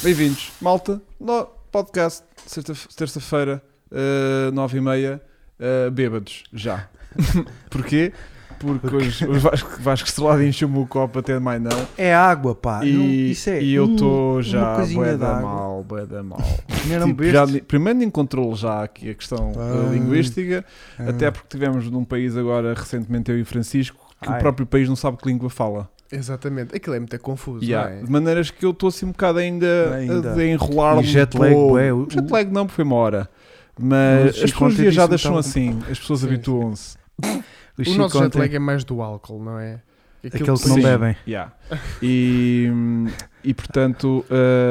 Bem-vindos, malta, no podcast, terça-feira, 9h30, bêbados, já. Porquê? Porque hoje o Vasco Estrelado encheu-me o copo até mais não. É água, pá. E eu estou já bué da mal. Primeiro encontrou já aqui a questão linguística, até porque tivemos num país agora, recentemente eu e o Francisco, que o próprio país não sabe que língua fala. Exatamente, aquilo é muito confuso, Não é? De maneiras que eu estou assim um bocado ainda a enrolar-me. E jet lag, jet lag não, porque foi uma hora. Mas as pessoas viajadas são assim, as pessoas habituam-se. O nosso jet lag é mais do álcool, não é? Aquele que não bebem. Yeah. E portanto,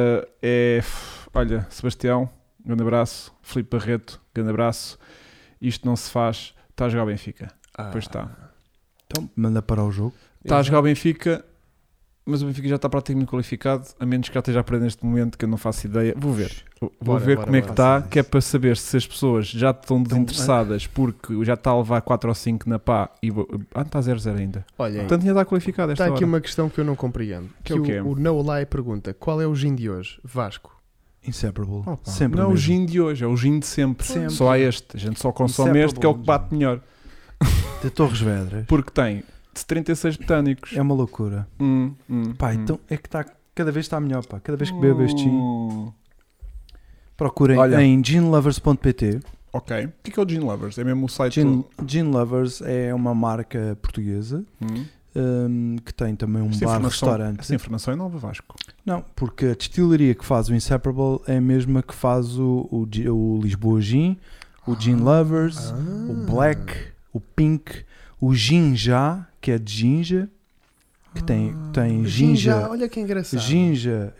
olha, Sebastião, grande abraço. Filipe Barreto, grande abraço. Isto não se faz. Está a jogar o Benfica. Pois está. Então, manda para o jogo. Está a jogar o Benfica, mas o Benfica já está praticamente qualificado, a menos que já esteja a perder neste momento, que eu não faço ideia. Vou ver. Vou ver como é que está, que é para saber se as pessoas já estão desinteressadas porque já está a levar 4 ou 5 na pá e está 0-0 ainda. Olha, portanto já está qualificado esta hora. Está aqui uma questão que eu não compreendo. Que é o quê? O No Lie pergunta: qual é o gin de hoje? Vasco. Inseparable. Sempre não é o gin de hoje, é o gin de sempre. Só há este. A gente só consome este, que é o que bate melhor. De Torres Vedras. Porque tem 36 botânicos. É uma loucura. Pá, então é que está, cada vez está melhor, pá. Cada vez que bebo este gin, procurem em ginlovers.pt. Ok. O que é o Gin Lovers? É mesmo o site? Gin Lovers é uma marca portuguesa que tem também um bar-restaurante. Essa informação é nova, Vasco? Não, porque a destilaria que faz o Inseparable é a mesma que faz o Lisboa Gin, o Gin Lovers, o Black, o Pink, o Ginja, que é de ginja, que tem ginja. Olha que engraçado. Ginja.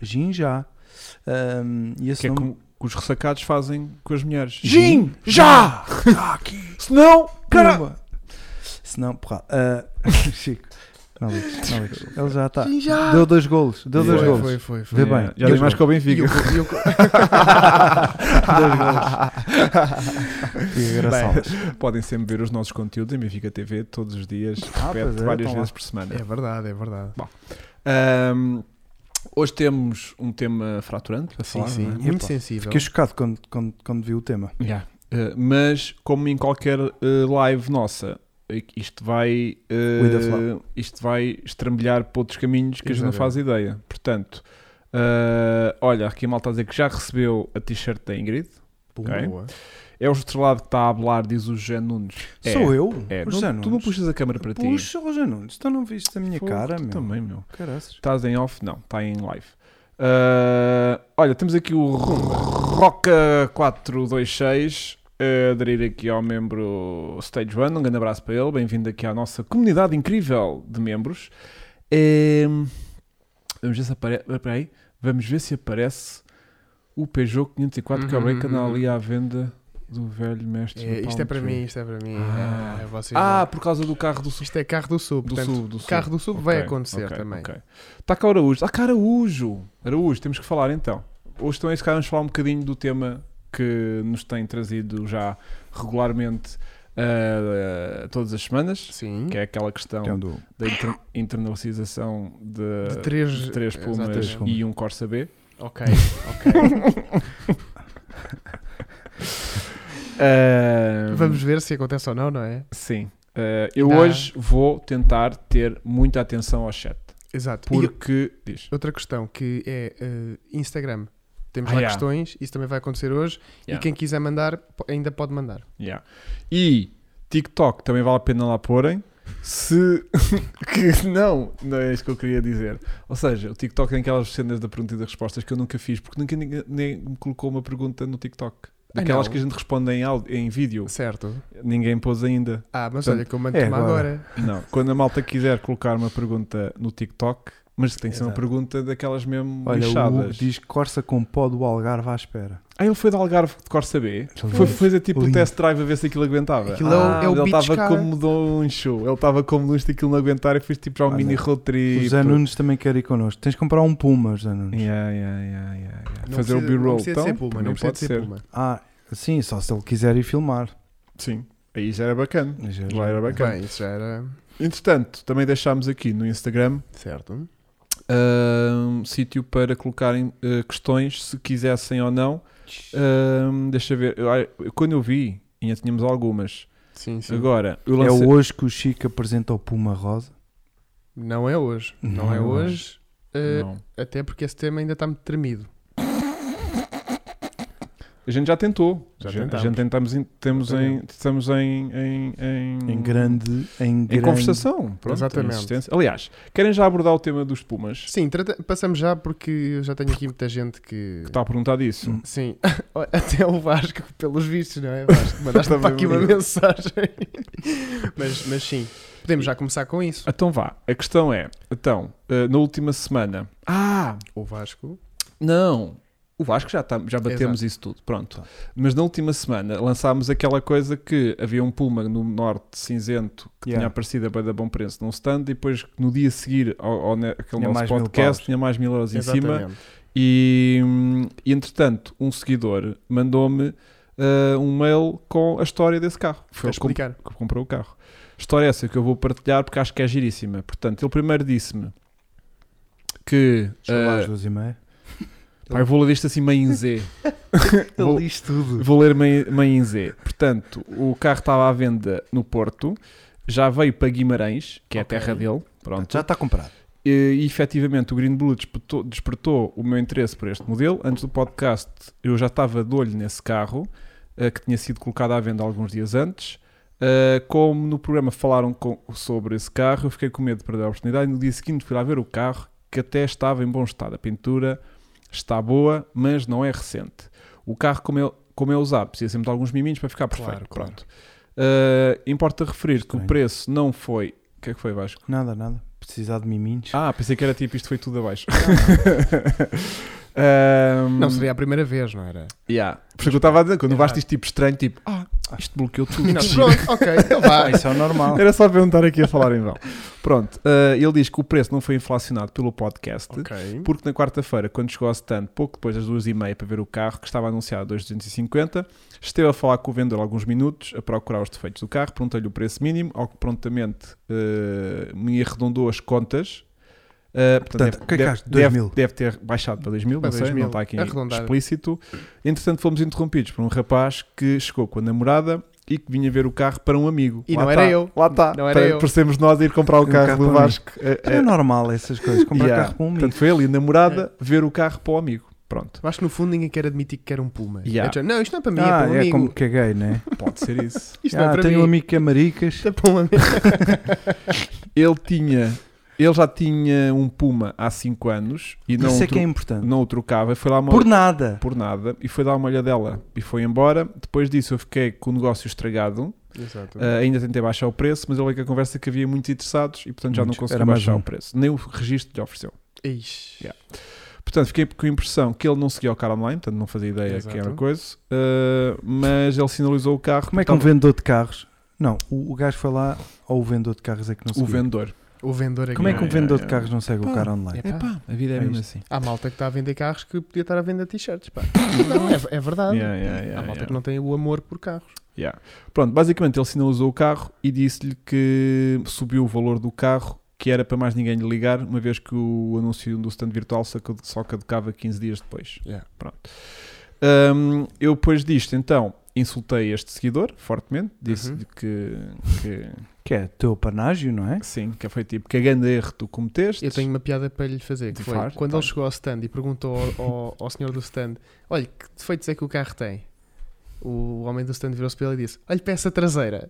E esse que nome... é que os ressacados fazem com as mulheres. Gin! Já! Aqui! Senão, caramba! Senão, porra. Chico. Não lixo. Ele já está. Deu 2 golos. Foi. Vê bem. Já dei mais que o Benfica. 2 golos. Podem sempre ver os nossos conteúdos em Benfica TV todos os dias, várias vezes por semana. É verdade. Bom, hoje temos um tema fraturante para falar. Sim, muito sensível. Fiquei chocado quando vi o tema. Mas, como em qualquer live nossa, isto vai estrambilhar para outros caminhos que a gente não faz ideia. Portanto, olha, aqui a malta a dizer que já recebeu a t-shirt da Ingrid. Boa. É o estrelado que está a hablar, diz o José Nunes. Sou eu? Tu não puxas a câmera para ti? Puxa, o José Nunes. Tu não viste a minha cara, meu? Também, meu. Caraças. Estás em off? Não, está em live. Olha, temos aqui o Roca426 aderir aqui ao membro Stage 1. Um grande abraço para ele. Bem-vindo aqui à nossa comunidade incrível de membros. Vamos ver se aparece o Peugeot 504 que anda ali à venda do velho mestre. Isto é para mim. Por causa do carro do sub. Isto é carro do sub. Do carro do sub vai acontecer também. Está cá o Araújo. Araújo, temos que falar então. Hoje também se calhar vamos falar um bocadinho do tema que nos tem trazido já regularmente todas as semanas. Sim. Que é aquela questão da internacionalização de 3 Pumas e um Corsa B. Ok. Vamos ver se acontece ou não é? Sim. Eu hoje vou tentar ter muita atenção ao chat. Exato. Porque, diz. Outra questão que é Instagram. Temos lá questões, isso também vai acontecer hoje. E quem quiser mandar, ainda pode mandar. E TikTok também vale a pena lá porem. Não é isso que eu queria dizer. Ou seja, o TikTok tem aquelas cenas da pergunta e das respostas que eu nunca fiz, porque nunca ninguém me colocou uma pergunta no TikTok. Daquelas que a gente responde em vídeo. Certo. Ninguém pôs ainda. Mas portanto, olha que eu mando-me agora. Não, quando a malta quiser colocar uma pergunta no TikTok, mas tem que ser uma pergunta daquelas mesmo lixadas. O Hugo diz Corsa com pó do Algarve à espera. Ele foi de Algarve de Corsa B. Foi fazer tipo o test drive a ver se aquilo aguentava. Aquilo é o ele estava como de um show. Ele estava como de aquilo não aguentar e fez tipo já um mini road trip. O Zé Nunes também quer ir connosco. Tens de comprar um Puma, Zé Nunes. Fazer o B-roll. Não precisa ser Puma. Não pode ser Puma. Sim, só se ele quiser ir filmar. Sim. Aí já era bacana. Já era bacana. Bem, isso já era... Entretanto, também deixámos aqui no Instagram. Certo. Sítio para colocarem questões, se quisessem ou não. Deixa ver, quando eu vi, ainda tínhamos algumas. Sim, sim. Agora, É hoje que o Chico apresenta o Puma Rosa? Não é hoje. Não é hoje. Não. Até porque esse tema ainda está muito tremido. A gente já tentou. Já A gente estamos Em grande conversação. Pronto, exatamente. Aliás, querem já abordar o tema dos Pumas? Sim, passamos já porque eu já tenho aqui muita gente que Que está a perguntar disso. Sim, até o Vasco, pelos vistos, não é? Vasco, mandaste para aqui uma mensagem. mas sim, podemos já começar com isso. Então vá, a questão é, na última semana... O Vasco... Não... O Vasco já batemos isso tudo, pronto. Mas na última semana lançámos aquela coisa que havia um Puma no norte cinzento que tinha aparecido a bom preço num stand e depois no dia a seguir aquele nosso podcast tinha mais 1000 euros em cima e entretanto um seguidor mandou-me um mail com a história desse carro. Foi ele que comprou o carro. História essa que eu vou partilhar porque acho que é giríssima. Portanto, ele primeiro disse-me que... às 2h30. Pai, vou ler isto assim meio em Z. Ele diz tudo. Vou ler meio em Z. Portanto, o carro estava à venda no Porto, já veio para Guimarães, que é a terra dele. Pronto. Já está comprado. E efetivamente o Green Blue despertou o meu interesse por este modelo. Antes do podcast eu já estava de olho nesse carro, que tinha sido colocado à venda alguns dias antes. Como no programa falaram sobre esse carro, eu fiquei com medo de perder a oportunidade. No dia seguinte fui lá ver o carro, que até estava em bom estado. A pintura está boa, mas não é recente. O carro, como é usado, precisa sempre de alguns miminhos para ficar perfeito. Claro. Pronto. Importa referir que o preço não foi... O que é que foi, Vasco? Nada. Precisar de miminhos. Pensei que era tipo isto foi tudo abaixo. Não seria a primeira vez, não era? Por isso que eu estava a dizer, quando levaste isto tipo estranho, tipo, isto bloqueou tudo. Não, pronto, ok, então vá. Isso é normal. Era só para eu não estar aqui a falar em vão. Pronto, ele diz que o preço não foi inflacionado pelo podcast, porque na quarta-feira, quando chegou ao stand, pouco depois das 2h30 para ver o carro, que estava anunciado a 2.250, esteve a falar com o vendedor alguns minutos, a procurar os defeitos do carro, perguntei-lhe o preço mínimo, ao que prontamente me arredondou as contas. Portanto, deve ter baixado para 2.000, não sei, não está aqui explícito. Entretanto, fomos interrompidos por um rapaz que chegou com a namorada e que vinha ver o carro para um amigo. E lá não era eu. Lá está. Parecemos nós a ir comprar o carro do Vasco. É normal essas coisas, comprar carro para um amigo. Portanto, foi ele e a namorada ver o carro para o amigo. Pronto. Acho que no fundo ninguém quer admitir que quer um Puma. Não, isto não é para mim, é para um é amigo. Como caguei, né? Pode ser isso. Isto não é para tenho mim. um amigo que é maricas. Isto é para um amigo. Ele já tinha um Puma há 5 anos e não, isso é que é importante. Não o trocava. Foi lá por nada. E foi dar uma olhadela e foi embora. Depois disso eu fiquei com o negócio estragado. Ainda tentei baixar o preço, mas eu li que a conversa que havia muitos interessados e portanto já não consegui baixar o preço. Nem o registro lhe ofereceu. Portanto, fiquei com a impressão que ele não seguia o carro online, portanto não fazia ideia que era coisa, mas ele sinalizou o carro. Como é que um vendedor de carros... Não, o gajo foi lá, ou o vendedor de carros é que não seguia? O vendedor. Como é que um vendedor de carros não segue o carro online? A vida é mesmo assim. Há malta que está a vender carros que podia estar a vender t-shirts. Não, é verdade. Há malta que não tem o amor por carros. Pronto, basicamente ele sinalizou o carro e disse-lhe que subiu o valor do carro, que era para mais ninguém lhe ligar, uma vez que o anúncio do stand virtual só caducava 15 dias depois. Pronto. Eu depois disto, então, insultei este seguidor fortemente, disse-lhe que é teu panágio, não é? Sim, que foi tipo, que grande erro tu cometeste. Eu tenho uma piada para lhe fazer, que foi quando ele chegou ao stand e perguntou ao senhor do stand, olha, que defeitos é que o carro tem? O homem do stand virou-se para ele e disse, olha, peça traseira.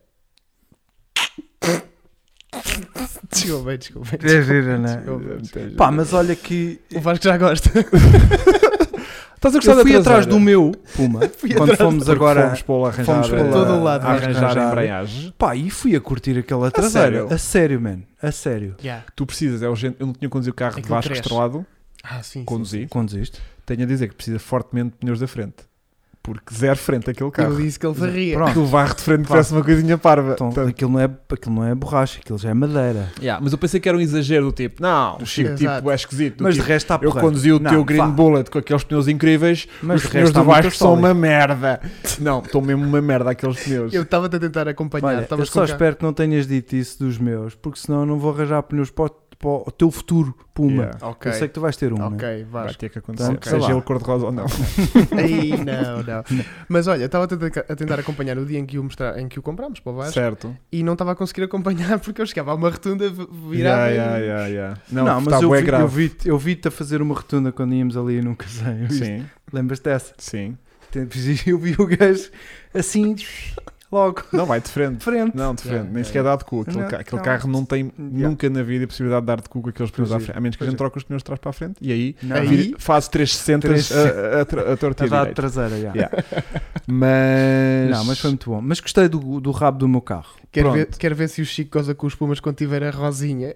Desculpa. É gira, não é? Pá, mas olha que... O Vasco já gosta. Estás a gostar eu fui atrás do meu Puma quando fomos agora fomos para todo lado a arranjar a embreagem. Pá, e fui a curtir aquela traseira. A sério, man. A sério. Tu precisas, eu não tinha conduzido o carro de Vasco estrelado. Sim. Conduziste. Tenho a dizer que precisa fortemente de pneus da frente. Porque zero frente aquele carro. Eu disse que ele varria. Que o varro de frente parece uma coisinha parva. Então, aquilo não é borracha, aquilo já é madeira. Mas eu pensei que era um exagero do tipo, não, o Chico tipo, é esquisito. Mas tipo, de resto está eu conduzi o teu Green Bullet com aqueles pneus incríveis, mas os pneus do Vasco são uma merda. Não, estão mesmo uma merda aqueles pneus. Eu estava a tentar acompanhar. Olha, eu só espero que não tenhas dito isso dos meus, porque senão eu não vou arranjar pneus para para o teu futuro Puma. Yeah. Ok. Eu sei que tu vais ter um, Ok, né? Vai Vasco. ter que acontecer. Então, Seja sei lá. ele cor-de-rosa ou não. Ei, não. Mas olha, estava a tentar acompanhar o dia em que o comprámos para o Vasco Certo. e não estava a conseguir acompanhar porque eu chegava a uma rotunda, virava Yeah. Não, mas está bué grave. eu vi-te a fazer uma rotunda quando íamos ali num caseio. Sim, Lembras dessa? sim. Eu vi o gajo assim, logo, Não, vai de frente. de frente. Não, de frente. Yeah, Nem yeah, sequer dá de cu. Aquele, Não, aquele não. carro não tem Yeah. nunca na vida a possibilidade de dar de cu com aqueles pneus à Pois é. frente. A menos que a Pois gente é. troque os pneus de trás para a frente e aí, Não. Aí- faz 360 a torta A dar de direita. traseira, já. Yeah. Mas... Não, mas foi muito bom. Mas gostei do rabo do meu carro. Quero ver se o Chico goza com os Pumas quando tiver a rosinha.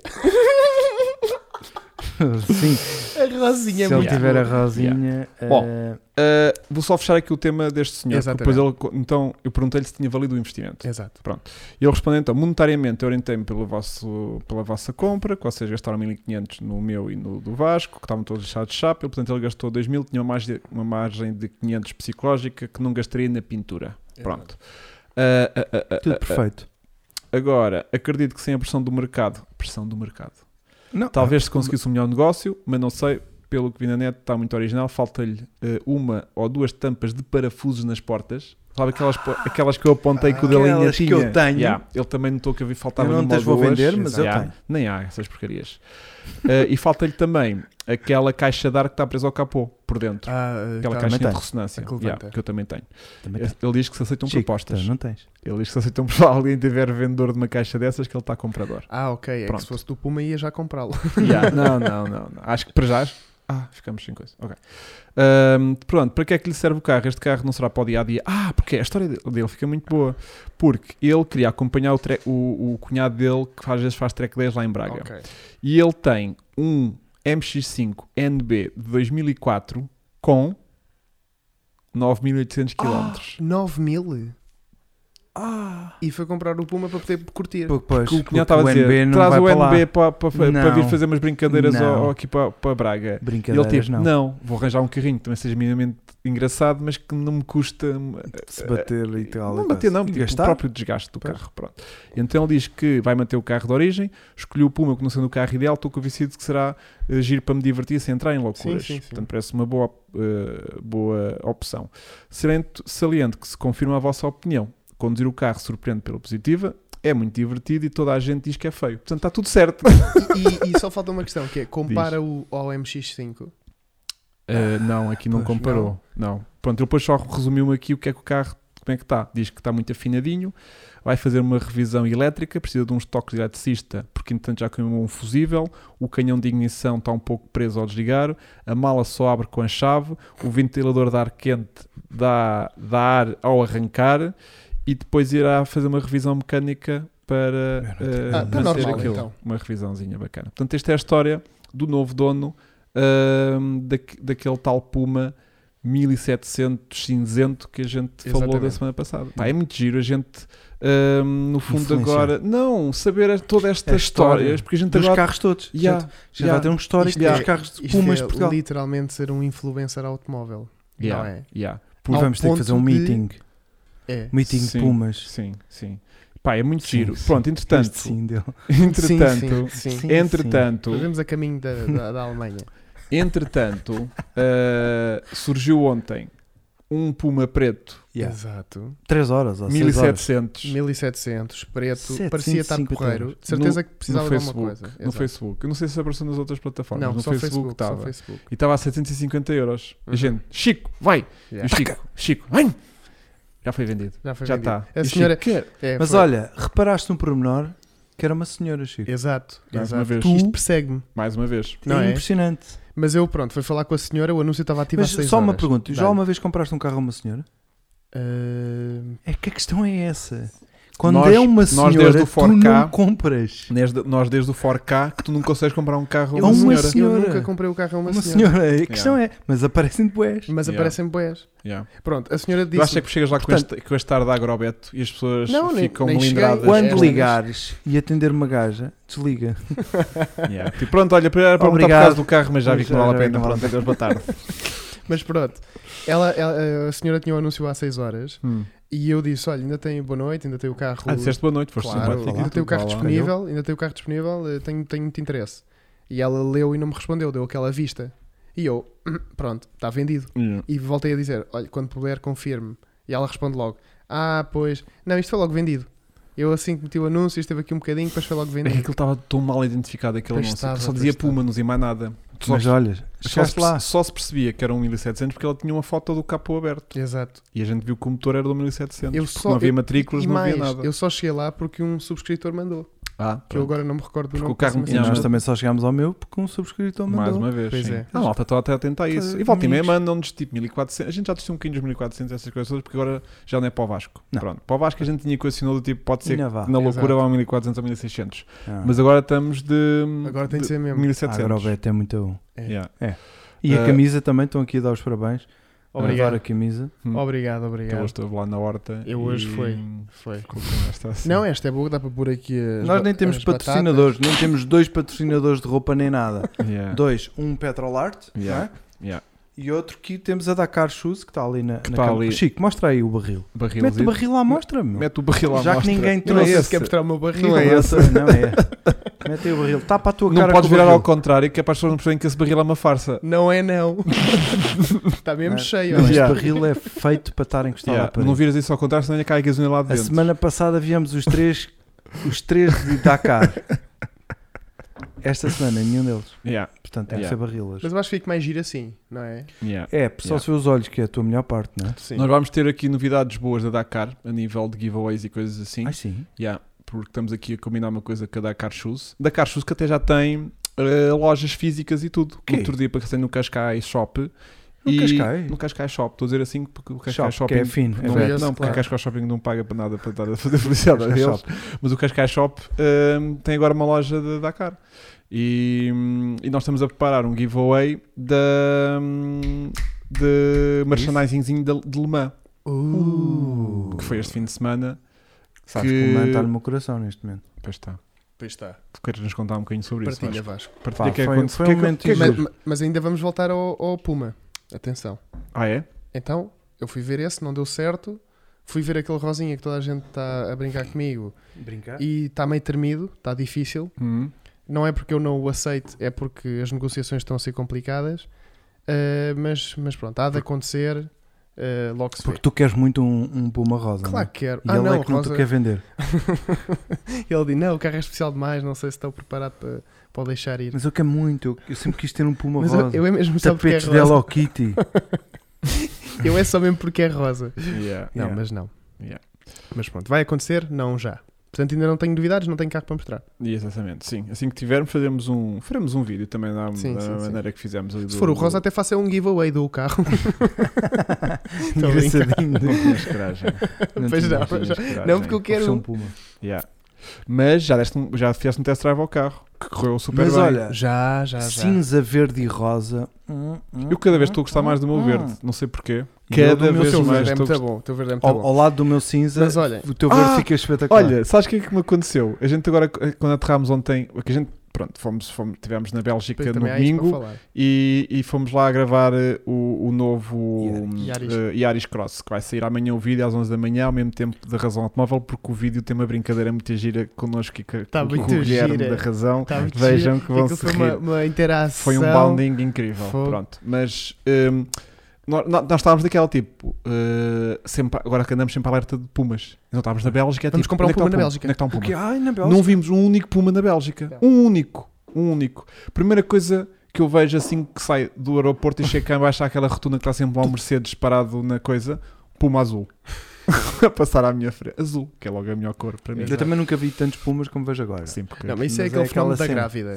Sim, A rosinha é se ele muito tiver boa. a rosinha. Bom, vou só fechar aqui o tema deste senhor. Exatamente. Depois então, eu perguntei-lhe se tinha valido o investimento. Exato. E ele respondeu então, monetariamente eu orientei-me pela vossa compra, que vocês gastaram 1.500 no meu e no do Vasco, que estavam todos deixados de chapa, e, portanto ele gastou 2.000, tinha uma margem de 500 psicológica que não gastaria na pintura. Pronto. Tudo perfeito. Agora, acredito que sem a pressão do mercado, Não, talvez se conseguisse um melhor negócio, mas não sei, pelo que vi na net está muito original, falta-lhe uma ou duas tampas de parafusos nas portas. Sabe aquelas que eu apontei que o da linha aquelas que tinha? eu tenho. Yeah, ele também notou que havia faltava Eu não numa as ou vou duas. vender, mas eu Yeah, tenho. nem há essas porcarias. E falta-lhe também aquela caixa de ar que está presa ao capô, por dentro. Aquela também caixinha de tenho. ressonância, A que yeah, levanta. que eu também tenho. Também tem. Ele diz que se aceitam Chico, propostas. então não tens. Ele diz que se aceitam se alguém tiver vendedor de uma caixa dessas, que ele está comprador. Ok. É que Pronto. se fosse do Puma ia já comprá-lo. Yeah, não. Acho que para já. Ficamos sem coisa. Ok. Pronto, para que é que lhe serve o carro? Este carro não será para o dia a dia. Porque a história dele fica muito boa. Porque ele queria acompanhar o cunhado dele, que às vezes faz track days lá em Braga. Ok. E ele tem um MX5 NB de 2004 com 9.800 km. 9.000? E foi comprar o Puma para poder curtir. Pois, O cunhado estava a dizer, NB não traz vai o para lá. NB para Não. vir fazer umas brincadeiras Não. aqui para Braga. E ele Brincadeiras tipo, não. vou arranjar um carrinho que também seja minimamente engraçado, mas que não me custa Se bater e tal. não bater não, tipo, o gastar. próprio desgaste do Pois. carro. Pronto. Então ele diz que vai manter o carro de origem, escolheu o Puma como sendo o carro ideal, estou convencido que será giro para me divertir sem entrar em loucuras. Sim. Portanto parece uma boa opção. Saliente que se confirma a vossa opinião. Conduzir o carro surpreende pela positiva, é muito divertido e toda a gente diz que é feio. Portanto está tudo certo. E só falta uma questão, que é, compara ao MX5. Não, aqui não Pois, comparou. Não. Pronto, ele depois só resumiu aqui o que é que o carro, como é que está. Diz que está muito afinadinho, vai fazer uma revisão elétrica, precisa de uns toques de eletricista, porque entretanto já queimou um fusível, o canhão de ignição está um pouco preso ao desligar, a mala só abre com a chave, o ventilador de ar quente dá ar ao arrancar e depois irá fazer uma revisão mecânica para Está manter normal, aquilo. então. Uma revisãozinha bacana. Portanto, esta é a história do novo dono daquele tal Puma 1700 cinzento que a gente falou da Exatamente. semana passada. É muito giro a gente no fundo Influenciar. agora não saber toda esta história, porque a gente dos agora carros todos. Yeah, Já vai ter um histórico Isto dos é- carros de Isto Pumas é de Portugal. literalmente ser um influencer automóvel. yeah, Não é? yeah. Porque ao vamos ter que fazer um ponto de- meeting. É. Meeting Sim. de Pumas. Sim. É muito Sim, giro. sim. Pronto, entretanto, Este sim dele. entretanto, Sim. entretanto, Fazemos a caminho da Alemanha. entretanto, surgiu ontem um Puma preto Yeah. Exato. 3 horas ou 6 horas. 1700 1700, preto, 750 parecia estar porreiro. euros. De certeza que no precisava de alguma Facebook, coisa. no Exato. Facebook. Eu não sei se apareceu nas outras plataformas, Não, no só Facebook só estava. Facebook. E estava a 750 euros. Uhum. A gente, Chico, vai! Yeah. E o Chico, vem! Já foi vendido. Já foi Já vendido. está. A E o senhora- Chico quer. É, Mas foi- olha, reparaste um pormenor que era uma senhora, Chico. Exato. Mais exato. uma vez. Isto persegue-me. Mais uma vez. Não é é? impressionante. Mas eu, pronto, fui falar com a senhora, o anúncio estava ativo Mas há 6 só horas. uma pergunta, já Dá-lhe. uma vez compraste um carro a uma senhora? É que a questão é essa. Quando Nós- é uma nós senhora, desde o tu 4K não compras. Nós desde o 4K que tu não consegues comprar um carro a Eu uma uma senhora. senhora. Eu nunca comprei o carro a uma, Uma senhora. senhora. A questão é, mas aparecem depois. Mas Yeah. aparecem boés. Yeah. Pronto, a senhora Tu disse... achas que chegas lá Portanto- com este ar de agrobeto e as pessoas Não, nem- ficam nem cheguei. melindradas? Quando Esta- ligares e atender uma gaja, desliga. Yeah. Tipo, pronto, olha, para perguntar por Obrigado. causa do carro, mas já vi que não vale a Já pena. não vale Pronto, adeus, boa tarde. Mas pronto, a senhora tinha o anúncio há 6 horas e eu disse, olha, ainda tem boa noite, ainda tem o carro... Disseste boa noite, foste Claro, simpático. ainda tem o carro Vá lá. disponível, ainda tem o carro disponível, tenho muito interesse. E ela leu e não me respondeu, deu aquela vista. E eu, pronto, está vendido. E voltei a dizer, olha, quando puder, confirme. E ela responde logo, pois, não, isto foi logo vendido. Eu assim que meti o anúncio, esteve aqui um bocadinho, depois foi logo vendido. É que aquilo estava tão mal identificado, aquele anúncio. Só dizia Puma, não dizia mais nada. Mas olha, só se percebia que era um 1700 porque ela tinha uma foto do capô aberto. Exato. E a gente viu que o motor era do 1700. Não havia matrículas, não havia nada. Eu só cheguei lá porque um subscritor mandou. Que eu agora não me recordo do nome. O carro e nós também só chegámos ao meu porque um subscritor mandou. Mais uma vez. Pois é. A malta está até a tentar isso. E volta e meia mandam-nos tipo 1400. A gente já testou um bocadinho dos 1400, essas coisas todas, porque agora já não é para o Vasco. Não. Pronto. Para o Vasco a gente tinha equacionado do tipo, pode ser que na loucura Exato. vá a 1400 ou 1600. Mas agora estamos de. Agora tem de ser mesmo. 1700. Agora o Beto é muito bom. É. E a camisa também, estão aqui a dar os parabéns. Obrigado. Adoro a camisa. Obrigado. Eu hoje estou lá na horta. Eu hoje foi. Ficou com esta assim. Não, esta é boa, dá para pôr aqui Nós nem temos patrocinadores, nem temos 2 patrocinadores de roupa nem nada. 2, um Petrolart, não é? E outro que temos a Dakar Shoes, que está ali na cama. Chico, mostra aí o barril. Mete o barril à mostra, meu. Mete o barril à Já mostra. que ninguém Não trouxe. se quer mostrar o meu barril. Não é esse. Não é. Mete aí o barril. Tapa a tua cara. Não podes virar ao contrário, que é para as pessoas não perceberem que esse barril é uma farsa. Não é, não. Está mesmo cheio. Não, este barril é feito para estar encostado à parede. Não viras isso ao contrário, senão ainda cai a gasolina lá dentro. A semana passada viemos os três de Dakar. Esta semana, nenhum deles. Portanto, tem que ser barril hoje. Mas eu acho que fica mais giro assim, não é? Só se vê os olhos, que é a tua melhor parte, não é? Sim. Nós vamos ter aqui novidades boas da Dakar, a nível de giveaways e coisas assim. Sim? Porque estamos aqui a combinar uma coisa com a Dakar Shoes. Dakar Shoes que até já tem lojas físicas e tudo. Outro dia passei no Cascais Shop. No Cascais Shop, estou a dizer assim porque o Cascais Shopping que é fino, não, porque o Cascais Shopping não paga para nada para estar a fazer publicidade a deles, mas o Cascais Shop tem agora uma loja de Dakar e nós estamos a preparar um giveaway de merchandisingzinho de Le Mans que foi este fim de semana. Sabes que o Le Mans está no meu coração neste momento. Pois está. Tu queres nos contar um bocadinho sobre isso? Partilha, Vasco. Foi um momento mas ainda vamos voltar ao Puma. Atenção. É? Então, eu fui ver esse, não deu certo. Fui ver aquele rosinha que toda a gente está a brincar comigo. E está meio tremido, está difícil. Não é porque eu não o aceito, é porque as negociações estão a ser complicadas. Mas pronto, há de acontecer. Logo se porque tu queres muito um Puma rosa. Claro que quero. E ele é que não te quer vender. Ele diz, não, o carro é especial demais, não sei se estou preparado para o deixar ir. Mas eu quero muito, eu sempre quis ter um Puma mas rosa. Eu é mesmo só porque é rosa. De Hello Kitty. Eu é só mesmo porque é rosa. Não, mas não. Mas pronto, vai acontecer? Não já. Portanto, ainda não tenho novidades, não tenho carro para mostrar. Exatamente, sim. Assim que tivermos, faremos um vídeo também da maneira que fizemos. Ali se for o rosa, até faça um giveaway do carro. Engraçadinho. Não tinhas coragem. Não, porque eu quero um Puma. Mas já fizeste um test drive ao carro, que correu super bem. Mas olha, já. Cinza, verde e rosa. Eu cada vez estou a gostar mais do meu verde, não sei porquê. Cada vez mais. É muito bom. Ao lado do meu cinza, mas olha, o teu verde fica espetacular. Olha, sabes o que é que me aconteceu? A gente agora, quando aterrámos ontem, que a gente, pronto, estivemos na Bélgica no domingo e fomos lá a gravar o novo Yaris Cross, que vai sair amanhã o vídeo às 11 da manhã, ao mesmo tempo da Razão Automóvel, porque o vídeo tem uma brincadeira muito gira connosco e com o Guilherme da Razão. Vejam que vão se rir. Uma interação. Foi um bounding incrível. Pronto, mas nós estávamos daquela tipo sempre, agora que andamos sempre alerta de Pumas. Não estávamos na Bélgica. Vamos comprar um Puma na Bélgica. Onde é que está um Puma? Na Bélgica? Não vimos um único Puma na Bélgica. Um único. Primeira coisa que eu vejo assim que sai do aeroporto e chega cá embaixo àquela rotunda que está sempre lá um Mercedes parado na coisa, Puma azul. A passar à minha frente. Azul, que é logo a melhor cor para mim. Eu também nunca vi tantos Pumas como vejo agora. Sim, porque... Não, mas isso é aquele fenómeno da grávida.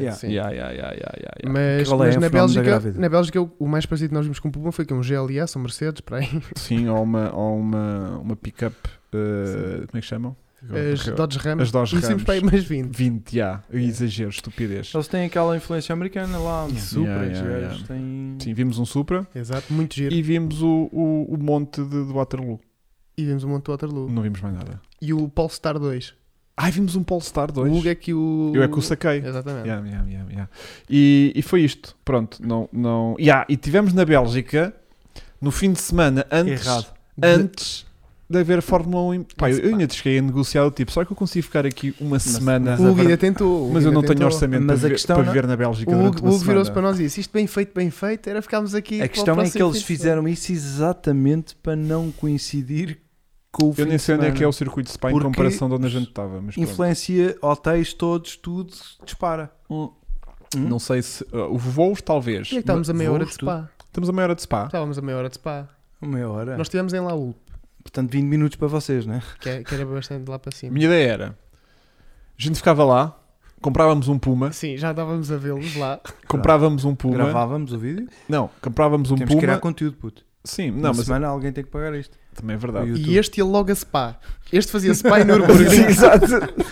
Mas na Bélgica o mais parecido que nós vimos com o Puma foi que um GLS, um Mercedes, para aí. Sim, ou uma pick-up, como é que chamam? As Dodge Ram. As Dodge Rams. E sempre para aí mais 20. 20, exagero, estupidez. Eles têm aquela influência americana lá. Supra. Sim, vimos um Supra. Exato, muito giro. E vimos o monte de Waterloo. E vimos o monte de Waterloo. Não vimos mais nada. E o Polestar 2. Vimos um Polestar 2. O Hugo é que o... Eu é que o saquei. Exatamente. E foi isto. Pronto. E tivemos na Bélgica no fim de semana antes de haver Fórmula 1. Pá, eu ainda cheguei a negociar o tipo, só que eu consigo ficar aqui uma semana. O Hugo ainda tentou. Mas eu não tenho orçamento para viver na Bélgica. O Hugo virou-se para nós e disse: isto bem feito, era ficarmos aqui. A questão é que eles fizeram isso exatamente para não coincidir com o fim Eu nem sei de onde é que é o semana. circuito de Spa em Porque comparação de onde a gente estava. Mas influencia hotéis todos, tudo dispara. não sei se. O voos, talvez. E é que estávamos a meia hora de Voos, Spa. Estamos a meia hora de Spa. Estávamos a meia hora de Spa. Meia hora. Nós estivemos em Laú, Portanto, 20 minutos para vocês, né? que era bastante lá para A cima. minha ideia era: a gente ficava lá, comprávamos um Puma. Sim, já estávamos a vê-los lá. Comprávamos um Puma. Gravávamos o vídeo. Não, comprávamos um Temos que criar Puma. conteúdo, puto. Sim, Não, não, mas semana alguém tem que pagar isto. também é verdade. YouTube. E este ia logo a Spa. Este fazia Spa em Nürburgring. Exato.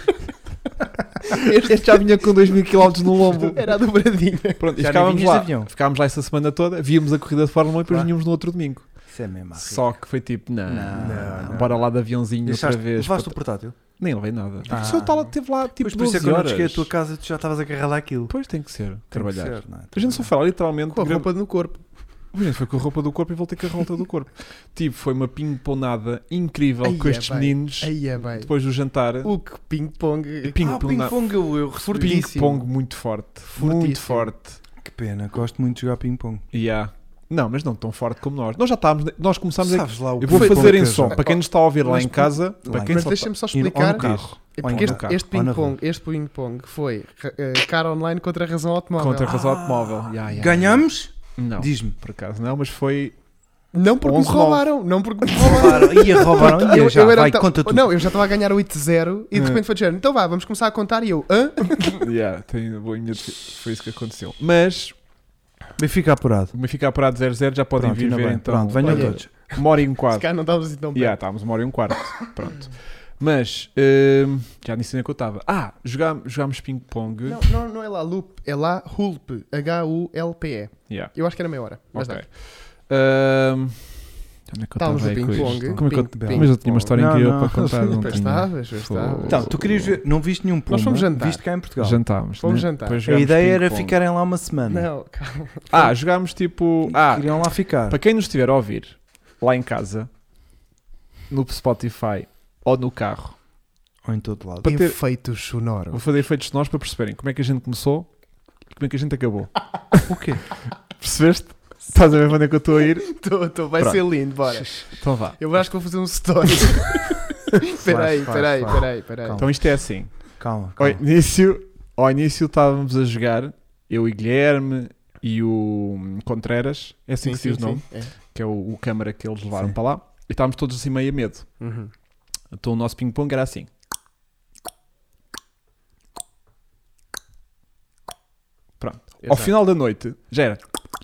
Este já vinha com 2000 km no lombo. Era a dobradinha. Pronto, e Já ficávamos nem vinhas de lá. avião. Ficávamos lá essa semana toda, víamos a corrida de Fórmula 1 e depois Claro. vinhamos no outro domingo. Isso é mesmo. Só que foi tipo, não, Não. bora lá de aviãozinho Deixaste, outra vez. levaste o portátil? Nem levei nada. Ah. Só teve lá tipo Pois por isso 12 é que quando eu horas. cheguei à tua casa tu já estavas a agarrar aquilo. Depois tem que ser, Tem trabalhar. que ser, não é? A gente só foi lá literalmente. Com a roupa no corpo. A gente foi com a roupa do corpo e voltei com a roupa do corpo. Tipo, foi uma ping-ponada incrível Ai, com é estes bem. meninos. Aí é bem. Depois do jantar. O que ping-pong. Ping-pong eu recebi. Fortíssimo. Ping-pong muito forte. Muito Fortíssimo. forte. Que pena, gosto muito de jogar ping-pong. Yeah. Não, mas não tão forte como nós. Nós já estávamos. Nós começámos a. Sabes lá o Eu vou ping-pong fazer que em eu som. jogo? Para quem nos está a ouvir lá Mas em casa. lá Para em quem Mas só deixa-me só Ou explicar. no carro. É Ou em porque carro. este Ou na ping-pong, foi cara online contra a razão automóvel. contra a razão automóvel. Ganhamos? Não. Diz-me. Por acaso não, mas foi. Não porque me 11-9. roubaram. Não porque me roubaram. Roubaram. Ia já, era vai, tão- conta tu. Não, eu já estava a ganhar 8-0 e de repente foi dizer: então vá, vamos começar a contar. E eu, hã? Yeah, foi isso que aconteceu. Mas Benfica apurado. o Benfica apurado 0-0 já podem Pronto, vir ainda ver bem. então. Pronto, venham Olha, todos. Uma hora e um Se quarto. calhar não estávamos assim tão bem. Yeah, estávamos uma hora e um quarto. Pronto. Mas já nisso nem que eu estava. Jogámos ping-pong. Não é lá loop, é lá Hulp. Hulpe. Yeah. Eu acho que era meia hora. Mas Ok. dá. Onde é que eu Estávamos estava no aí com ping-pong. isto? Como é que eu- Ping-pong. Mas eu tinha uma história Não, incrível não. para contar. Não Pois tinha. estavas, pois estavas. Então, tu querias ver, não viste nenhum Puma, Nós fomos jantar. viste cá em Portugal. Jantámos. Fomos né? jantar. Depois A jogámos ideia era ping-pong. ficarem lá uma semana. Não, calma. Jogámos tipo. Queriam lá ficar. Para quem nos estiver a ouvir lá em casa, no Spotify ou no carro, Ou em todo lado. Para ter- Efeitos sonoros. vou fazer efeitos de nós para perceberem como é que a gente começou e como é que a gente acabou. O quê? Percebeste? Estás a ver onde é que eu estou a ir? Vai Pronto. ser lindo, bora. Então vá. Eu acho que vou fazer um story. Espera aí. Calma. Então isto é assim. Calma. Ao início estávamos a jogar, eu e Guilherme e o Contreras, é assim que se diz o nome, É. que é o câmara que eles levaram Sim. para lá, e estávamos todos assim meio a medo. Uhum. Então o nosso ping-pong era assim. Pronto. Ao Exato. final da noite, já era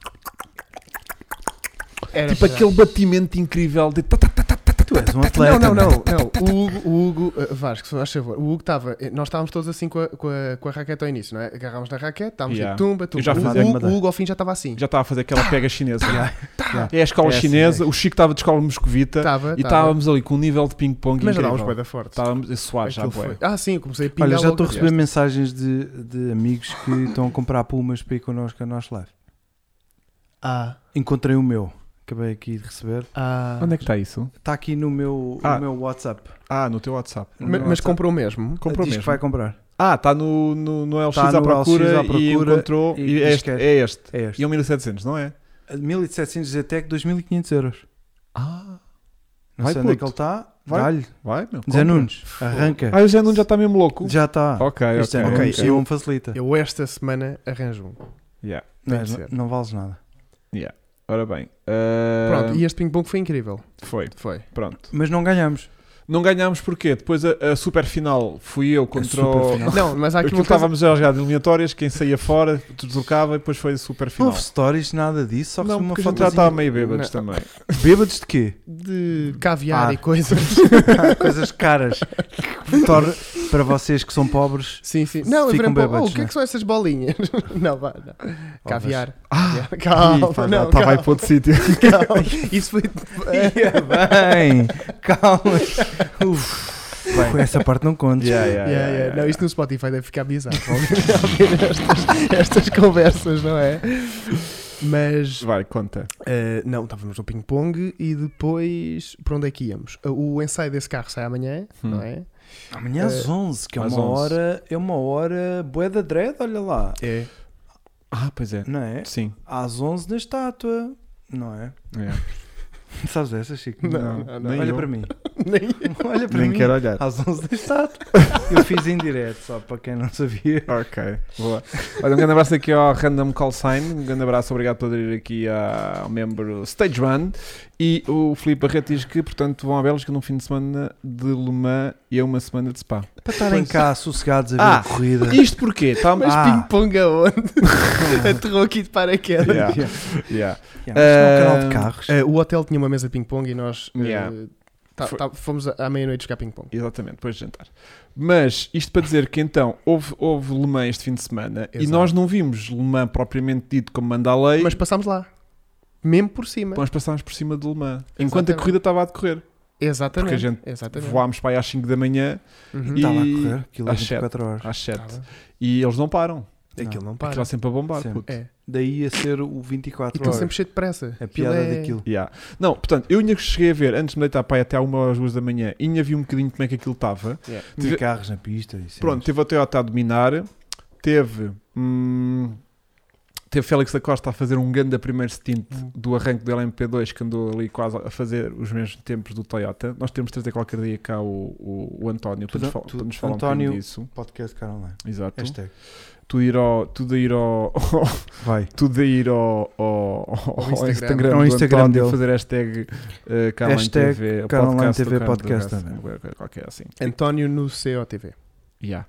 Era tipo verdade. aquele batimento incrível de Tu és um atleta. Não. O Hugo Vasco, se faz favor. O Hugo estava. Nós estávamos todos assim com a raquete ao início, não é? Agarrámos na raquete, estávamos Yeah. de tumba. Eu já O fazia Hugo ao fim já estava assim. já estava a fazer aquela pega chinesa. Yeah. É a escola É assim, chinesa, é. o Chico estava de escola moscovita Estava. e estávamos ali com um nível de ping-pong Mas já incrível. estávamos bem da forte. Estávamos a suar já, Aquilo bué. foi. Sim, eu comecei a pingar. Olha, já logo estou a receber esta. mensagens de amigos que estão a comprar pumas para ir connosco a nosso live. Encontrei o meu. Acabei aqui de receber. Onde é que está isso? Está aqui no meu WhatsApp. No teu WhatsApp. No meu Mas WhatsApp. comprou mesmo. Comprou Diz mesmo. que vai comprar. Está no LX Tá à no procura LX à e procura encontrou. e E é diz este. que É este. É este. E é um 1700, não é? 1700 Zetec, 2500 euros. Ah, Não Vai, sei onde é puto. que ele está. Vai. Dá-lhe. vai, meu. Zé compra. Nunes, arranca. O Zé Nunes já está mesmo louco. Já está. Ok, Este ok. Zé Nunes, Ok, eu me facilita. Eu esta semana arranjo um. Yeah, Tem Mas de ser. não vales nada. yeah. Ora bem. Pronto, e este ping-pong foi incrível. Foi, Foi. pronto. Mas não ganhamos. Não ganhámos porque depois a super final fui eu contra super o... final. Não, mas há aqui Aquilo uma coisa. estávamos a jogar de eliminatórias, quem saía fora, deslocava e depois foi a super Não final. houve stories, nada disso. Só Não, recebi uma porque a gente foto já estava meio bêbados Não. também. Bêbados de quê? De caviar Ah. e coisas. Coisas caras. Para vocês que são pobres. Sim. Não, eu Ficam virei para bêbados, o que é né? que são essas bolinhas? Não, vá, não. Caviar. Ah, Calma, pá, não, estava aí calma, para outro sítio. calma. Isso foi. Ia bem. Calma. Bem, essa parte não conta. Yeah. Não, isto no Spotify deve ficar bizarro. Ouvir estas conversas, não é? Mas... Vai, conta. Não, estávamos no ping-pong e depois, para onde é que íamos? O ensaio desse carro sai amanhã, não é? Amanhã às 11, que é às uma 11. hora, é uma hora bué da dread, olha lá. É. Pois é. Não é? Sim. Às 11 na estátua, não é? Sabes essa, Chico? Não. Olha para mim. Olha para Nem mim. quero olhar. Às 11 da estátua. Eu fiz em direto, só para quem não sabia. Ok, boa. Olha, um grande abraço aqui ao Random Call Sign. Um grande abraço, obrigado por ir aqui ao membro Stage One. E o Filipe Barreto diz que, portanto, vão à Bélgica num fim de semana de Le Mans e é uma semana de Spa. Para estarem cá sossegados a ver a corrida. Isto porquê? Mas ping-pong aonde? Aterrou aqui de paraquedas. Yeah. Isto é um canal de carros. O hotel tinha uma mesa de ping-pong e nós fomos à meia-noite jogar ping-pong. Exatamente, depois de jantar. Mas isto para dizer que então houve Le Mans este fim de semana. Exato. E nós não vimos Le Mans propriamente dito como manda a lei. Mas passámos lá. Mesmo por cima. Nós passámos por cima de Le Mans. Enquanto a corrida estava a decorrer. Exatamente. Porque a gente voámos para aí às 5 da manhã Uhum. e Estava a correr, aquilo às 24 horas. às 7. E eles não param. Aquilo não para. Aquilo lá sempre a bombar. Sempre. Puto. É. Daí a ser o 24 Aquilo horas. sempre cheio de pressa. A piada Aquilo é- daquilo. Yeah. Não, portanto, eu ainda cheguei a ver, antes de me deitar para aí até 1 ou 2 da manhã, e ainda vi um bocadinho como é que aquilo estava. Yeah. Tinha carros na pista. E Pronto, teve a Toyota a dominar, teve Félix da Costa a fazer um grande primeiro stint do arranque do LMP2, que andou ali quase a fazer os mesmos tempos do Toyota. Nós temos de trazer qualquer dia cá o António para nos falar um António, bocadinho disso. podcast Car Online. Exato. Hashtag. Tudo a ir ao Vai. Instagram, Ao do Instagram António, dele. fazer hashtag Caroline Hashtag TV, Caroline podcast TV do podcast Carlos, também. qualquer assim. António no COTV. Yeah.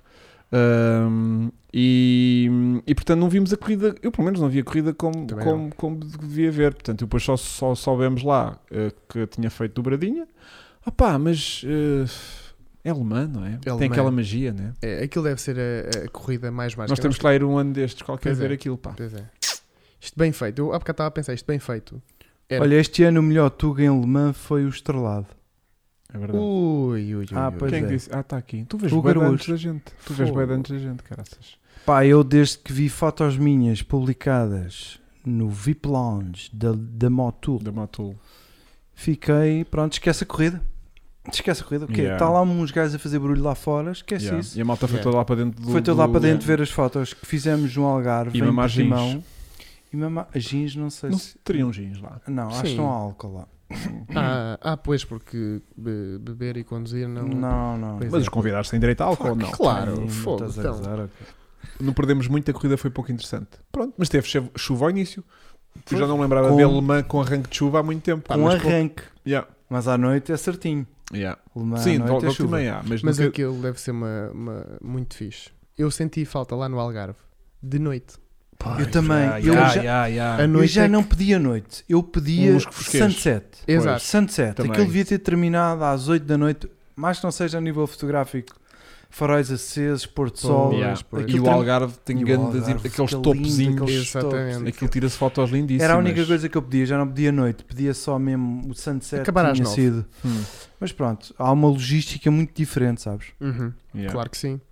E portanto não vimos a corrida, eu pelo menos não vi a corrida como devia ver, portanto depois só soubemos lá que tinha feito dobradinha. Mas é Le Mans, não é? Tem aquela magia, né? Aquilo deve ser a corrida mais mágica. Nós temos que lá ir um ano destes qualquer Pois ver é. aquilo, pá. Pois é. Isto bem feito. Eu há bocado estava a pensar, isto bem feito. Era. Olha, este ano o melhor Tuga em Le Mans foi o Estrelado. É verdade. Ui. Pois Quem é. disse? Está aqui. Tu vês O bem Garoto. antes da gente. Tu vês bem antes da gente, caraças. Pá, eu desde que vi fotos minhas publicadas no VIP Lounge da Motul, Da Motul. fiquei, pronto, esquece a corrida. Esquece a corrida, porque Yeah. está lá uns gajos a fazer barulho lá fora, esquece Yeah. isso. E a malta foi Yeah. toda lá para dentro do... Foi todo lá para dentro Yeah. ver as fotos que fizemos no Algarve, E em mamar jeans. Portimão. E mamar jeans, não sei Não se... teriam jeans lá. Não, acho que Sim. não há álcool lá. Pois, porque beber e conduzir não... Não. Pois Mas é. os convidados têm direito a álcool ou não? Claro, Sim, fogo. estás a Então, gozar, ok. Não perdemos muito, a corrida foi pouco interessante. Pronto, mas teve chuva ao início. Eu Pois. já não me lembrava Com- de Le Mans com arranque de chuva há muito tempo. Com mas arranque, Yeah. mas à noite é certinho. Yeah. Le Mans Sim, à noite é chuva. também há. Mas mas nunca... aquilo deve ser uma muito fixe. Eu senti falta lá no Algarve, de noite. Eu também. A Eu noite já é que- não pedia noite, eu pedia Uns fresqueiros. sunset. Exato. Sunset. Também. Aquilo devia ter terminado às 8 da noite, mais que não seja a nível fotográfico. Faróis acesos, pôr de sol. Yeah. Pois. E o Algarve tem E o grandes, Algarve aqueles fica topozinhos. lindo, aqueles Exatamente. topos. Aquilo tira-se fotos lindíssimas. Era a única coisa que eu pedia, já não pedia noite, pedia só mesmo o sunset. Acabar às tinha 9. sido. Hum. Mas pronto, há uma logística muito diferente, sabes? Uhum. Yeah. Claro que sim.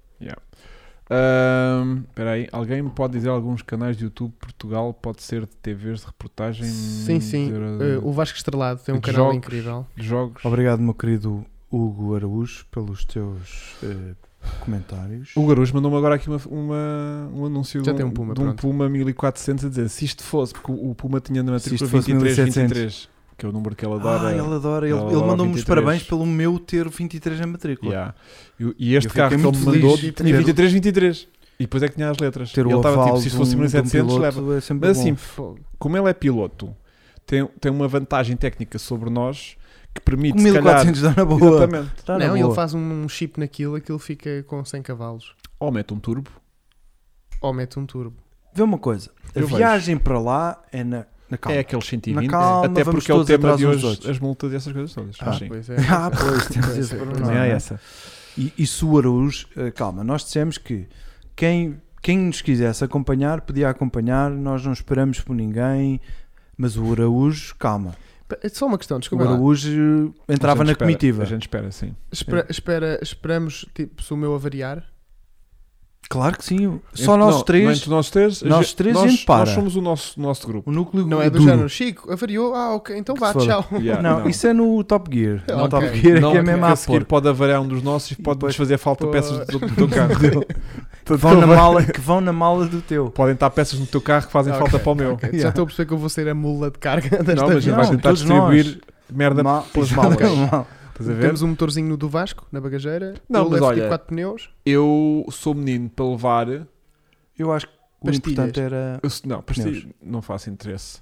Espera aí, alguém me pode dizer alguns canais de YouTube Portugal? Pode ser de TVs de reportagem? Sim. De O Vasco Estrelado tem um de canal jogos. incrível. jogos. Obrigado, meu querido Hugo Araújo, pelos teus comentários. O Garojo mandou-me agora aqui um anúncio Já de tem um Puma, de um pronto. Puma 1400 a dizer se isto fosse, porque o Puma tinha na Se matrícula isto fosse 2323, que é o número que ele adora. Ele adora. Ele Ele adora mandou-me os 23. parabéns pelo meu ter 23 na matrícula. Yeah. E este Eu carro que fiquei ele me muito mandou feliz de tinha ter- 2323. E depois é que tinha as letras. Ter E ele o estava aval tipo, se isto fosse de um 1700, leva. piloto é sempre Mas bom. assim, como ele é piloto, tem uma vantagem técnica sobre nós que permite, Com se calhar... 1400 dá na boa. Exatamente. Dá na Não, boa. ele faz um chip naquilo, aquilo fica com 100 cavalos. Ou mete um turbo. Ou mete um turbo. Vê uma coisa, a Eu viagem para lá é na calma. É aqueles 120. Na calma, até vamos porque é o todos tema atrás de uns dos hoje, outros. as multas e essas coisas todas. Mas sim. Pois é. Pois, temos Pois esse é. pormenor, Também não há é? essa. E se o Araújo, calma, nós dissemos que quem nos quisesse acompanhar, podia acompanhar, nós não esperamos por ninguém, mas o Araújo, calma, Só uma questão, o desculpa lá. Araújo entrava A gente na espera, comitiva. A gente espera, sim. Esperamos, tipo, se o meu avariar, Claro que sim. Só nós três. Não, entre nós três, nós somos o nosso grupo. O núcleo não é do duro. género. Chico, avariou. Ok, então vá, tchau. Não, isso é no Top Gear. Okay. No Top Gear é que é mesmo a seguir pode avariar um dos nossos e pode nos fazer falta peças do teu carro. Que vão na mala do teu. Podem estar peças no teu carro que fazem falta para o meu. Okay. Já estou a perceber que eu vou ser a mula de carga desta Não, mas vais tentar distribuir merda pelas malas. Temos um motorzinho do Vasco na bagageira. Não, mas olha, 4 pneus. Eu sou menino para levar. Eu acho que o importante era. Pastilhas não faço interesse.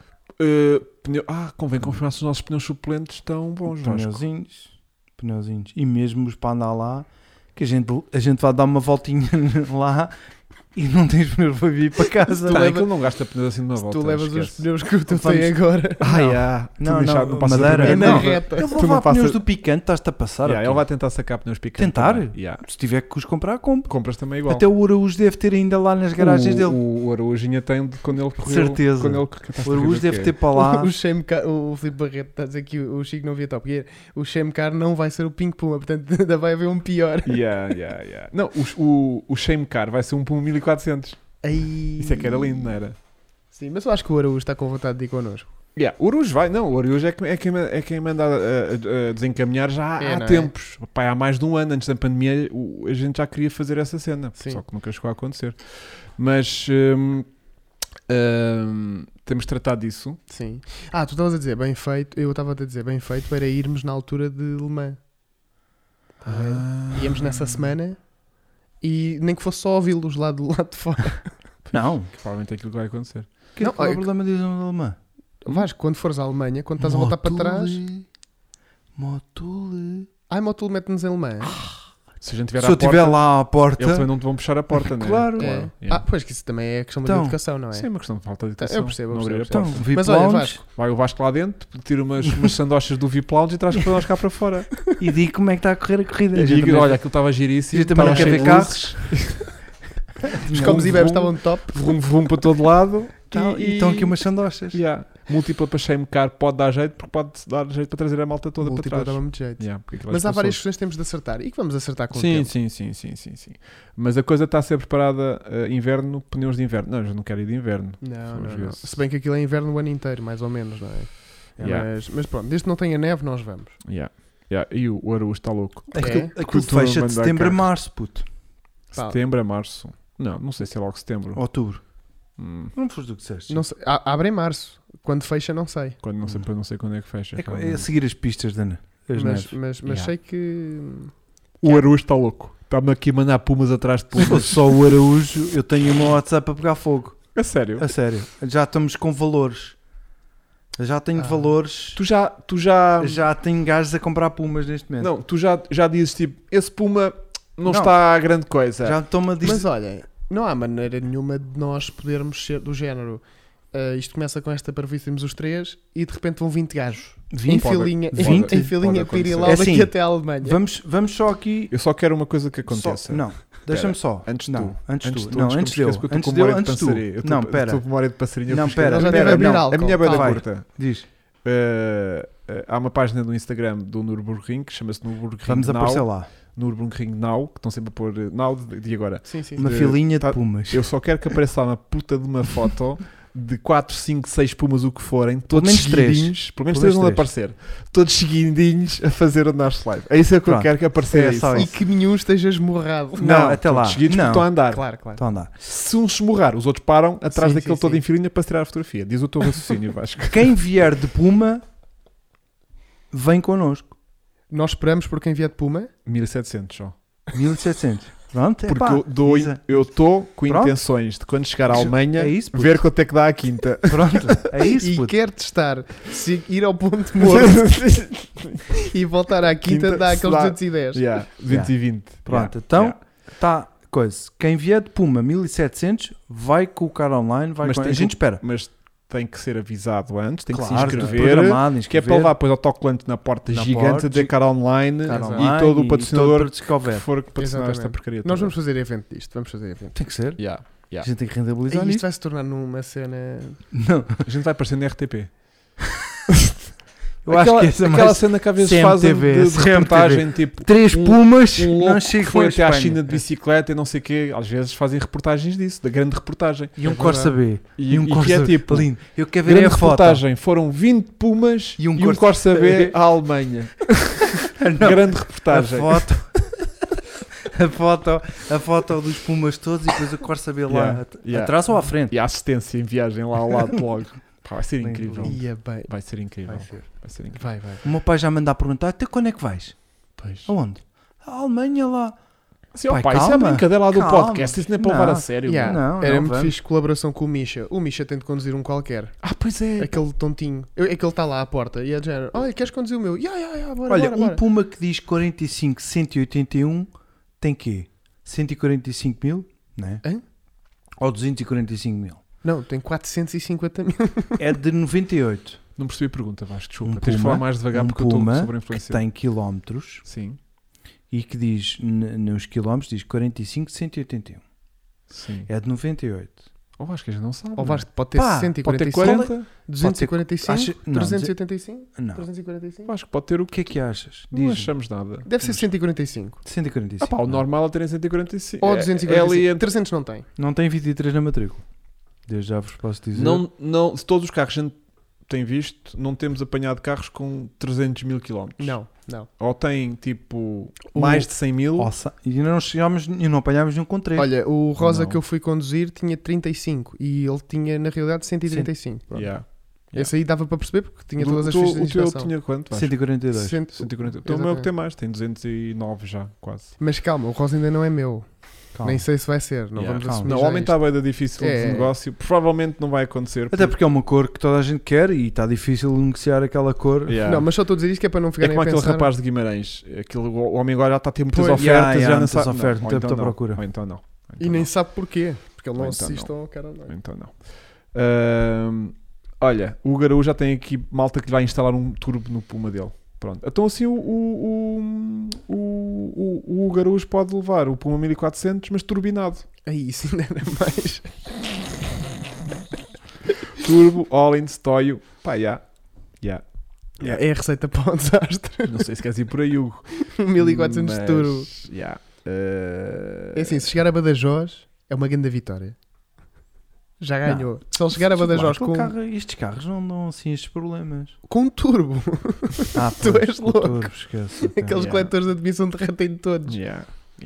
Convém confirmar se os nossos pneus suplentes estão bons. Pneuzinhos. E mesmo os para andar lá, que a gente vai dar uma voltinha lá e não tens pneus para vir para casa. Ele não gasta pneus assim de uma volta. Tu levas os pneus que tu tens agora. Não passa Madeira. É na reta. Eu vou levar pneus do picante, estás-te a passar. Ele vai tentar sacar pneus picantes. Tentar? Se tiver que os comprar, compro. Compras também igual. Até o Araújo deve ter ainda lá nas garagens dele. O Araújo ainda tem de quando ele correu. Certeza. O Araújo deve ter para lá. O Filipe Barreto está a dizer que o Chico não via Top Gear. O Shamecar não vai ser o Pink Puma, portanto ainda vai haver um pior. Não, o Shamecar vai ser um Puma 1400. Isso é que era lindo, não era? Sim, mas eu acho que o Araújo está com vontade de ir connosco. O Araújo vai, não, o Araújo é quem manda a desencaminhar já há tempos. Pai, há mais de um ano, antes da pandemia, a gente já queria fazer essa cena, só que nunca chegou a acontecer. Mas temos tratado disso. Sim. Tu estavas a dizer bem feito, eu estava a dizer bem feito para irmos na altura de Le Mans. Íamos nessa semana. E nem que fosse só ouvi-los lá do lado de fora. Não. Que provavelmente é aquilo que vai acontecer. Qual é o problema de ir na Alemanha? Vasco, quando fores à Alemanha, quando estás a voltar para trás... Motule. Motule mete-nos em Alemanha. Se a gente tiver Se eu estiver lá à porta... Eles também não te vão puxar a porta, não é? Claro. Pois que isso também é questão de educação, não é? Sim, é uma questão de falta de educação. Eu percebo. Mas olha, Vasco... Vai o Vasco lá dentro, tira umas sandochas do VIP Lounge e traz para nós cá para fora. E digo como é que está a correr a corrida. E digo, olha, aquilo estava giríssimo. E também não quer ver carros. Os comes e bebes estavam top. Vrum para todo lado. E estão aqui umas sandochas. Múltipla para Shamecar pode dar jeito, porque pode dar jeito para trazer a malta toda para trás. Dava muito jeito. Mas há várias questões que temos de acertar e que vamos acertar com o tempo. Sim. Mas a coisa está a ser preparada inverno, pneus de inverno. Não, eu não quero ir de inverno. Não. Se bem que aquilo é inverno o ano inteiro, mais ou menos, não é? Mas pronto, desde que não tenha neve, nós vamos. E o Araújo está louco. Aquilo fecha de setembro a março, puto. Setembro a março. Não sei se é logo setembro. Outubro. Não foste do que disseste. Não sei. Abre em março. Quando fecha, não sei. Não sei quando é que fecha. É seguir as pistas, Dana. Mas sei que... O Araújo está louco. Está-me aqui a mandar pumas atrás de pumas. Se fosse só o Araújo, eu tenho o meu WhatsApp a pegar fogo. A sério? Já estamos com valores. Já tenho valores. Tu já... Já tenho gajos a comprar pumas neste momento. Não, tu já dizes tipo, esse puma não está a grande coisa. Já estou-me a dizer... Mas olha, não há maneira nenhuma de nós podermos ser do género... isto começa com esta parvoíce, temos os 3 e de repente vão 20 gajos 20? Em filinha para ir lá daqui até a Alemanha. Vamos só aqui. Eu só quero uma coisa que aconteça. Deixa-me só. Antes tu. Antes deu. Não, pera. Estou com memória de passarinho. Não, pera. A minha é bem curta. Diz. Há uma página do Instagram do Nürburgring que chama-se Nürburgring Vamos Now. aparecer lá. Nürburgring Now, que estão sempre a pôr Now de agora. Sim. Uma filinha de pumas. Eu só quero que apareça lá uma puta de uma foto de 4, 5, 6 pumas, o que forem, todos seguidinhos, pelo menos 3 vão aparecer, todos seguidinhos a fazer o nosso live. É isso que eu quero que apareça. E que nenhum esteja esmorrado. Não, até lá. Seguidos porque estão a andar. Claro. Estão a andar. Se um se esmorrar, os outros param atrás daquele todo em filinha para se tirar a fotografia. Diz o teu raciocínio, Vasco. Quem vier de puma, vem connosco. Nós esperamos por quem vier de puma. 1700 só. 1700. Pronto, porque eu estou com intenções de quando chegar à Alemanha ver quanto é que dá a quinta. Pronto, é isso. E quero testar se ir ao ponto morto e voltar à quinta dá aqueles 210. 220. Pronto, então está coisa. Quem vier de Puma 1700 vai com o cara online, a gente espera. Mas tem que ser avisado antes, tem que se inscrever, que é para levar depois autocolante na porta gigante a dizer cara online e todo o patrocinador que for patrocinar esta porcaria. Nós vamos fazer evento disto, Tem que ser. A gente tem que rentabilizar isto. Isto vai se tornar numa cena... Não. A gente vai aparecer na RTP. Eu acho que essa é aquela mais cena que às vezes CMTV, fazem de reportagem, tipo 3 pumas, um não louco chego que foi a até à Espanha. China de bicicleta e não sei o quê. Às vezes fazem reportagens disso, da grande reportagem. E um Corsa B. E um que Corsa é tipo, lindo. Eu quero ver grande a foto. reportagem, foram 20 pumas e um Corsa B à Alemanha. Grande reportagem. A foto dos pumas todos e depois o Corsa B lá atrás ou à frente. E a assistência em viagem lá ao lado logo. Pá, vai ser incrível. Vai ser incrível. Vai. O meu pai já me anda a perguntar, até quando é que vais? Pois. Aonde? A Alemanha lá. Assim, pai, isso é a brincadeira lá do calma. podcast, isso não é para levar a sério. Não, era não, muito vamos. fixe colaboração com o Misha. O Misha tem de conduzir um qualquer. Pois é. Aquele tontinho. É que ele está lá à porta e é de género. Olha, queres conduzir o meu? Bora, Olha, bora. Puma que diz 45 181 tem quê? 145 mil? Né? Hã? Ou 245 mil? Não, tem 450 mil. É de 98. Não percebi a pergunta, Vasco, desculpa. Um Tens de Puma, falar mais devagar porque eu Puma estou sobre influência. que tem quilómetros Sim. e que diz, nos quilómetros, diz 45 181. Sim. É de 98. Ou Vasco, que a gente não sabe. Ou não é? Vasco, pode ter Pá, 145, Pode ter 40. 245, Acha- não, 385, Não. 345. Vasco, pode ter o O que é que achas? Não Diz-me. achamos nada. Deve ser 145. 145. O normal é terem 145. Ou É 245. ali entre... 300 não tem. Não tem 23 na matrícula. Desde já vos posso dizer. Não, se todos os carros que a gente tem visto, não temos apanhado carros com 300 mil quilómetros. Não. Ou tem tipo mais de 100 mil. E ainda não chegámos e não apanhámos nenhum com 3. Olha, o Rosa Não. que eu fui conduzir tinha 35 e ele tinha na realidade 135. Pronto. Yeah. Esse aí dava para perceber porque tinha Do- todas as o fichas de teu inspeção. tinha quanto? Vasco? 142. 140. Então o meu que tem mais, tem 209 já, quase. Mas calma, o Rosa ainda não é meu. Calma. Nem sei se vai ser. Não Yeah. vamos Calma. assumir Não, o já homem isto. está bem da difícil de negócio. Provavelmente não vai acontecer. Até porque é uma cor que toda a gente quer e está difícil negociar aquela cor. Yeah. Não, mas só estou a dizer isto que é para não É ficarem como a aquele pensar. rapaz de Guimarães. O homem agora já está a ter muitas Pois. ofertas. Já não muitas sabe. ofertas, Ou tempo então da procura. Ou então não. E nem sabe porquê. Porque ele não Ou então assiste não. ao cara não. Então não. Olha, o Garou já tem aqui malta que vai instalar um turbo no Puma dele. Pronto. Então assim o Garou pode levar o Puma 1400, mas turbinado. Aí, isso ainda era mais. Turbo, all-in, stoio. Pá, já. É a receita para o desastre. Não sei se queres ir por aí, Hugo. 1400 de turbo. Yeah. É assim, se chegar a Badajoz, é uma grande vitória. Já ganhou. Se ele chegar a Badajoz com Estes carros não dão assim estes problemas. um turbo, Tu és o louco. turbo, esquece, ok. aqueles coletores de admissão derretem todos. Yeah.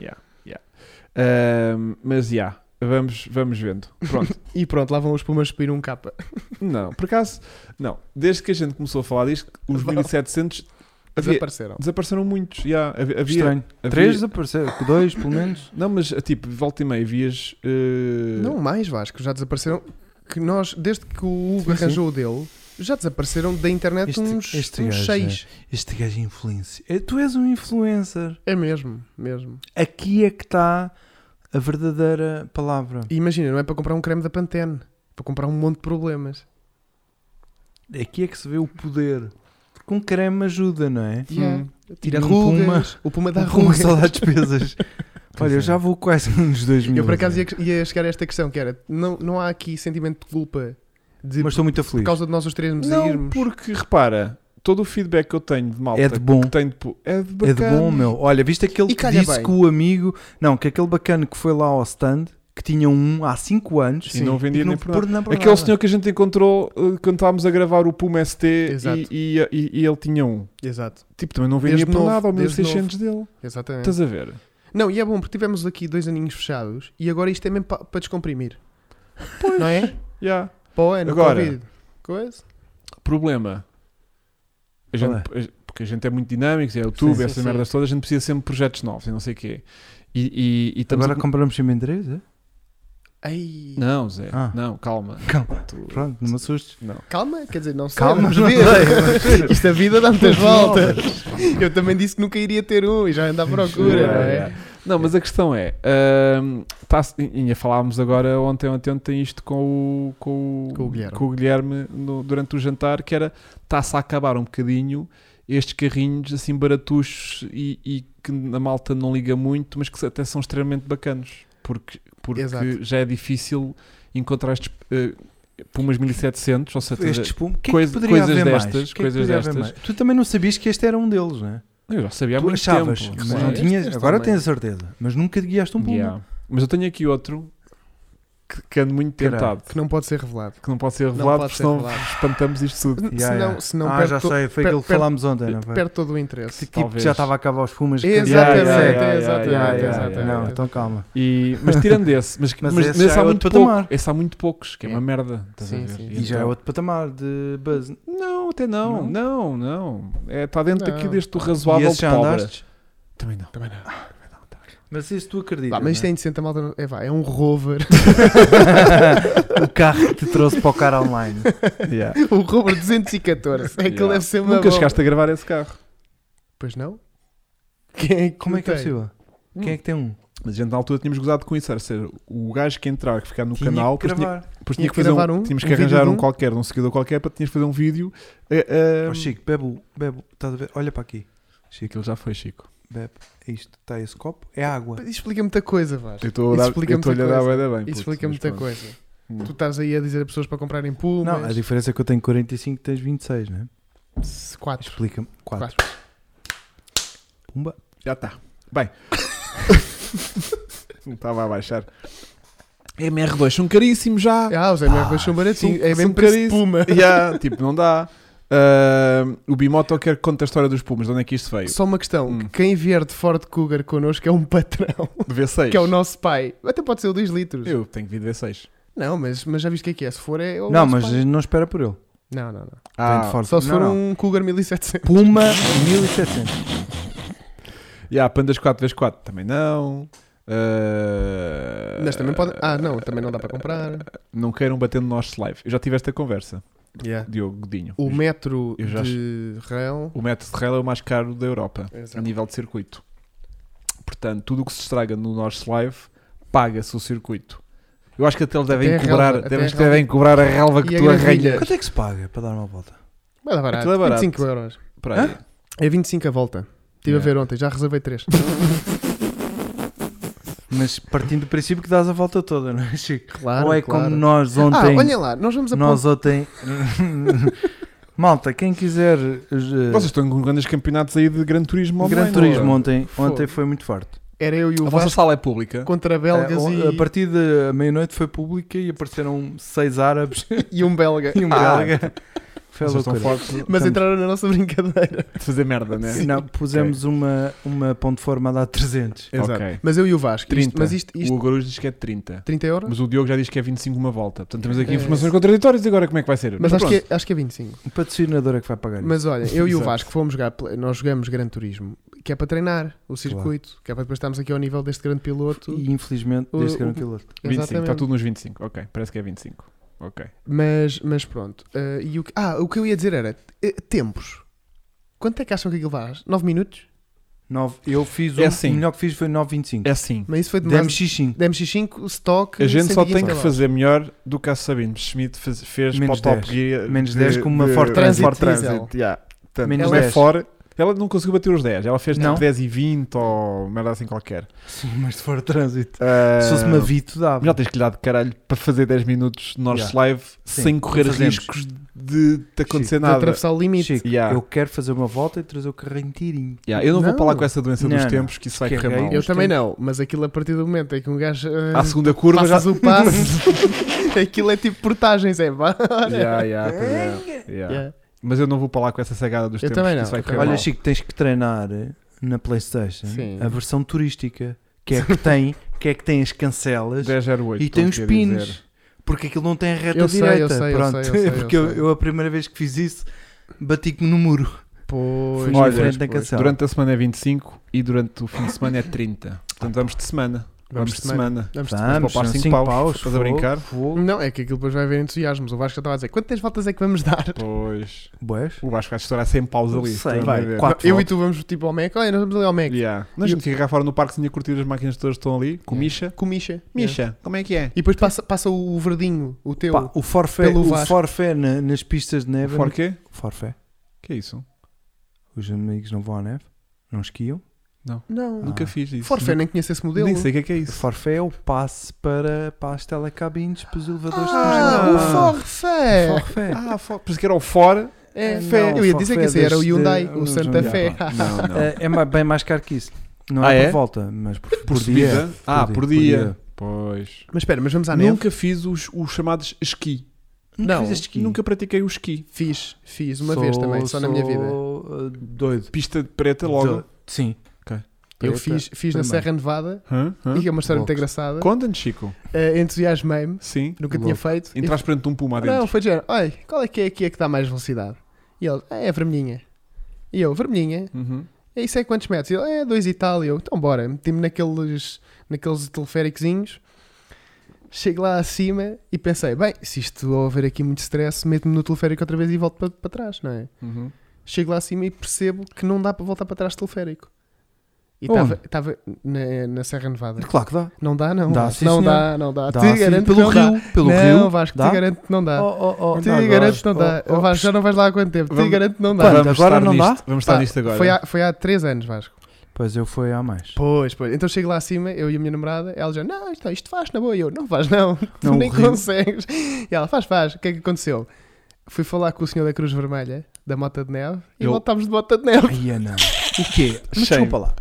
Mas vamos vendo. Pronto. E pronto, lá vão os Pumas subir um capa. Não, por acaso, não. Desde que a gente começou a falar disto, os 1700 desapareceram muitos. Havia, Estranho. 3 desapareceram. 2 pelo menos. Não, mas tipo, volta e meia, vias. Não mais, Vasco, já desapareceram. Que nós, desde que o Hugo Sim, arranjou o dele, já desapareceram da internet uns gajo 6. Este gajo é influencer. Tu és um influencer. É mesmo. Aqui é que está a verdadeira palavra. E imagina, não é para comprar um creme da Pantene, para comprar um monte de problemas. Aqui é que se vê o poder. Porque um creme ajuda, não é? Tira Um rugas, o Puma dá Um Puma rugas. só dá despesas. Olha, eu já vou quase nos 2000. Eu por acaso ia chegar a esta questão, que era, não há aqui sentimento de culpa Mas estou muito por feliz. causa de nós os três nos Não, irmos. porque repara, todo o feedback que eu tenho de malta É de bom. que tenho é de bacana. É de bom, meu. Olha, viste aquele E que calha disse bem. que o amigo... Não, que aquele bacana que foi lá ao stand, que tinha um há 5 anos... E não vendia e nem não por nada. por nada. Aquele senhor que a gente encontrou quando estávamos a gravar o Puma ST Exato. e ele tinha um. Exato. Tipo, também não vendia Desde por novo, nada ao desde 1600 dele. Exatamente. Estás a ver? Não, e é bom, porque tivemos aqui 2 aninhos fechados e agora isto é mesmo para descomprimir. Pois. Não é? Yeah. Para o ano, Agora. Covid. Coisa? Problema. A gente, Qual porque a gente é muito dinâmico, é YouTube, Sim, sim, essas sim. merdas todas, a gente precisa sempre de projetos novos e não sei o quê. E estamos Agora compramos sempre em 3, é? Ai. Não, Zé. Ah. Não, calma. Calma. Tu- Pronto, não me assustes. Não. Calma, quer dizer, não sei. Calma, vamos não ver. sei. Isto a vida dá muitas voltas. Eu também disse que nunca iria ter um e já ando à procura, Yeah, não é? yeah. Não, mas a questão é, ainda falámos agora ontem isto com o Guilherme durante o jantar, que era, está-se a acabar um bocadinho estes carrinhos assim baratuchos e que a malta não liga muito, mas que até são extremamente bacanos, porque Exato. já é difícil encontrar estes, Pumas 1700, ou seja, Estes Pumas, coisas destas. Tu também não sabias que este era um deles, não é? Eu já sabia há muito achavas, tempo. mas não tinhas, agora tens a certeza. Mas nunca te guiaste um Puma. Yeah. Mas eu tenho aqui outro que ando muito tentado. Que não pode ser revelado. Que não pode ser revelado, porque senão espantamos isto tudo. Senão já sei, foi aquilo que falámos ontem, não foi? Perde todo o interesse. Tipo que já estava a acabar os Pumas. Exatamente. Não, então calma. Mas tirando esse, mas esse há muito pouco. Esse há muito poucos, que é uma merda. Sim. E já é outro patamar de buzz. Não, até não. Está dentro aqui deste razoável de pobre. Também não. Mas isso tu acreditas. Mas isto é indecente, a malta. É um Rover. O carro que te trouxe para o cara online. O Rover 214. É que ele deve ser uma. Nunca chegaste a gravar esse carro. Pois não? Como é que é possível? Quem é que tem um? Mas a gente na altura tínhamos gozado com isso. Era ser o gajo que entrar, que ficar no tinha canal. Que gravar. Depois tinha que fazer tínhamos que arranjar um qualquer, um seguidor qualquer, para tinhas que fazer um vídeo. Chico, bebe, estás a ver? Olha para aqui. Chico, aquilo já foi, Chico. Bebe, é isto, está esse copo, é água. Isso explica muita coisa, Vasco. Eu estou a dar bem. Isso explica muita coisa. Tu estás aí a dizer a pessoas para comprarem Pumas. Não, a diferença é que eu tenho 45 e tens 26, não é? 4. Explica-me. 4. Pumba. Já está. Bem. Não estava a baixar. MR2 são caríssimos já. Os MR2 são baratinhos. É mesmo caríssimos. Puma. Tipo, não dá. O Bimoto quer que conte a história dos Pumas. De onde é que isto veio? Só uma questão. Quem vier de Ford Cougar connosco é um patrão. De V6. Que é o nosso pai. Até pode ser o 2 litros. Eu tenho que vir de V6. Não, mas já viste o que é? Se for é o não, nosso mas pai. não espera por ele. Não. Só se for um Cougar 1700. Puma 1700. Pandas 4x4 também não. Mas também pode. Não, também não dá para comprar. Não queiram bater no nosso live. Eu já tive esta conversa. Diogo Godinho. O metro de rail. O metro de rail é o mais caro da Europa. Exato. A nível de circuito. Portanto, tudo o que se estraga no nosso live paga-se o circuito. Eu acho que até eles devem cobrar a relva que tu arranhas. Quanto é que se paga para dar uma volta? Vai dar barato. É barato. 25 euros. É 25 a volta. Estive a ver ontem, já reservei 3. Mas partindo do princípio que dás a volta toda, não é, Chico? Claro. Ou é como nós ontem. Olha lá, nós vamos ontem. Malta, quem quiser. Vocês estão com grandes campeonatos aí de Gran Turismo online. Gran Turismo ontem foi muito forte. Era eu e o Vasco. A vossa sala é pública? Contra belgas A partir da meia-noite foi pública e apareceram 6 árabes e um belga. Foi loucura. Mas entraram na nossa brincadeira. De fazer merda, né? Não, pusemos uma ponto de forma a dar 300. Exato. Okay. Mas eu e o Vasco. 30. O Agoruz diz que é 30. 30 euros? Mas o Diogo já diz que é 25 uma volta. Portanto, temos aqui informações contraditórias e agora como é que vai ser? Mas acho que é 25. O patrocinador é que vai pagar isso. Mas olha, eu e o Vasco fomos jogar, nós jogamos Gran Turismo, que é para treinar o circuito, que é para depois estarmos aqui ao nível deste grande piloto. E infelizmente deste grande piloto. 25, está tudo nos 25. Ok, parece que é 25. Ok. Mas pronto. O que eu ia dizer era tempos. Quanto é que acham que aquilo faz? 9 minutos? 9. Eu fiz assim. O melhor que fiz foi 9,25. É assim. Mas isso foi de DMX5. DMX5, stock. A gente só tem que fazer melhor do que a Sabine Schmidt fez menos para o Top Gear. Menos 10 com uma Ford Transit. Menos 10 fora. Ela não conseguiu bater os 10. Ela fez tipo 10 e 20 ou merda assim qualquer. Sim, mas se for trânsito. Se fosse uma Vito dava. Já tens que lhe dar de caralho para fazer 10 minutos no nosso live sem correr riscos de acontecer nada. De atravessar o limite. Chico, eu quero fazer uma volta e trazer o carrinho tirinho. Eu não vou para lá com essa doença dos tempos que isso vai correr mal. Eu também não, mas aquilo a partir do momento em que um gajo à segunda curva já o passo, aquilo é tipo portagens, Mas eu não vou para lá com essa cegada dos tempos. Também não. Isso vai Olha, mal. Chico, tens que treinar na PlayStation a versão turística, que é que tem as cancelas 1008, e tem os pins. Porque aquilo não tem a reta direita. Eu sei. Porque eu a primeira vez que fiz isso bati-me no muro. Pois. Olha, durante a semana é 25 e durante o fim de semana é 30. Portanto, vamos de semana. Vamos de semana. Vamos poupar 5 paus. Estás a brincar? Não, é que aquilo depois vai haver entusiasmos. O Vasco já estava a dizer quantas voltas é que vamos dar? Pois. Boas? O Vasco vai estourar 100 paus ali. Sei, eu e tu vamos tipo ao Mac. Olha, nós vamos ali ao Mac. Nós a gente fica cá fora no parquezinho a curtir as máquinas todas que estão ali. Com Misha. Misha, como é que é? E depois passa o verdinho, o teu. O forfé nas pistas de neve. Forfé? Forfé. Que é isso? Os amigos não vão à neve, não esquiam, Não. Nunca fiz isso. Forfé, nem conheço esse modelo. Nem sei o que é isso. Forfé é o passe para as telecabines, para os elevadores. O Forfé. Forfé. Por isso que era o fora. Eu ia dizer que esse era o Hyundai, o Santa Fé. Não. É bem mais caro que isso. Não é por volta, mas por dia. dia. Por dia. Pois. Mas espera, mas vamos à neve? Nunca fiz os chamados esqui. Nunca pratiquei o esqui. Fiz uma vez também, só na minha vida. Doido. Pista de preta logo? Sim. Ok. Eu fiz na Serra Nevada e é uma história muito engraçada. Conta-nos, Chico. Entusiasmei-me. Sim. Nunca tinha feito. Entraste perante um puma dentro. Não, foi dizer, olha, qual é que é aqui a que dá mais velocidade? E ele, é vermelhinha. E eu, vermelhinha? Isso é quantos metros? E ele, 2 e tal. E eu, então bora. Meti-me naqueles teleféricozinhos. Chego lá acima e pensei, bem, se isto houver aqui muito stress, meto-me no teleférico outra vez e volto para trás, não é? Chego lá acima e percebo que não dá para voltar para trás do teleférico. E estava na Serra Nevada. Claro que dá. Não dá, não. Dá, sim, não senhor. Dá. Te garanto pelo rio. Pelo rio. Não, Vasco, dá? te garanto que não dá. Te garanto que não dá. Vasco, já não vais lá há quanto tempo? Te garanto que não dá. Agora não dá? Vamos estar nisto agora. Foi há 3 anos, Vasco. Pois eu fui há mais. Pois. Então chego lá acima, eu e a minha namorada, ela já, não, isto faz na boa. E eu, não faz não, tu Não, nem consegues. E ela, faz. O que é que aconteceu? Fui falar com o senhor da Cruz Vermelha, da Mota de Neve, e voltámos de Mota de Neve. Ai, não. O quê? Desculpa lá.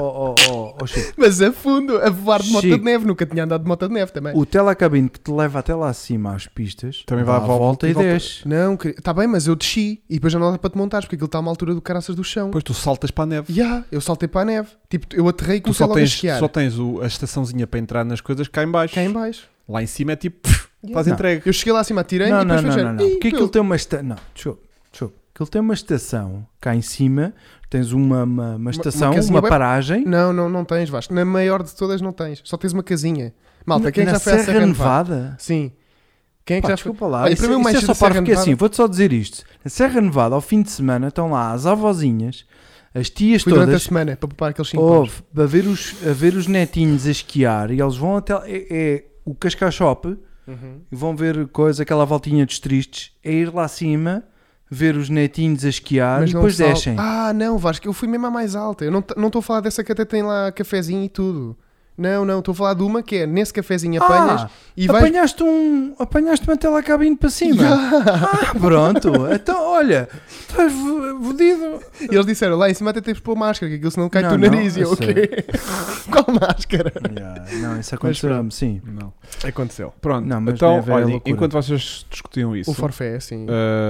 Chico. Mas a fundo, a voar de Mota de Neve. Nunca tinha andado de Mota de Neve também. O telecabine que te leva até lá acima às pistas, também vai à volta e desce. Não, está bem, mas eu desci e depois já não dá para te montar, porque aquilo está a uma altura do caraças do chão. Depois tu saltas para a neve. Eu saltei para a neve. Tipo, eu aterrei e comecei logo a esquiar. Só tens a estaçãozinha para entrar nas coisas cá em baixo. Lá em cima é tipo, estás entregue. Eu cheguei lá acima, atirei e depois fechei. Não. Porque aquilo tem uma estação. Não, desculpa. Aquilo tem uma estação cá em cima. Tens uma estação, uma paragem. Não tens, Vasco. Na maior de todas não tens. Só tens uma casinha. Malta, quem é que já foi à Serra Nevada? Sim. Quem é que já foi? Desculpa lá. Isso é só para porque assim, vou-te só dizer isto. Na Serra Nevada, ao fim de semana, estão lá as avózinhas, as tias todas. Durante a semana, para poupar aqueles 5 pontos. A ver os netinhos a esquiar. E eles vão até... É o Cascashop. E vão ver aquela voltinha dos tristes. É ir lá acima... ver os netinhos a esquiar e depois descem. Não, Vasco, eu fui mesmo à mais alta. Eu não estou a falar dessa que até tem lá cafezinho e tudo. Não, estou a falar de uma que é nesse cafezinho apanhas e vais... Apanhaste uma telecabine para cima. Pronto. Então, olha, estás fodido. E eles disseram, lá em cima até tens de pôr máscara, que aquilo senão cai no nariz. E eu, ok. Qual máscara? Não, isso aconteceu-me, sim. Não. Aconteceu. Pronto, então, olha, enquanto vocês discutiam isso... O forfé, sim.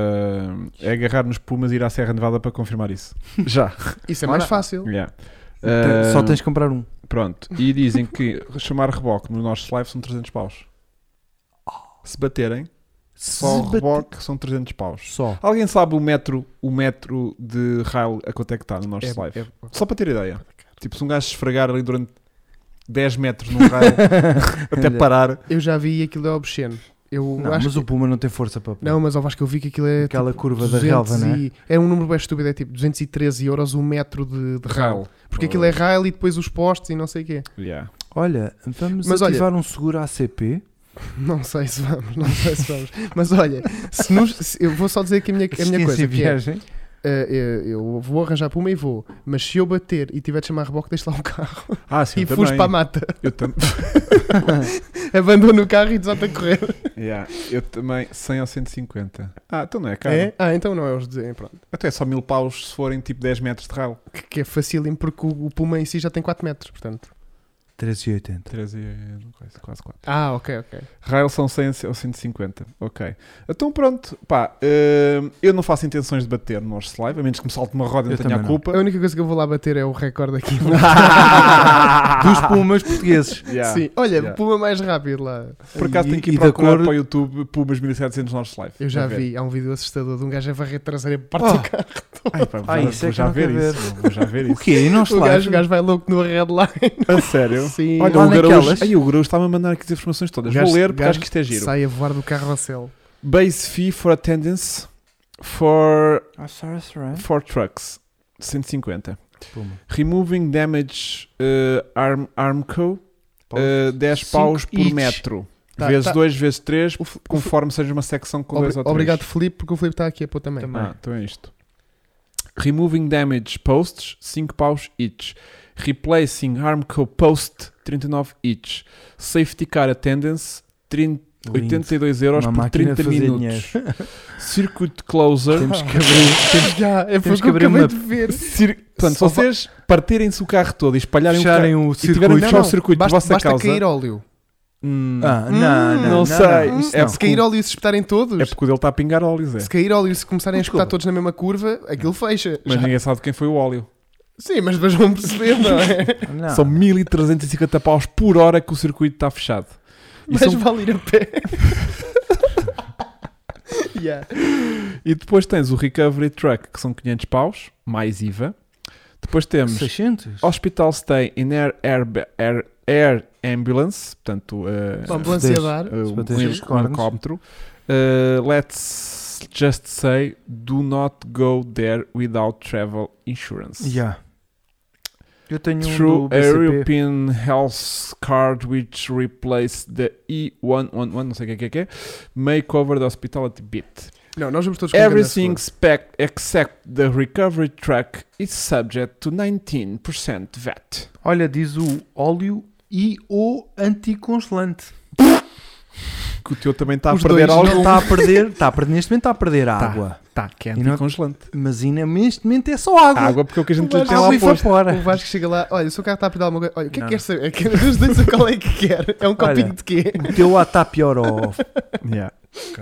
É agarrar nos pumas e ir à Serra Nevada para confirmar isso. Já. Isso é mais fácil. Só tens de comprar um. Pronto, e dizem que chamar reboque no nosso live são 300 paus. Se baterem, só o reboque são 300 paus. Só. Alguém sabe o metro de rail a quanto é que está no nosso live? Só para ter ideia. Tipo, se um gajo se esfregar ali durante 10 metros num rail até parar. Eu já vi aquilo é obsceno. Mas o Puma não tem força para... Não, mas eu acho que eu vi que aquilo é aquela tipo curva da relva, não é? É um número bem estúpido, é tipo 213 euros o metro de rail. Porque aquilo é rail e depois os postos e não sei o quê. Olha, vamos ativar um seguro ACP? Não sei se vamos. Mas olha, eu vou só dizer que a minha coisa viagem. Eu vou arranjar Puma e vou, mas se eu bater e tiver de chamar reboque, deixo lá o carro sim, e fujo para a mata. Eu também. Abandono o carro e desata a correr. Eu também 100 ou 150. Então não é caro. Então não é os dizer, pronto. Até só 1000 paus se forem tipo 10 metros de rail. Que é facílimo porque o Puma em si já tem 4 metros, portanto. 13,80. Quase 4. Ok. Rail são 100 ou 150. Ok. Então pronto. Eu não faço intenções de bater no nosso live, a menos que me salte uma roda e não tenha a culpa. A única coisa que eu vou lá bater é o recorde aqui. Dos Pumas portugueses. Sim. Olha, Puma mais rápido lá. Por acaso tenho que ir procurar para o YouTube Pumas 1700 no nosso live. Eu já vi. Há um vídeo assustador de um gajo a varrer traseira para parte do carro. Vou já ver isso. O quê? O gajo vai louco no Redline. A sério? Sim. Olha, o Grosso está-me a mandar aqui as informações todas. Vou ler porque acho que isto é giro. Sai a voar do carrossel. Base fee for attendance for trucks 150. Puma. Removing damage Armco 10 paus por metro. Vezes 2, vezes 3, conforme seja uma secção com 2 ou 3. Obrigado, Filipe, porque o Filipe está aqui a pôr também. Então é isto. Removing damage posts, 5 paus each. Replacing Armco post, 39 each. Safety car attendance, 82 euros por 30 minutos. Circuit closer. Temos que abrir, temos que abrir uma... de ver. Portanto, se vocês partirem-se o carro todo e espalharem fecharem o circuito, tiverem que fechar o circuito por vossa basta causa... cair óleo. Não sei. Se cair óleo e se espetarem todos... É porque o dele está a pingar óleo, Zé. Se cair óleo e se começarem a espetar todos na mesma curva, aquilo fecha. Mas ninguém sabe de quem foi o óleo. Sim, mas vão perceber, não é? Não. São 1350 paus por hora que o circuito está fechado. E Mas vale ir a pé. E depois tens o Recovery Truck, que são 500 paus, mais IVA. Depois temos 600? Hospital Stay in Air Ambulance, portanto, ambulância a dar. um helicóptero. Let's just say, do not go there without travel insurance. Eu tenho Through um do a BCP. European Health Card which replace the E111, não sei o que é, may cover the hospitality bit. Não, nós vamos todos com Everything except the recovery truck is subject to 19% VAT. Olha, diz o óleo e o anticongelante. Que o teu também está a Os perder dois algo. não. Está a perder, neste momento está a perder água. Tá, que é E não- anticongelante. Mas ainda neste momento é só água. Água porque é o que a gente lhe tem água lá e posto. vapora. O Vasco chega lá, olha, o seu carro está a pedir alguma coisa. Olha, o que é Não, que quer saber? É que os dois a qual é que quer? É um copinho Olha. de quê? O teu lá está pior off. Yeah.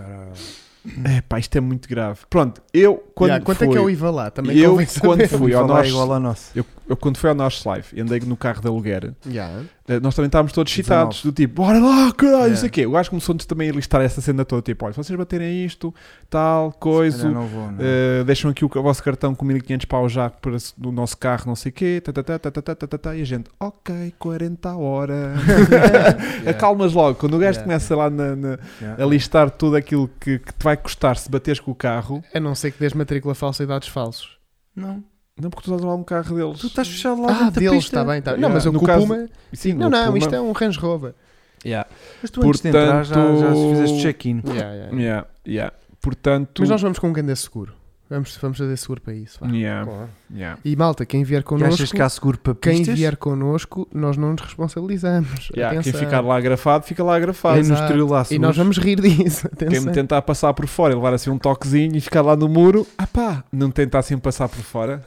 É pá, isto é muito grave. Pronto, eu quando Quanto fui, é que é o IVA lá? Também eu convém quando saber. fui ao Falar nosso, igual ao nosso. eu quando fui ao nosso live e andei no carro de aluguer, Yeah. nós também estávamos todos 19. excitados, do tipo, bora lá, caralho, Yeah. não sei o quê. O gajo começou-nos também a listar essa cena toda, tipo, olha, se vocês baterem isto, tal, coisa, Olha, não vou, não. deixam aqui o vosso cartão com 1500 paus já do nosso carro, não sei o quê, e a gente, ok, 40 a hora. Acalmas logo, quando o gajo começa lá a listar tudo aquilo que te vai custar se bateres com o carro, A não ser que dês matrícula falsa e dados falsos. Não. não porque tu estás lá um carro deles. Tu estás fechado lá dentro da Deles, pista. está bem, está bem. Yeah. Não, mas eu No com o caso- Puma... Sim, Não, o não, Puma- isto é um Range Rover. Yeah. Mas tu antes de entrar já fizeste check-in. Yeah. Portanto, Mas nós vamos com um grande seguro. Vamos fazer seguro para isso. Vá. yeah. E malta, quem vier E connosco... achas que há seguro para Quem pistas? vier connosco, nós não nos responsabilizamos. Yeah, quem Atenção. ficar lá agrafado, fica lá agrafado. É no Exato. Estoril lá E nós vamos rir disso. Quem Atenção. me tentar passar por fora e levar assim um toquezinho e ficar lá no muro, não tentar assim passar por fora.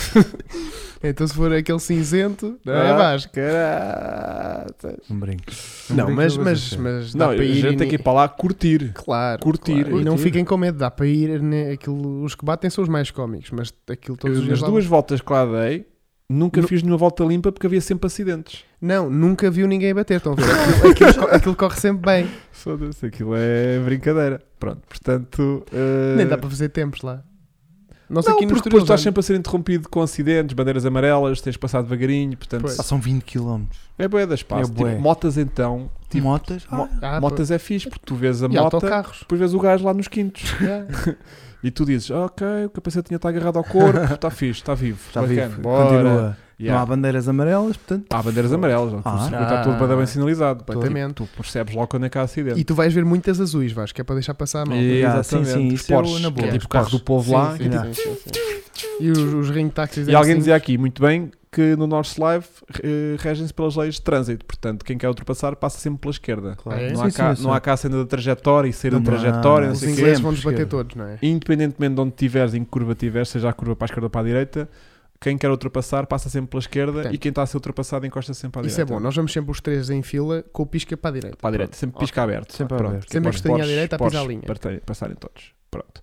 Então se for aquele cinzento, não é Vasco. Caralho. Não brinques. Não, mas dá Não, para a ir gente tem que ir para lá curtir. Claro, curtir. claro. E não Curtir. fiquem com medo, dá para ir, né, aquilo, os que batem são os mais cómicos, mas aquilo todos os dias As lá- duas voltas que lá dei, nunca Nu- fiz nenhuma volta limpa porque havia sempre acidentes. Não, nunca viu ninguém bater, estão a ver? Aquilo corre sempre bem. Foda-se, aquilo é brincadeira. Pronto, portanto. Nem dá para fazer tempos lá. Nós Não, aqui no porque Estoril depois estás já- sempre a ser interrompido com acidentes, bandeiras amarelas, tens passado devagarinho, portanto. Pois. São 20 km. É bué da espaço. É bué. Tipo, motas então. Tipo, Motas? motas é fixe, porque tu vês a E moto, autocarros. depois vês o gajo lá nos quintos. Yeah. E tu dizes, ok, o capacete tinha estar agarrado ao corpo, está fixe, está vivo. Está bacana, vivo. bora. Continua. Yeah. Não há bandeiras amarelas, portanto. Há bandeiras amarelas, o circuito está todo bem, bem sinalizado. Completamente. Tu percebes logo quando é que há acidente. E tu vais ver muitas azuis, Vasco, que é para deixar passar a mão. Yeah, Exatamente. sim, Os isso é o- Porsches, na que boa. é tipo Os o carro do Porsches. povo lá. Sim, e tipo- sim. E os ring táxis. E alguém assim, dizia aqui, muito bem, que no nosso live regem-se pelas leis de trânsito. Portanto, quem quer ultrapassar passa sempre pela esquerda. Claro. É? Não, Sim, há cá, sim, não há cá a cena da trajetória e sair da Não, trajetória, não Os sei o quê. ingleses vão-nos Esquerda. bater todos, não é? Independentemente de onde tiveres, em que curva tiveres, seja a curva para a esquerda ou para a direita, quem quer ultrapassar passa sempre pela esquerda Portanto, e quem está a ser ultrapassado encosta sempre à Isso direita. é bom, nós vamos sempre os três em fila com o pisca para a direita. Para a direita, sempre pisca aberto. Sempre Pronto, aberto. que Sempre para os encostadinho à Porsches- direita a pisar a Porsches linha. passarem todos. Pronto.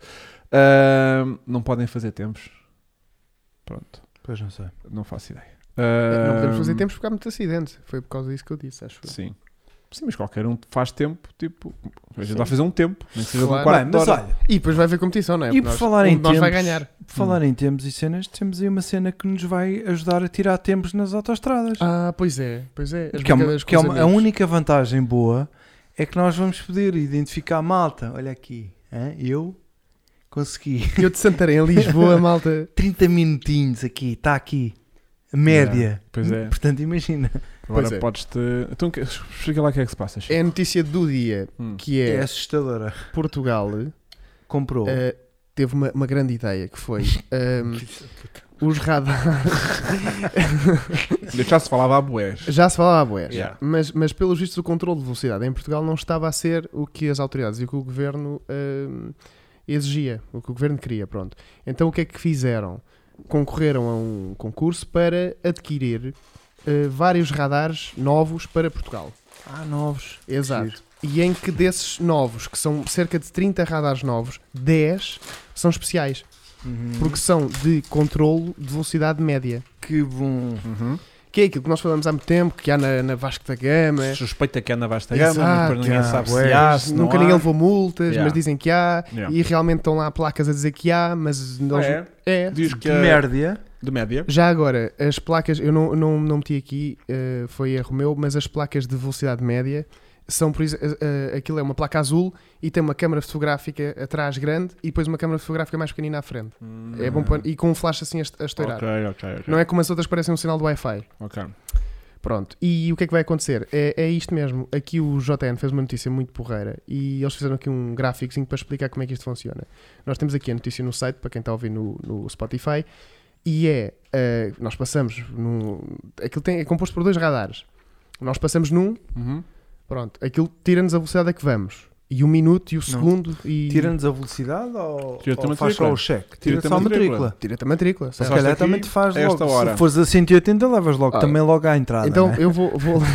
Não podem fazer tempos. Pronto. Pois não sei. Não faço ideia. Não podemos fazer tempos porque há muitos acidentes. Foi por causa disso que eu disse, acho. Sim. Sim, mas qualquer um faz tempo, tipo, a gente vai fazer um tempo, nem que seja de Claro. um quarto Bem, de mas hora. olha, E depois vai haver competição, não é? E Porque por nós- falar em um de nós vai tempos- ganhar. por falar em tempos e cenas, temos aí uma cena que nos vai ajudar a tirar tempos nas autoestradas. Ah, pois é, pois é. As Que é uma- brincadeiras com que é os uma- a amigos. única vantagem boa é que nós vamos poder identificar a malta. Olha aqui, hein? Eu consegui Eu de Santarém a Lisboa, malta. 30 minutinhos aqui, está aqui, a média. Pois é. Portanto, imagina. Agora Pois é. podes-te. Então, explica lá o que é que se passa. Chico. É a notícia do dia, Hum. que É é assustadora. Portugal Comprou. teve uma grande ideia, que foi os radares... Já se falava a bués. Já se falava a bués, Yeah. mas pelos vistos o controle de velocidade em Portugal não estava a ser o que as autoridades e o que o Governo exigia, o que o Governo queria, pronto. Então o que é que fizeram? Concorreram a um concurso para adquirir vários radares novos para Portugal. Novos. Exato. Giro. E em que desses novos, que são cerca de 30 radares novos, 10 são especiais. Porque são de controlo de velocidade média. Que bom. Que é aquilo que nós falamos há muito tempo, que há na Vasco da Gama. Suspeita que há na vasta gama, Exato, mas depois ninguém sabe se há, se nunca não ninguém há. levou multas, mas dizem que há. Yeah. E realmente estão lá placas a dizer que há, mas nós... Diz que De média. De média. Já agora, as placas, eu não meti aqui, foi erro meu, mas as placas de velocidade média são, por exemplo, aquilo é uma placa azul e tem uma câmara fotográfica atrás grande e depois uma câmara fotográfica mais pequenina à frente. É bom e com um flash assim a estourar. Ok. Não é como as outras que parecem um sinal do Wi-Fi. Ok. Pronto. E o que é que vai acontecer? É isto mesmo. Aqui o JN fez uma notícia muito porreira e eles fizeram aqui um gráficozinho para explicar como é que isto funciona. Nós temos aqui a notícia no site, para quem está a ouvir no Spotify, e nós passamos aquilo é composto por 2 radares. Nós passamos num, pronto, aquilo tira-nos a velocidade a que vamos. E o minuto e o segundo. E... Tira-nos a velocidade ou Tira-te a faz só matrícula. o cheque? Tira-te Tira-te só a matrícula. Tira-te a matrícula. Se certo? calhar aqui, também te faz esta logo. hora. Se fores a 180, levas logo também logo à entrada. Então não é? eu vou...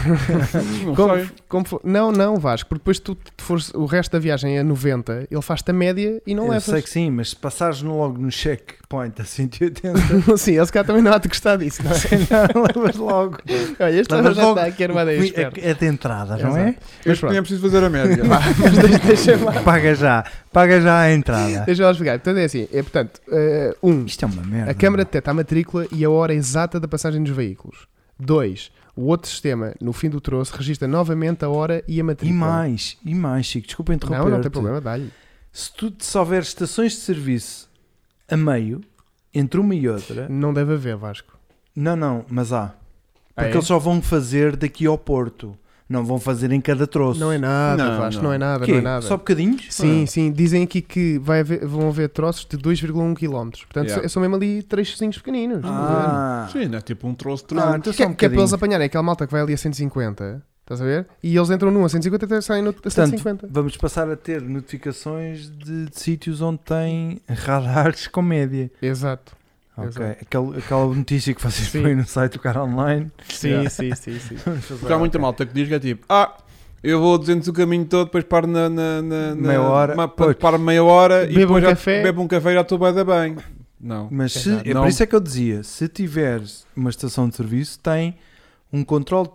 Não sei. Não, Vasco, porque depois tu fores o resto da viagem a 90, ele faz-te a média e não Eu levas. sei que sim, mas se passares logo no checkpoint a 180, Sim, ele se calhar também não há de gostar disso, não é? se calhar levas logo. Olha, este Levas já logo está aqui armado aí, esperto. é de entrada, não é? Exato. Mas nem é preciso fazer a média. Mas deixa lá. Paga já a entrada. Deixa lá explicar. Portanto, é assim, portanto, Isto é uma merda. a câmara detecta a matrícula e a hora exata da passagem dos veículos. 2. O outro sistema, no fim do troço, registra novamente a hora e a E matrícula. mais, Chico, desculpa interromper. Não tem problema, dá-lhe. Se houver estações de serviço a meio, entre uma e outra, Não deve haver, Vasco. não, mas há. Porque É? eles só vão fazer daqui ao Porto. Não vão fazer em cada troço. Não é nada, Não, Vasco, não. não é nada, Quê? não é nada. Só bocadinhos? Sim, dizem aqui que vão haver troços de 2,1 km. Portanto, Yeah. são mesmo ali trechozinhos pequeninos. Sim, não é tipo um troço de Ah, troço. então Que, só um que é para eles bocadinho. apanharem aquela malta que vai ali a 150, estás a ver? E eles entram num a 150 até saem no a Portanto, 150. vamos passar a ter notificações de sítios onde tem radares com média. Exato. Ok. Exato. Aquela notícia que vocês Sim. põem no site do cara online. Sim. Porque há muita malta que diz que é tipo, eu vou 200 o caminho todo, depois paro na Meia hora. Paro meia hora e Bebo depois um já café. bebo um café e já estou bem. Não. Mas Exato. Não. por isso é que eu dizia, se tiveres uma estação de serviço, tem um controle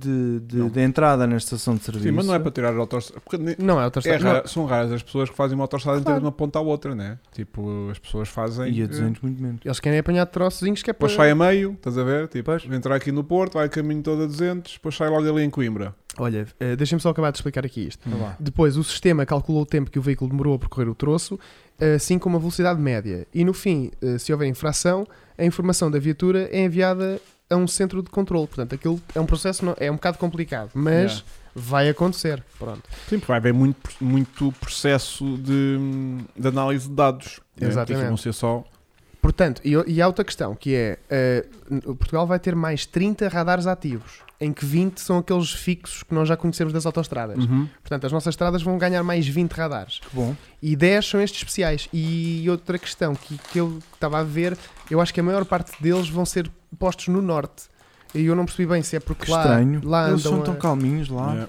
de entrada na estação de serviço. Sim, mas não é para tirar a autoestrada. Porque Não é outra história. são raras as pessoas que fazem uma autoestrada inteira de uma ponta à outra, né? Tipo, as pessoas fazem. E a 200 muito menos. Eles querem apanhar troçozinhos que é para... Depois sai a meio, estás a ver? Tipo, Pois. vou entrar aqui no Porto, vai o caminho todo a 200, depois sai logo ali em Coimbra. Olha, deixem-me só acabar de explicar aqui isto. Então vá. Depois, o sistema calculou o tempo que o veículo demorou a percorrer o troço, assim como a velocidade média. E no fim, se houver infração, a informação da viatura é enviada a um centro de controle. Portanto, aquilo é um processo, é um bocado complicado, mas vai acontecer. Pronto. Sim, porque vai haver muito processo de análise de dados. Né? Exatamente. Que vão ser só. Portanto, e há outra questão, que é, Portugal vai ter mais 30 radares ativos, em que 20 são aqueles fixos que nós já conhecemos das autoestradas. Portanto, as nossas estradas vão ganhar mais 20 radares. Que bom. E 10 são estes especiais. E outra questão que eu estava a ver, eu acho que a maior parte deles vão ser postos no norte. E eu não percebi bem se é porque Que lá, estranho. lá Eles andam são tão calminhos lá. Yeah.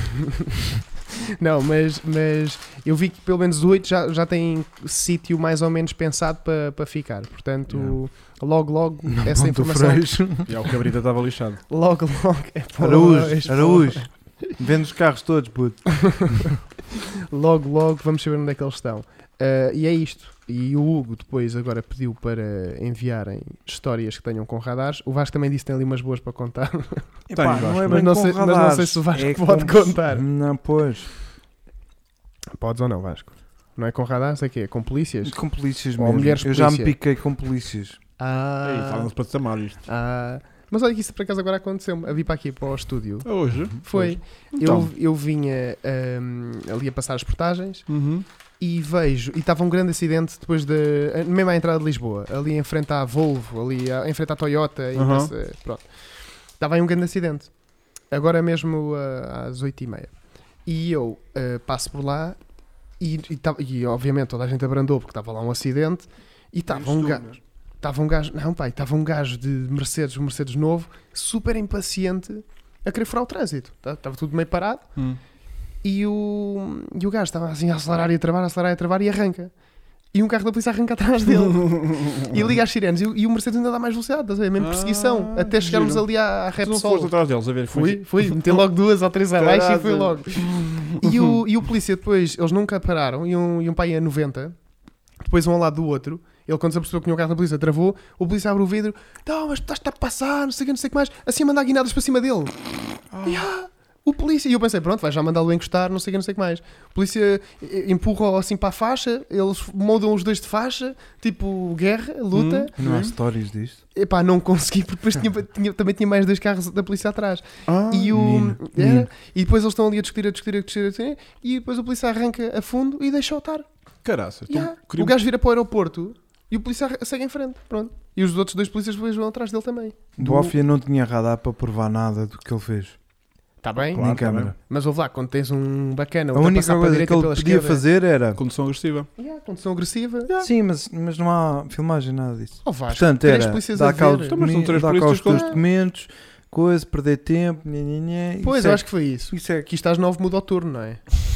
Não, mas eu vi que pelo menos 8 já têm sítio mais ou menos pensado para ficar. Portanto, logo essa Ponto informação... Freixo. E o Cabrita estava lixado. Logo é Araújo. Vende os carros todos, puto. Logo vamos saber onde é que eles estão. E é isto. E o Hugo depois agora pediu para enviarem histórias que tenham com radares. O Vasco também disse que tem ali umas boas para contar. Epá, Vasco. não é Mas bem não com sei- mas não radares, sei se o Vasco é pode com- contar. Não, pois. Podes ou não, Vasco? Não é com radares? É que é com polícias? Com polícias Ou mesmo. mulheres Eu já me polícia. piquei com polícias. Aí, fala-nos para tamar isto. Mas olha que isso por acaso agora aconteceu-me. A vir para aqui, para o estúdio. Hoje? Foi. Então. Eu vinha ali a passar as portagens e vejo, e estava um grande acidente depois mesmo à entrada de Lisboa, ali em frente à Volvo, ali em frente à Toyota, pronto. Estava aí um grande acidente. Agora mesmo às 8h30. E eu passo por lá e obviamente toda a gente abrandou porque estava lá um acidente e estava um gajo de Mercedes, um Mercedes novo, super impaciente a querer furar o trânsito. Estava tudo meio parado. E o gajo estava assim a acelerar e a travar e arranca. E um carro da polícia arranca atrás dele. E liga as sirenes. E o Mercedes ainda dá mais velocidade, estás a ver? Mesmo perseguição. Até chegarmos ali à Repsol. Tu não foste atrás deles a ver? Fui. Meti logo 2 ou 3 abaixo e fui logo. E o polícia depois, eles nunca pararam. E um pai a 90. Depois um ao lado do outro. Ele quando se apercebeu que tinha o carro da polícia travou. O polícia abre o vidro. Não, mas estás-te a passar, não sei o que mais. Assim a mandar guinadas para cima dele. O polícia, e eu pensei, pronto, vai já mandá-lo encostar, não sei o que mais. O polícia empurra assim para a faixa, eles moldam os dois de faixa, tipo guerra, luta. Não há stories disto? Epá, não consegui, porque depois também tinha mais 2 carros da polícia atrás. E depois eles estão ali a discutir, e depois o polícia arranca a fundo e deixa-o estar. Caraças. O gajo vira para o aeroporto e o polícia segue em frente, pronto. E os outros 2 polícias depois vão atrás dele também. O Bófia não tinha radar para provar nada do que ele fez. Está bem? Nem câmara. Mas ouve lá, quando tens um bacana, a única coisa que ele podia fazer era condução agressiva. Condução agressiva. Sim, mas não há filmagem, nada disso. Vasco, portanto, era dar cá os teus documentos, perder tempo. Pois, eu acho que foi isso. Aqui estás 9 muda ao turno, não é?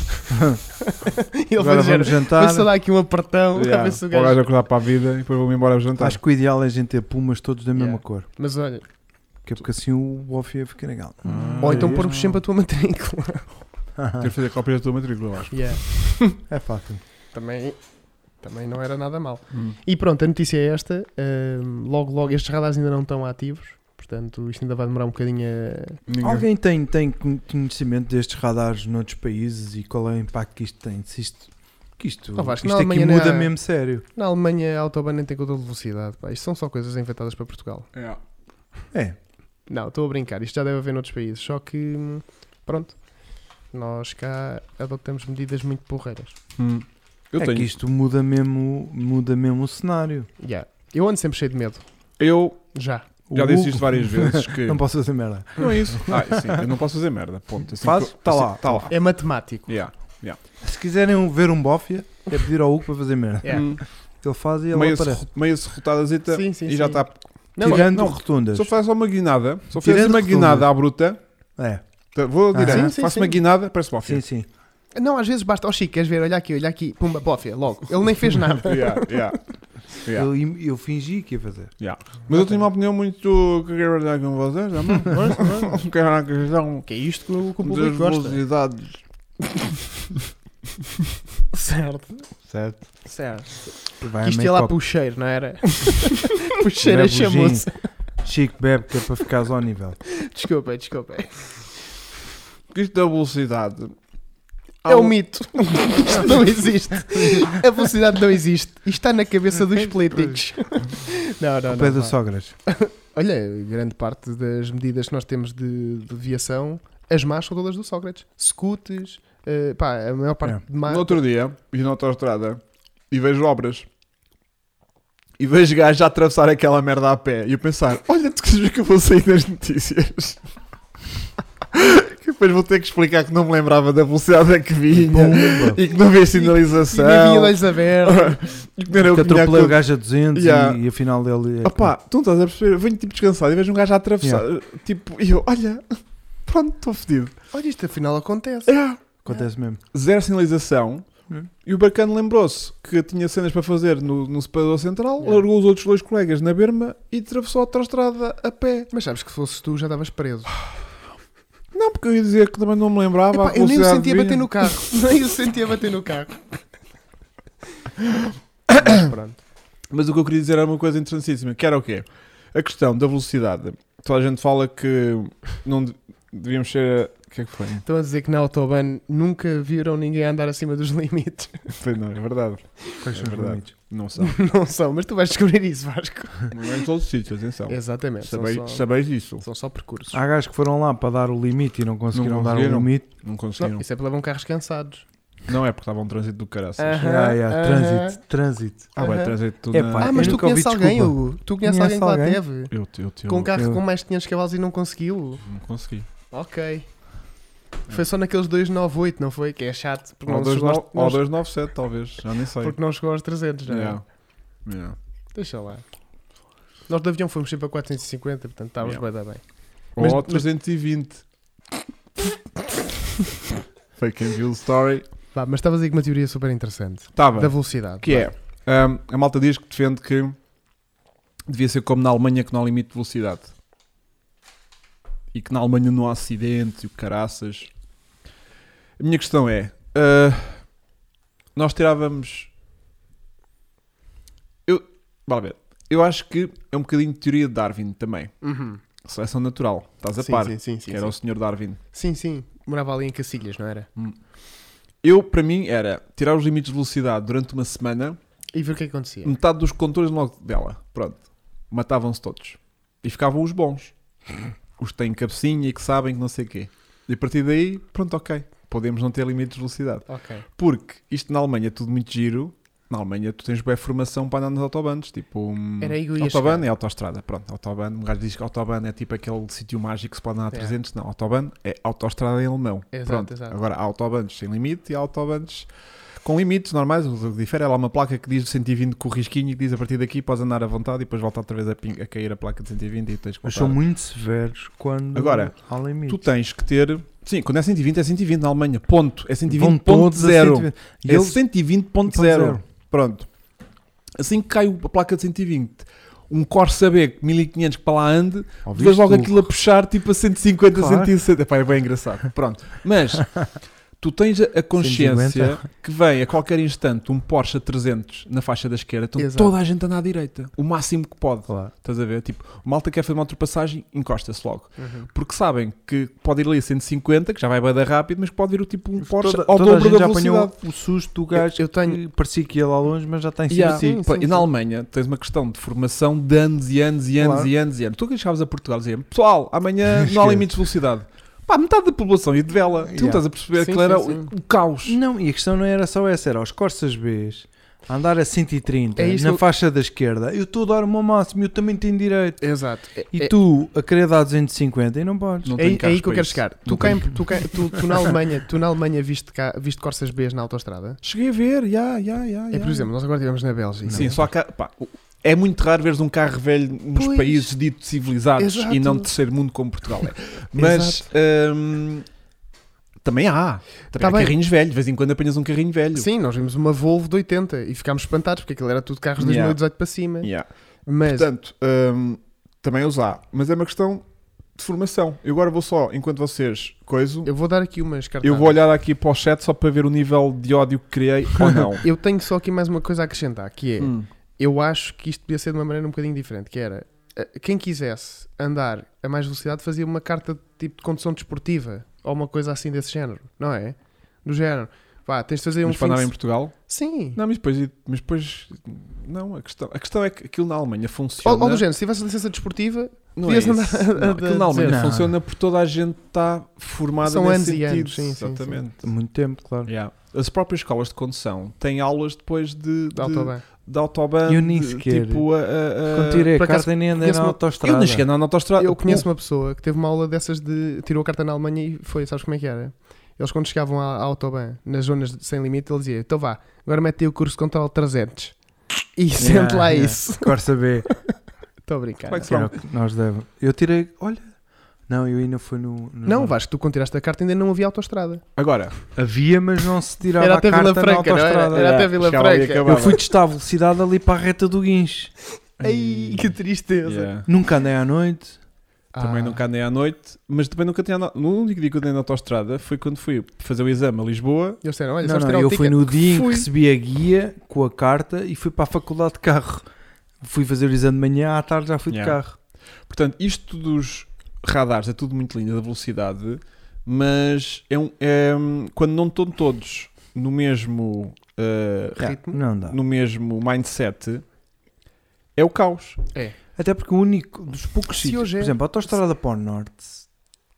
Ele agora vamos jantar. Vou-se dar aqui um apertão. A ver se o gajo acordar para a vida e depois vou-me embora a jantar. Acho que o ideal é a gente ter pumas todos da mesma cor. Mas olha... Que é porque assim o Bófia fica legal. Ou então pormos sempre a tua matrícula. Quero fazer cópia da tua matrícula, acho. É fácil. Também não era nada mal. E pronto, a notícia é esta. Logo, estes radares ainda não estão ativos. Portanto, isto ainda vai demorar um bocadinho a... Alguém tem conhecimento destes radares noutros países e qual é o impacto que isto tem? Isto aqui muda mesmo sério. Na Alemanha a autobahn nem tem controle de velocidade. Pá. Isto são só coisas inventadas para Portugal. É. Não, estou a brincar. Isto já deve haver noutros países. Só que, pronto, nós cá adotamos medidas muito porreiras. Que isto muda mesmo o cenário. Eu ando sempre cheio de medo. Já disse isto várias vezes. Que... não posso fazer merda. Não é isso. Sim, eu não posso fazer merda. Ponto. Assim, faz? Está lá. É matemático. Se quiserem ver um Bófia, é pedir ao Hugo para fazer merda. Ele faz e ele aparece. Meia serrotadazita e já está... Tirando rotundas. Se eu faço uma guinada, à bruta, vou direto, faço uma guinada, parece Bófia. Sim. Não, às vezes basta, Chico, queres ver, olha aqui, pumba, Bófia, logo. Ele nem fez nada. Eu fingi que ia fazer. Mas eu tenho uma opinião muito que quero dar com vocês, que é isto que o público gosta. Velocidades. Certo. Vai isto ia lá para o cheiro, não era? O cheiro chamou-se. Chico bebe que é para ficares ao nível. Desculpa. Isto da velocidade é um mito. Isto não existe. A velocidade não existe. Isto está na cabeça dos políticos. Não. O pé do Sócrates. Olha, grande parte das medidas que nós temos de viação, as más são todas do Sócrates. Scoots, a maior parte de No outro dia, vi na autoestrada e vejo obras. E vejo gajos a atravessar aquela merda a pé. E eu pensar, olha, tu queres ver que eu vou sair das notícias? Que depois vou ter que explicar que não me lembrava da velocidade a que vinha. E que não havia sinalização. E havia olhos abertos. E que atropelei o gajo a 200 e afinal dele... Tu não estás a perceber? Venho tipo descansado e vejo um gajo a atravessar. Tipo, e eu, olha, pronto, estou fedido. Olha, isto afinal acontece. Acontece mesmo. Zero sinalização. E o bacana lembrou-se que tinha cenas para fazer no separador central, largou os outros 2 colegas na berma e atravessou a autoestrada a pé. Mas sabes que se fosses tu já estavas preso. Não, porque eu ia dizer que também não me lembrava. Eu nem o sentia bater no carro. Mas o que eu queria dizer era uma coisa interessantíssima, que era o quê? A questão da velocidade. Toda a gente fala que não devíamos ser... que é que foi? Estão a dizer que na Autobahn nunca viram ninguém andar acima dos limites. Não, é verdade. Quais são os limites? Não são. Não são, mas tu vais descobrir isso, Vasco. Não é em todos os sítios, atenção. Exatamente. Sabeis disso. São só percursos. Há gajos que foram lá para dar o limite e não conseguiram dar o limite. Não conseguiram. Não, isso é para levar carros cansados. Não é porque estava um trânsito do caraças. Trânsito. Trânsito tudo mas tu conheces alguém, Hugo? Tu conheces alguém que lá teve? Eu. Com um carro com mais de 500 cavalos e não conseguiu? Não consegui. Ok. Foi só naqueles 298, não foi? Que é chato. Ou 297, talvez. Já nem sei. Porque não chegou aos 300, já. Yeah. Deixa lá. Nós do avião fomos sempre a 450, portanto estávamos bem. Ou 320. Foi quem viu o story. Mas estavas aí com uma teoria super interessante. Estava. Da velocidade. Que é, a malta diz que defende que devia ser como na Alemanha, que não há limite de velocidade. E que na Alemanha não há acidentes e o caraças. A minha questão é, nós tirávamos... Eu acho que é um bocadinho de teoria de Darwin também. Seleção natural. Estás a par. Sim, que era o Sr. Darwin. Sim. Morava ali em Cacilhas, não era? Para mim, era tirar os limites de velocidade durante uma semana e ver o que é que acontecia. Metade dos condutores logo dela. Pronto. Matavam-se todos. E ficavam os bons. Os que têm cabecinha e que sabem que não sei o quê. E a partir daí, pronto, ok. Podemos não ter limites de velocidade. Okay. Porque isto na Alemanha é tudo muito giro. Na Alemanha tu tens boa formação para andar nas autobanes. Tipo, autobahn é autoestrada. Pronto, autobahn. Um gajo diz que autobahn é tipo aquele sítio mágico que se pode andar a 300. Não, autobahn é autoestrada em alemão. Exato. Agora há autobahns sem limite e há autobahns com limites normais. O que difere é lá uma placa que diz 120 com o risquinho e que diz a partir daqui podes andar à vontade e depois volta outra vez a cair a placa de 120 e tens que voltar. Mas são muito severos quando há limites. Tu tens que ter... Sim, quando é 120 é 120 na Alemanha. Ponto. É 120.0. É 120.0. Pronto. Assim que cai a placa de 120, um Corsa B 1500 que para lá ande, vês logo aquilo a puxar tipo a 150, claro. 160. Epá, é bem engraçado. Pronto. Mas tu tens a consciência 150. Que vem a qualquer instante um Porsche 300 na faixa da esquerda, então toda a gente anda à direita. O máximo que pode. Claro. Estás a ver? Tipo, o malta quer fazer uma ultrapassagem, encosta-se logo. Porque sabem que pode ir ali a 150, que já vai bem rápido, mas pode vir o tipo um Porsche ao dobro da velocidade. O susto do gajo que parecia que ia lá longe, mas já está em cima de si. E na Alemanha tens uma questão de formação de anos e anos e anos e anos e anos. Tu que chegavas a Portugal dizia, pessoal, amanhã não há limites de velocidade. Pá, metade da população ia de vela. Tu não estás a perceber que era o caos. Não, e a questão não era só essa, era os Corsas Bs andar a 130 na faixa da esquerda. Eu estou a dar uma máxima, eu também tenho direito. Exato. E tu a querer dar 250 e não podes. É aí que eu quero chegar. Tu na Alemanha viste Corsas Bs na autoestrada? Cheguei a ver, Por exemplo, nós agora estivemos na Bélgica. Sim, só que é muito raro veres um carro velho nos países ditos civilizados. Exato. E não de terceiro mundo como Portugal é. Mas também há carrinhos velhos. De vez em quando apanhas um carrinho velho. Sim, nós vimos uma Volvo de 80 e ficámos espantados porque aquilo era tudo carros de 2018 para cima. Mas, portanto, também os há. Mas é uma questão de formação. Eu agora vou só, enquanto vocês eu vou dar aqui umas cartadas. Eu vou olhar aqui para o chat só para ver o nível de ódio que criei ou não. Eu tenho só aqui mais uma coisa a acrescentar, que é... Eu acho que isto podia ser de uma maneira um bocadinho diferente, que era, quem quisesse andar a mais velocidade fazia uma carta tipo de condução desportiva, ou uma coisa assim desse género, não é? Do género. Vá, tens de fazer mas para andar em Portugal? Sim. Não, mas depois não, a questão é que aquilo na Alemanha funciona... Ou do género, se tivesse licença desportiva, não é andar aquilo na Alemanha funciona porque toda a gente está formada são nesse anos sentido. E anos, sim, exatamente. Sim. Muito tempo, claro. As próprias escolas de condução têm aulas depois de autobahn. Eu nem sequer. Tipo, quando tirei a carta nem andei na autoestrada. Eu nem cheguei na autoestrada. Eu conheço uma pessoa que teve uma aula dessas tirou a carta na Alemanha e foi, sabes como é que era? Eles quando chegavam à autobahn, nas zonas sem limite, ele dizia, então vá, agora mete aí o curso de controle 300 e sente lá isso. Corsa B. Estou a brincar. Nós devemos. Eu tirei, olha... Não, eu ainda fui no... Não, Vasco, tu quando tiraste a carta ainda não havia autoestrada. Agora, havia, mas não se tirava a carta na autoestrada. Era até Vila Franca. Eu fui testar a velocidade ali para a reta do Guincho. Ai, que tristeza. Nunca andei à noite. Também nunca andei à noite, mas também nunca tinha andado. No único dia que eu andei na autoestrada foi quando fui fazer o exame a Lisboa. Eu fui no dia em que recebi a guia com a carta e fui para a faculdade de carro. Fui fazer o exame de manhã, à tarde já fui de carro. Portanto, isto dos radares é tudo muito lindo, da velocidade, mas quando não estão todos no mesmo ritmo, não dá. no mesmo mindset, é o caos. É. Até porque o único dos poucos Se sítios, hoje por é- exemplo, a autoestrada para o norte,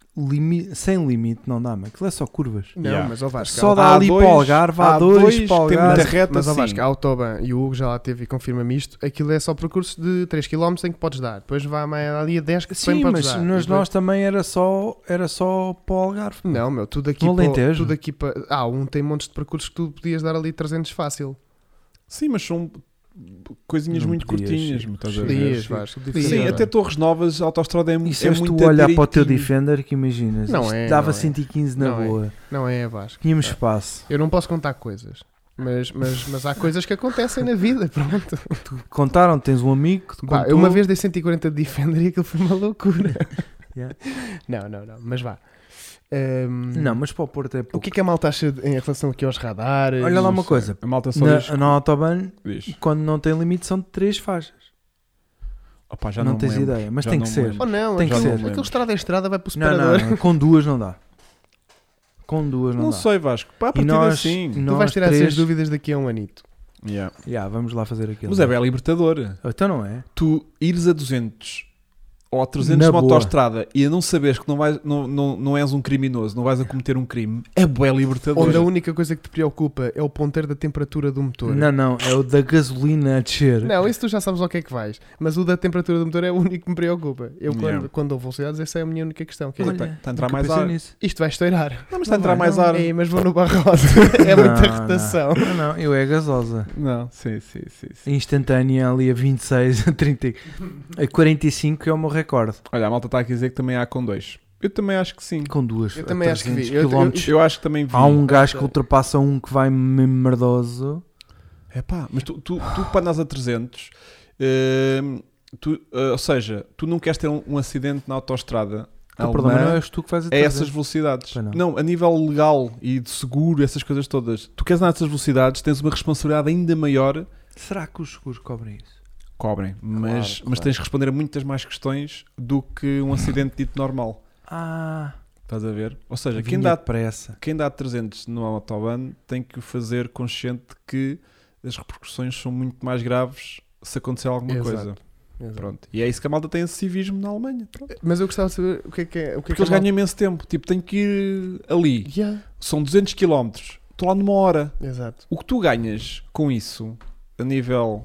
sem limite não dá, mas aquilo é só curvas. Não, Yeah. mas ó Vasco, Só dá ali para o Algarve, há dois para o tem Algarve. muita reta, mas ó sim. Vasco, a Autobahn e o Hugo já lá teve e confirma-me isto, aquilo é só percurso de 3 km em que podes dar, depois vai ali a 10 que também Sim, podes mas dar. nas E nós também era só para o Algarve. Não, meu, tudo aqui No Alentejo? tudo aqui para... tem montes de percursos que tu podias dar ali 300 fácil. Sim, mas são coisinhas Não muito podias, curtinhas. sim. Estás a ver? Podias, Vasco. Sim, até Torres Novas, a autostrada é E se é és muito tu olhar para o teu direitinho. Defender que imaginas, Não isto é, dava não é. 115 na Não é. boa. Não é, Vasco. Tínhamos É. espaço. Eu não posso contar coisas. Mas há coisas que acontecem na vida, pronto. Contaram, tens um amigo que te Pá, contou. eu uma vez dei 140 de Defender e aquilo foi uma loucura. Yeah. Não, mas vá. Não, mas para o Porto é O pouco. que é que a malta acha em relação aqui aos radares? Olha lá uma Não sei. coisa. A malta só diz. Na Autobahn, diz. quando não tem limite, são de 3 faixas. Opa, já não não tens me lembro. ideia, mas Já tem não que me ser. lembro. Ou não, Tem que aquilo, ser. aquilo estrada é estrada, vai para o Não, separador. não, com duas não dá. Com duas não Não dá. sei, Vasco. Pá, a E partir nós, assim. Tu vais nós tirar três, essas dúvidas daqui a um anito. Yeah. Vamos lá fazer aquilo. Mas é bem libertador. Então não é? Tu ires a 200 ou a 300 Na numa boa. autoestrada e a não saberes que não és um criminoso, não vais a cometer um crime, é bué libertador. Onde a única coisa que te preocupa é o ponteiro da temperatura do motor. Não, é o da gasolina a descer. Não, isso tu já sabes ao que é que vais. Mas o da temperatura do motor é o único que me preocupa. Eu, Yeah. quando dou velocidades, essa é a minha única questão. Que é, Olha, Está a entrar nunca mais pensei ar. nisso. isto vai estourar. Não, mas está a Não entrar vai, mais não. ar. Ei, mas vou no barrote. É muita rotação. Não, eu é gasosa. Não, sim. Instantânea ali a 26, a 30, a 45 é o meu recorde. Olha, a malta está aqui a dizer que também há com 2. Eu também acho que sim. Com duas. Eu a também acho que 300 vi. Eu- quilómetros. Eu acho que também vi. Há um gajo que ultrapassa um que vai mesmo merdoso. É pá, mas tu para andares a 300, ou seja, tu não queres ter um acidente na autoestrada O problema não és tu que fazes a é 300. essas velocidades. Pois não. Não, a nível legal e de seguro, essas coisas todas. Tu queres andar nessas velocidades, tens uma responsabilidade ainda maior. Será que os seguros cobrem isso? Cobrem, mas claro. tens de responder a muitas mais questões do que um acidente dito normal. Estás a ver? Ou seja, quem vinha dá depressa. 300 no Autobahn tem que o fazer consciente de que as repercussões são muito mais graves se acontecer alguma Exato. coisa. Exato. Pronto. E é isso que a malta tem esse civismo na Alemanha. Pronto. Mas eu gostava de saber o que é que é. Porque eles ganham imenso tempo. Tipo, tenho que ir ali. Yeah. São 200 km. Estou lá numa hora. Exato. O que tu ganhas com isso, a nível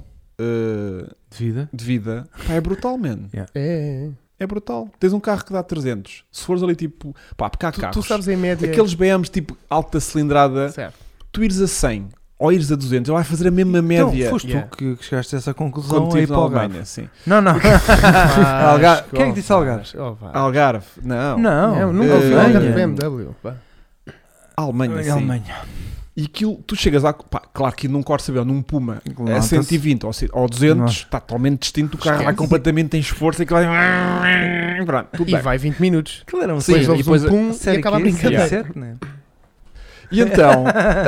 De vida? pá, é brutal, man. É. É brutal. Tens um carro que dá 300. Se fores ali, tipo... Pá, porque há Tu carros. sabes em média. Aqueles BMs, tipo, alta cilindrada. Certo. Tu ires a 100 ou ires a 200, ele vai fazer a mesma média. Então, foste Yeah. tu que chegaste a essa conclusão quando aí estive para na o Algarve. Alemanha, sim. Não. Algarve. Quem é que disse Algarve? Algarve, não. Não, Nunca ouvi Alemanha. Algarve BMW. Pá. Alemanha, sim. Alemanha. E aquilo, tu chegas lá, pá, claro que num Corsa B, num Puma, é Nota-se. 120 ou 200, Nossa. está totalmente distinto, o carro vai Esquece. completamente em esforço e aquilo vai... Pronto, tudo E bem. vai 20 minutos. Aquilo era um Sim, Depois e ouves depois um pum e sério acaba a que é? brincadeira. Sério, né? E então,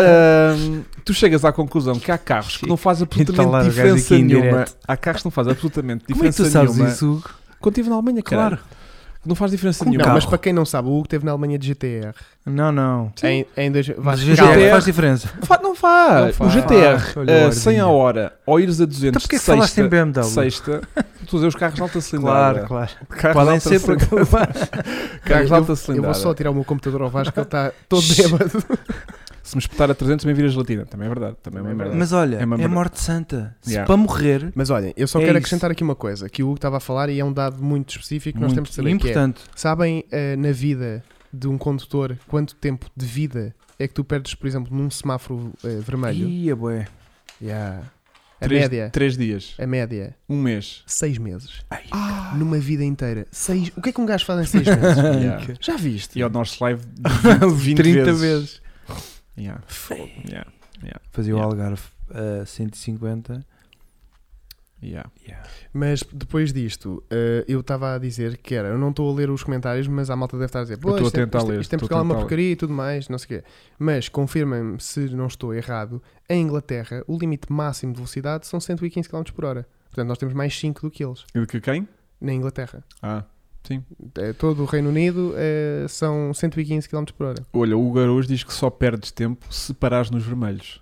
tu chegas à conclusão que há carros que não fazem Então lá absolutamente o gajo diferença aqui em nenhuma. direto. Há carros que não fazem absolutamente Como é que diferença tu sabes nenhuma. isso, Hugo? Quando estive na Alemanha, Claro. claro. Não faz diferença Não, nenhuma. mas para quem não sabe, o Hugo esteve na Alemanha de GTR. Não. Em dois, Mas vais o calma. GTR faz diferença. Não faz. Não faz. O GTR, Olha o 100 a ordinho. hora, ou ires a 200 Então porquê de que falaste em sexta, BMW? sexta, tu usas os carros de alta cilindrada. Claro. Carros Podem de ser alta porque... Carros de alta Eu cilindrada. vou só tirar o meu computador ao Vasco, que ele está todo bêbado. Se me espetar a 300 também vira gelatina. Também é verdade. Também é uma merda. Mas olha, É uma é merda. morte santa. Se Yeah. para morrer... Mas olhem, eu só É quero isso. acrescentar aqui uma coisa que o Hugo estava a falar e é um dado muito específico que nós muito temos de saber. Que é, importante. sabem na vida de um condutor quanto tempo de vida é que tu perdes, por exemplo, num semáforo vermelho? Ia, bué. Yeah. A média. 3 dias. A média. Um mês. 6 meses. Ai, Numa vida inteira. O que é que um gajo faz em 6 meses? Yeah. Já viste? E ao nosso live de 20 30 vezes. vezes. Yeah. Yeah. Fazia o Yeah. Algarve a 150. Yeah. Mas depois disto, eu estava a dizer que era, eu não estou a ler os comentários, mas a malta deve estar a dizer, Eu estou a isto, tentar isto, ler, isto em estou a Portugal é uma tentar ler. porcaria e tudo mais, não sei o quê. Mas confirmem-me se não estou errado, em Inglaterra o limite máximo de velocidade são 115 km por hora. Portanto, nós temos mais 5 do que eles, E do que quem? na Inglaterra. Ah. Sim. Todo o Reino Unido são 115 km por hora. Olha, o Garoz diz que só perdes tempo se parares nos vermelhos.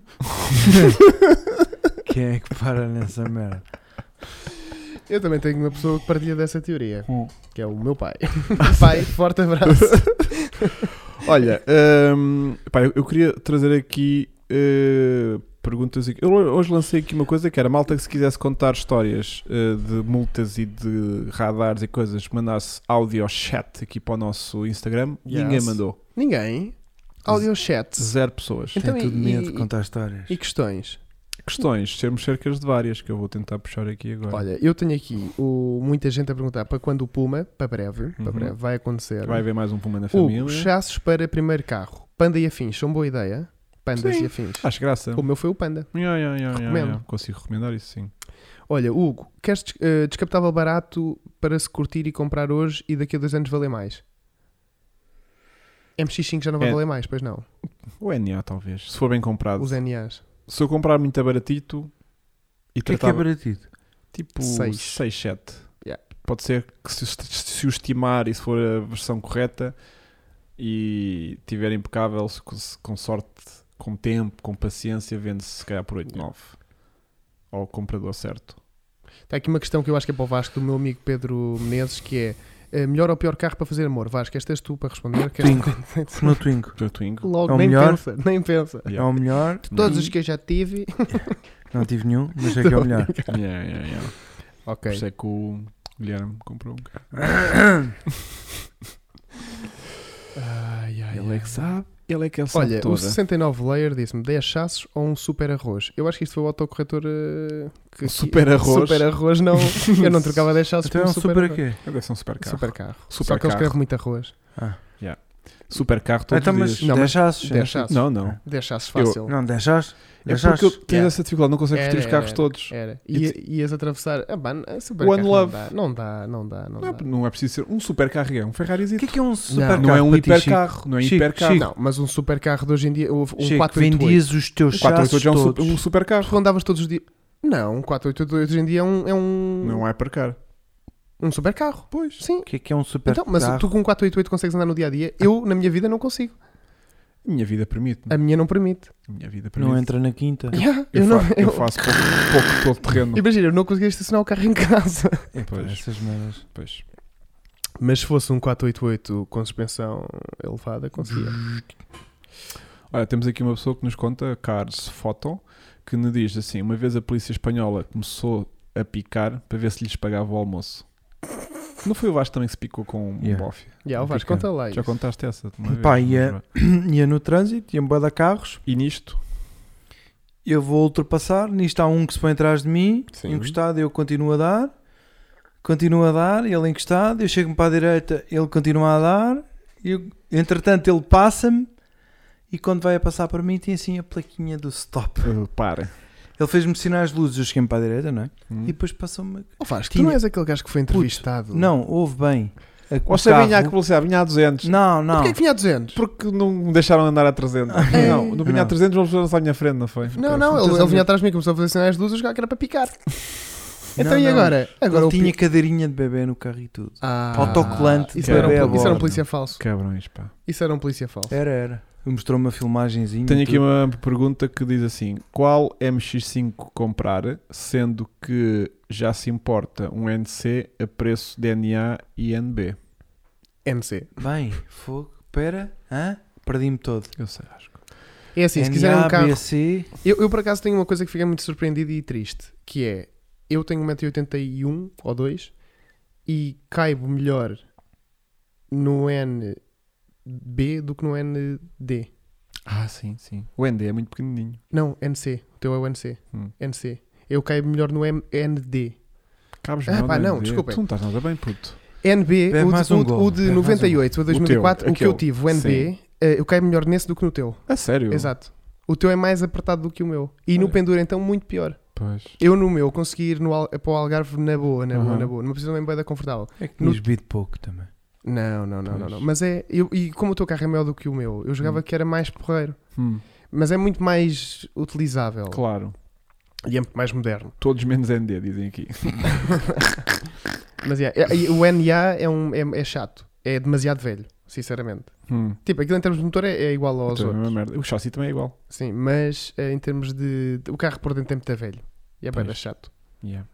Quem é que para nessa merda? Eu também tenho uma pessoa que partilha dessa teoria, que é o meu pai. Pai, forte abraço. Olha, pá, eu queria trazer aqui perguntas. Eu hoje lancei aqui uma coisa que era: malta que se quisesse contar histórias de multas e de radares e coisas, mandasse áudio chat aqui para o nosso Instagram. Yes. Ninguém mandou. Ninguém? Audio chat. 0 pessoas. Então, Tem tudo medo de contar histórias. E questões? Questões, sermos cercas de várias, que eu vou tentar puxar aqui agora. Olha, eu tenho aqui muita gente a perguntar para quando o Puma, para breve, vai acontecer. Vai haver mais um Puma na família. Chassos para primeiro carro. Panda e afins, são boa ideia? Pandas e afins. Acho graça. O meu foi o Panda. Recomendo. Consigo recomendar isso, sim. Olha, Hugo, queres descapotável barato para se curtir e comprar hoje e daqui a 2 anos valer mais? MX5 já não vai valer mais, pois não? O NA talvez, se for bem comprado. Os NAs. Se eu comprar muito baratito e O que é baratito? Tipo 6, 7. Yeah. Pode ser que se o estimar e se for a versão correta e tiver impecável, com sorte, com tempo, com paciência, vende-se se calhar por 8, 9. Ou o comprador certo. Está aqui uma questão que eu acho que é para o Vasco, do meu amigo Pedro Menezes, que é melhor ou pior carro para fazer amor? Vasco, és tu para responder? Twingo. No Twingo. O Twingo. Logo, é o nem melhor? pensa, nem pensa. Yeah. É o melhor. De todos os que eu já tive. Não tive nenhum, mas é que é o melhor. Yeah. Ok. Por isso é que o Guilherme comprou um carro. Ele é que sabe. Ele é que ele sabe. Olha, toda. o 69 Layer disse-me 10 chassos ou um super arroz. Eu acho que isto foi o autocorretor que... Super arroz? Super arroz não. Eu não trocava 10 chassos Então por é um um super a quê? Deve ser um super carro. Super carro. Super Só que ele carro. escreve muito arroz. Super carro todos Então, os mas dias. Não, 10 chassos? 10 chassos. Não. 10 chassos fácil. Não, 10 chassos? É 10 porque chassos? tens essa dificuldade, não consegues ter os carros todos. Era. Ias atravessar. Super One carro Love. Não dá. Não é preciso ser um super carro, é um Ferrari. O que é um super Não, carro? Não é um para ti, hipercarro. Não é Chico, hipercarro. Chico. Não, mas um super carro de hoje em dia. Um Chico? Chico, 488. vendias os teus O 488 chassos já é todos. um super carro. Tu andavas todos os dias. Não, um 488 hoje em dia é um. Não é hipercar. Um super carro. Pois. Sim. O que é um super Então, mas carro? tu com um 488 consegues andar no dia a dia? Eu, na minha vida, não consigo. A minha vida permite-me. A minha não permite. A minha vida permite. Não entra na quinta. Eu faço pouco todo terreno. Imagina, eu não conseguia estacionar o carro em casa. Pois. Essas merdas. Pois. Mas se fosse um 488 com suspensão elevada, conseguia. Olha, temos aqui uma pessoa que nos conta, Cars Photo, que nos diz assim: uma vez a polícia espanhola começou a picar para ver se lhes pagava o almoço. Não foi o Vasco também que se picou com um bofe? O Vasco, conta lá Já isso. contaste essa? Pá, ia no trânsito, ia um bué de carros. E nisto? Eu vou ultrapassar. Nisto há um que se põe atrás de mim, Sim. encostado, eu continuo a dar, ele encostado, eu chego-me para a direita, ele continua a dar, entretanto ele passa-me e quando vai a passar para mim tem assim a plaquinha do stop. Para. Ele fez-me sinais de luzes, eu cheguei-me para a direita, não é? E depois passou-me... Vasco, tu não és aquele gajo que foi entrevistado? Não, ouve bem. Você vinha a velocidade, vinha a 200. Não. Porquê que vinha a 200? Porque não me deixaram andar a 300. Não vinha a 300, vamos passar à minha frente, não foi? Não, ele vinha atrás de mim, começou a fazer sinais de luz, que era para picar. Então e agora? Ele tinha cadeirinha de bebê no carro e tudo. Autocolante isso de bebê a isso era um bordo. polícia falso. Cabrões, pá. Isso era um polícia falso. Era. Mostrou uma filmagenzinha. Tenho aqui uma pergunta que diz assim: qual MX5 comprar, sendo que já se importa um NC a preço de NA e NB? NC. Bem, fogo. Espera. Perdi-me todo. Eu sei, acho. É assim, se quiserem um carro... BC. Eu por acaso tenho uma coisa que fiquei muito surpreendido e triste, que é, eu tenho 1,81m ou 2 e caibo melhor no NB do que no ND. Sim. O ND é muito pequenininho. Não, NC. O teu é o NC. NC. Eu caibo melhor no ND. Cabes não, desculpa. Tu não estás nada bem, puto. NB, o de 98 a 2004, o que eu aquele. tive, o NB, eu caio melhor nesse do que no teu. A sério? Exato. O teu é mais apertado do que o meu. E no pendura, então, muito pior. Pois. Eu no meu consegui ir para o Algarve na boa. Não precisa nem bem da confortável. É que tinhas bebido pouco também. Não. Mas é... E como o teu carro é maior do que o meu, eu jogava que era mais porreiro. Mas é muito mais utilizável. Claro. E é muito mais moderno. Todos menos ND, dizem aqui. Mas o NA é chato. É demasiado velho, sinceramente. Tipo, aquilo em termos de motor é igual aos outros. O chassi também é igual. Sim, mas em termos de... O carro por dentro é muito velho. E é bem chato. Yeah.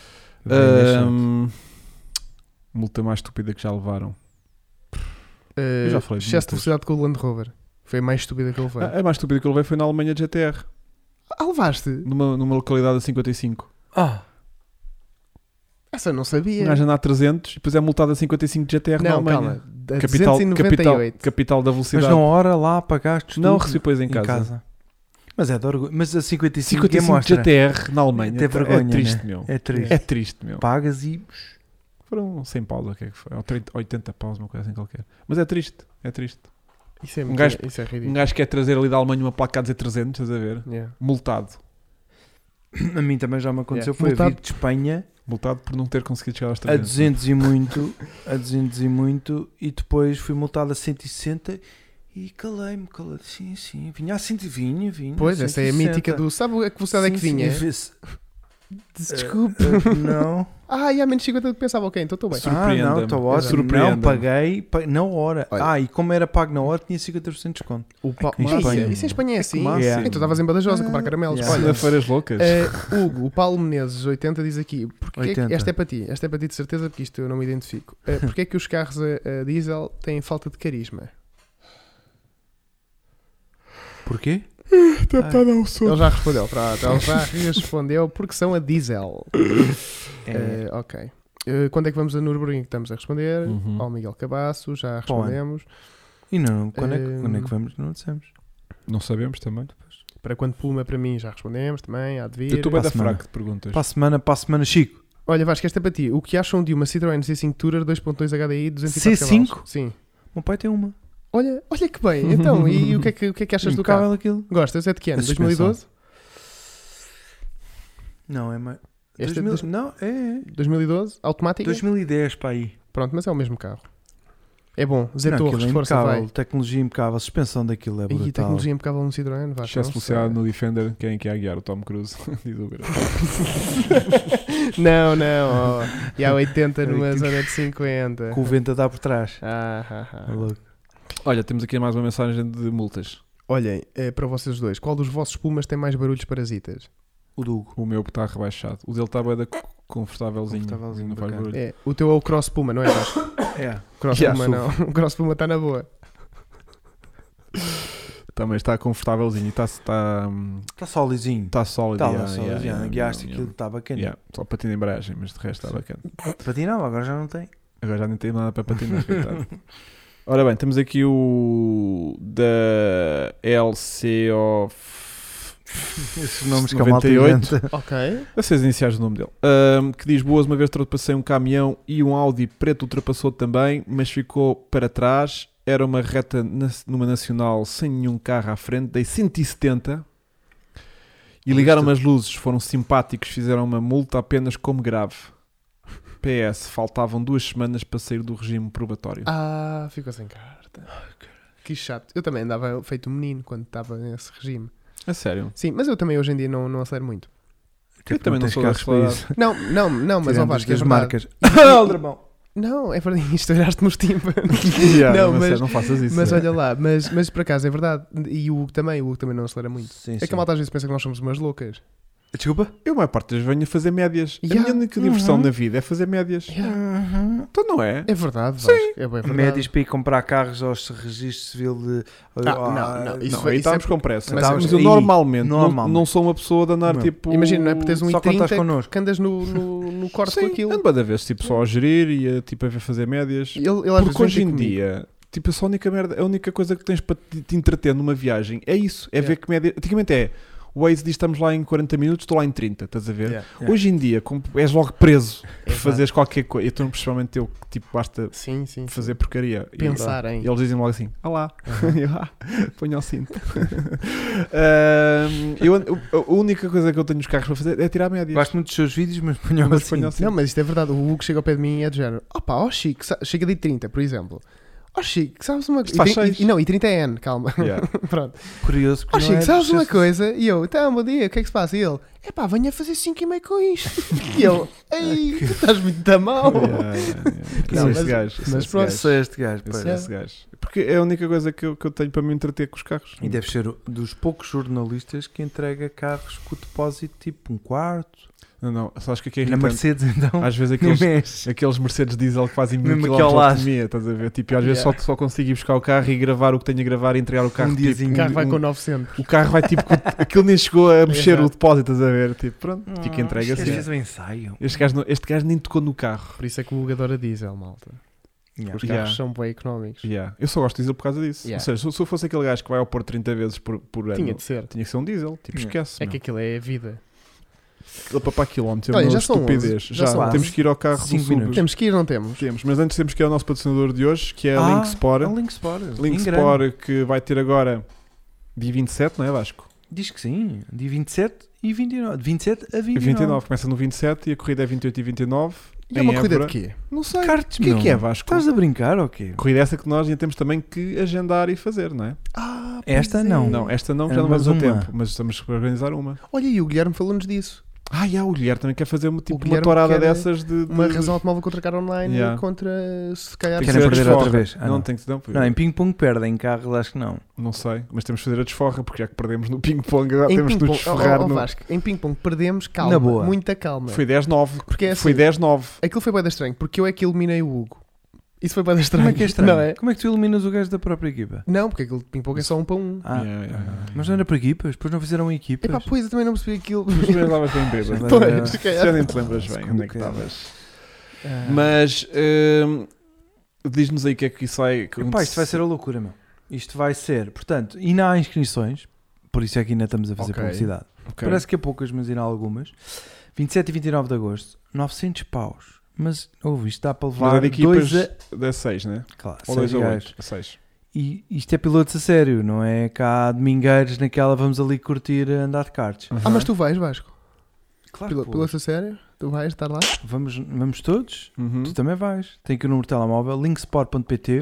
Multa mais estúpida que já levaram. Eu já falei de excesso de velocidade com o Land Rover. Foi a mais estúpida que eu levei. A mais estúpida que eu levei foi na Alemanha de GTR. Levaste? Numa localidade a 55. Essa eu não sabia. Um gajo anda a 300 e depois é multado a 55 de GTR na Alemanha. Capital da velocidade. Mas na hora lá pagaste não tudo recebi depois em casa. Mas é de orgulho. Mas a 55 de GTR na Alemanha é vergonha, é triste, né? meu. É triste, meu. Pagas e... Foram 100 paus, o que é que foi? Ou 80 paus, uma coisa assim qualquer. Mas é triste. Isso é ridículo. Um gajo quer trazer ali da Alemanha uma placa a dizer 300, estás a ver? Yeah. Multado. A mim também já me aconteceu. Foi a vir de Espanha. Multado por não ter conseguido chegar aos 300. A 200 e muito. E depois fui multado a 160 e calei-me. Sim. Vinha a 120, vinha. Pois, essa é a mítica do... Sabe a que velocidade é que vinha? Desculpe. Não. E há menos 50 que pensava, ok, então estou bem. Não, estou ótimo. Não, paguei na hora. Olha. E como era pago na hora, tinha 50% de desconto. Isso em Espanha é assim. Yeah. Então estavas em Badajoz a comprar caramelos. Yeah. Olha, feiras loucas. Hugo, o Paulo Menezes, 80, diz aqui, esta é para ti de certeza, porque isto eu não me identifico. Porque é que os carros a diesel têm falta de carisma? Porquê? Ele já respondeu, porque são a diesel. Ok. Quando é que vamos a Nürburgring? Estamos a responder ao Miguel Cabasso, já respondemos. E não, quando é que vamos? Não dissemos. Não sabemos também. Para quando Puma, para mim, já respondemos também, há de vir. Eu estou bem da fraca de perguntas. Para a semana, Chico. Olha, Vasco, esta é para ti. O que acham de uma Citroën C5 Tourer 2.2 HDI 204 C5? cavalos? Sim. O meu pai tem uma. Olha que bem. Então, e o que é que achas do carro? Aquilo. Gostas? É de que ano? 2012? Não, é mais... Não, é 2012? Automática? 2010 para aí. Pronto, mas é o mesmo carro. É bom. Zé Torres, força, vai. Tecnologia impecável. A suspensão daquilo é brutal. E tecnologia impecável no Citroën, vai. Excesso de velocidade no Defender, quem é que ia guiar? O Tom Cruise. Diz o Não. E há 80 numa zona de 50. Com o vento a dar por trás. Louco. Olha, temos aqui mais uma mensagem de multas. Olhem, para vocês dois, qual dos vossos Pumas tem mais barulhos parasitas? O Dugo. O meu está rebaixado. O dele está bem confortávelzinho. Não faz barulho. O teu é o Cross Puma, não é? Cross Puma não. O Cross Puma está na boa. Também está confortávelzinho. Está solizinho. Está sólido. Guiaste aquilo, está bacana. Só patina em embreagem, mas de resto está bacana. Patinava, agora já não tem. Agora já nem tem nada para patinar. Ora bem, temos aqui o da LCO esses nomes 98. Ok. Eu sei as iniciais do nome dele. Que diz: boas, uma vez ultrapassei um caminhão e um Audi preto ultrapassou também, mas ficou para trás. Era uma reta numa nacional sem nenhum carro à frente. Dei 170 e ligaram-me as luzes. Foram simpáticos, fizeram uma multa apenas como grave. PS, faltavam 2 semanas para sair do regime probatório. Ficou sem carta. Que chato. Eu também andava feito um menino quando estava nesse regime. A sério? Sim, mas eu também hoje em dia não acelero muito. Eu também não sou acelerado. Não, mas Vasco, as marcas. Não, é verdade, isto olhaste-me os tímpanos. Não faças isso. Mas olha lá, mas por acaso é verdade. E o Hugo também não acelera muito. Sim, que a malta às vezes pensa que nós somos umas loucas. Desculpa? Eu, a maior parte das vezes, venho a fazer médias. A minha única diversão na vida é fazer médias. Então não é? É verdade, Vasco. É bem verdade. Médias para ir comprar carros aos registros civil de... Não. Isso aí estamos com pressa. Mas eu normalmente não sou uma pessoa de andar tipo... Imagina, não é por teres um I30 que andas no corte com aquilo. Ando da vez, tipo, só a gerir e a, tipo, a ver fazer médias. Porque hoje em dia... Tipo, a única coisa que tens para te entreter numa viagem é isso. É ver que média... Antigamente é... O Waze diz: estamos lá em 40 minutos, estou lá em 30, estás a ver? Hoje em dia, como és logo preso por fazeres qualquer coisa, então principalmente eu que tipo, basta fazer porcaria. Pensar em. E eles dizem logo assim: olá, ponho ao cinto. A única coisa que eu tenho nos carros para fazer é tirar médias. Gosto muito dos seus vídeos, mas ponho ao cinto. Não, mas isto é verdade. O Hugo chega ao pé de mim e é do género: Chico, chega de 30, por exemplo. Chico, sabes uma coisa? E 30 é N, calma. Pronto. Curioso. Chico, sabes uma coisa? E eu, então, bom dia, o que é que se passa? E ele, epá, venha fazer 5,5 com isto. E ele, ei, tu estás muito a mal. Não, este gajo. Mas pronto, este gajo. Esse gajo. Porque é a única coisa que eu tenho para me entreter com os carros. E deve ser dos poucos jornalistas que entrega carros com o depósito tipo um quarto. Não, só acho que aqui é Na irritante. Mercedes, então. Às vezes aqueles Mercedes diesel que fazem 1000 km de autonomia, estás a ver? Tipo, às vezes só consigo ir buscar o carro e gravar o que tenho a gravar e entregar o carro. O carro vai com 900. O carro vai tipo, aquilo nem chegou a mexer o depósito, estás a ver? Tipo, pronto, fica entregue assim. Fez um ensaio. Este gajo nem tocou no carro. Por isso é que o adora diesel, malta. Os carros são bem económicos. Eu só gosto de diesel por causa disso. Ou seja, se eu fosse aquele gajo que vai ao Porto 30 vezes por ano, tinha de ser. Tinha que ser um diesel. Tipo, esquece. É que aquilo é a vida. Aquilo para quilómetros, olha, é uma já estupidez. Já temos que ir ao carro do Subs. Temos que ir, não temos? Temos, mas antes temos que ir ao nosso patrocinador de hoje, que é a Linksport. Linksport que vai ter agora dia 27, não é, Vasco? Diz que sim, dia 27 e 29. De 27 a 29. 29, começa no 27 e a corrida é 28 e 29. E é uma corrida de quê? Não sei. Karts, o que é Vasco? Estás a brincar ou quê? Corrida essa que nós ainda temos também que agendar e fazer, não é? Esta não. Não, esta não, já não vamos a tempo, mas estamos a organizar uma. Olha, e o Guilherme falou-nos disso. O Guilherme também quer fazer uma tourada dessas de... Uma razão automóvel contra carro online contra, se calhar... Querem perder outra vez? Não, tem que ser... Não, em ping-pong perdem, em carro acho que não. Não sei, mas temos que fazer a desforra, porque já que perdemos no ping-pong, agora temos de nos desforrar no... Vasco, em ping-pong perdemos, calma, na boa. Muita calma. Foi 10-9. Porque é assim, foi 10-9. Aquilo foi bem estranho, porque eu é que eliminei o Hugo. Isso foi bem estranho. Como é que é estranho? Não é? Como é que tu eliminas o gajo da própria equipa? Não, porque aquele ping-pong é só 1 para 1. Mas não era para equipas? Depois não fizeram equipas? Epá, pois, eu também não percebi aquilo. Mas tu estavas bem bêbado. Já nem te lembras bem onde é que estavas. Mas diz-nos aí o que é que isso vai... Epá, isto vai ser a loucura, meu. Isto vai ser, portanto, ainda há inscrições, por isso é que ainda estamos a fazer publicidade. Parece que é poucas, mas ainda há algumas. 27 e 29 de agosto, 900 paus. Mas, isto dá para levar equipas da 6, né? Claro, ou 2 a 8, a 6. E isto é pilotos a sério, não é cá domingueiros naquela vamos ali curtir a andar de karts. Mas tu vais, Vasco? Claro. Pilotos a sério? Tu vais estar lá? Vamos todos? Tu também vais. Tem aqui o número de telemóvel, linksport.pt.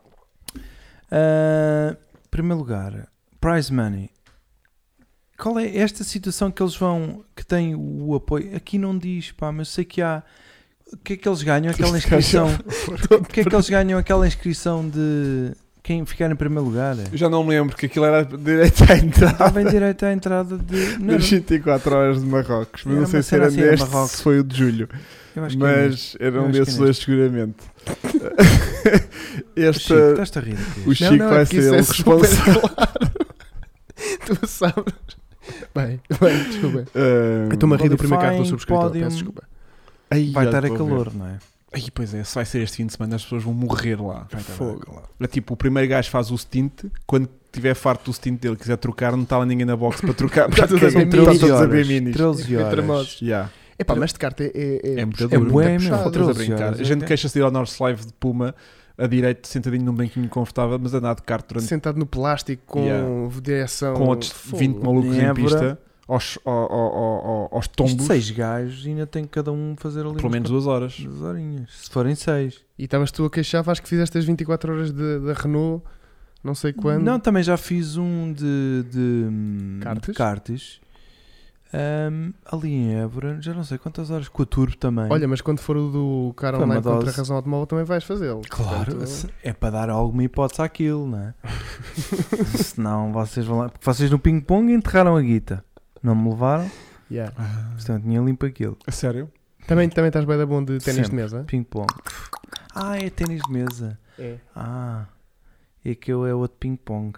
Primeiro lugar, prize money. Qual é esta situação que eles vão, que tem o apoio? Aqui não diz, mas sei que há... O que é que eles ganham? Aquela inscrição. O que é que eles ganham? Aquela inscrição de quem ficar em primeiro lugar? Eu já não me lembro, porque aquilo era direito à entrada. Estava em direito à entrada de. Das 24 horas de Marrocos. Mas não sei se era assim neste, se foi o de julho. Mas era um desses dois, seguramente. Chico, estás-te a rir aqui. O Chico vai ser o responsável. Tu sabes. Bem, desculpa. Estou-me a rir do primeiro carro do subscritor. Peço desculpa. Vai estar a calor, não é? Pois é, se vai ser este fim de semana, as pessoas vão morrer lá. É tipo, o primeiro gajo faz o stint, quando tiver farto do stint dele, quiser trocar, não está lá ninguém na box para trocar. Está todos a ver minis. 13 horas. Epá, mas de kart é muito duro. Estamos a brincar. A gente queixa-se de ir ao North Live de Puma a direito, sentadinho num banquinho confortável, mas andar de kart durante... Sentado no plástico com direção... Com outros 20 malucos em pista. Aos tombos. 6 gajos ainda tem que cada um fazer ali pelo menos 2 horas. 2 horinhas. Se forem 6. E estavas tu a queixar, acho que fizeste as 24 horas da Renault, não sei quando. Não, também já fiz um de karts. Ali em Évora, já não sei quantas horas, com a Turbo também. Olha, mas quando for o do cara online contra a razão automóvel também vais fazê-lo. Claro, é para dar alguma hipótese àquilo, não é? Senão vocês vão lá, porque vocês no ping-pong enterraram a guita. Não me levaram? Portanto, tinha limpo aquilo. A sério? Também estás bem da bom de ténis de mesa? Ping-pong. É ténis de mesa. É. É que eu é outro ping-pong.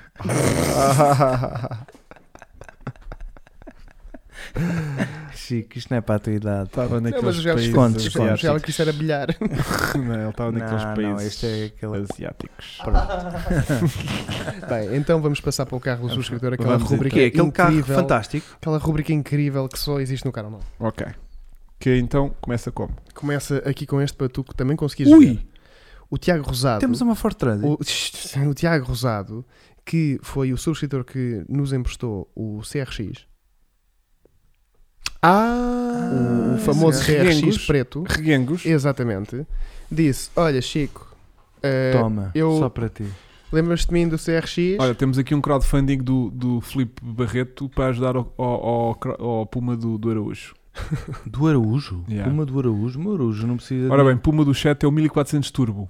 Chico, isto não é para a tua idade. Estava naqueles países asiáticos. Já que isso era bilhar. Não, ele estava naqueles países este é aquele... asiáticos. Bem, então vamos passar para o carro do subscritor, aquela rubrica aquele carro fantástico. Aquela rubrica incrível que só existe no canal. Ok. Que então começa como? Começa aqui com este para tu que também conseguires ver. O Tiago Rosado. Temos uma Ford Transit. O Tiago Rosado, que foi o subscritor que nos emprestou o CRX. O famoso CRX preto. Reguengos. Exatamente. Disse, olha Chico, toma, só para ti. Lembras-te de mim do CRX? Olha, temos aqui um crowdfunding do Filipe Barreto para ajudar ao Puma do Araújo. Do Araújo? Yeah. Puma do Araújo? O meu Araújo não precisa. Ora bem, Puma do Chat é o 1400 Turbo.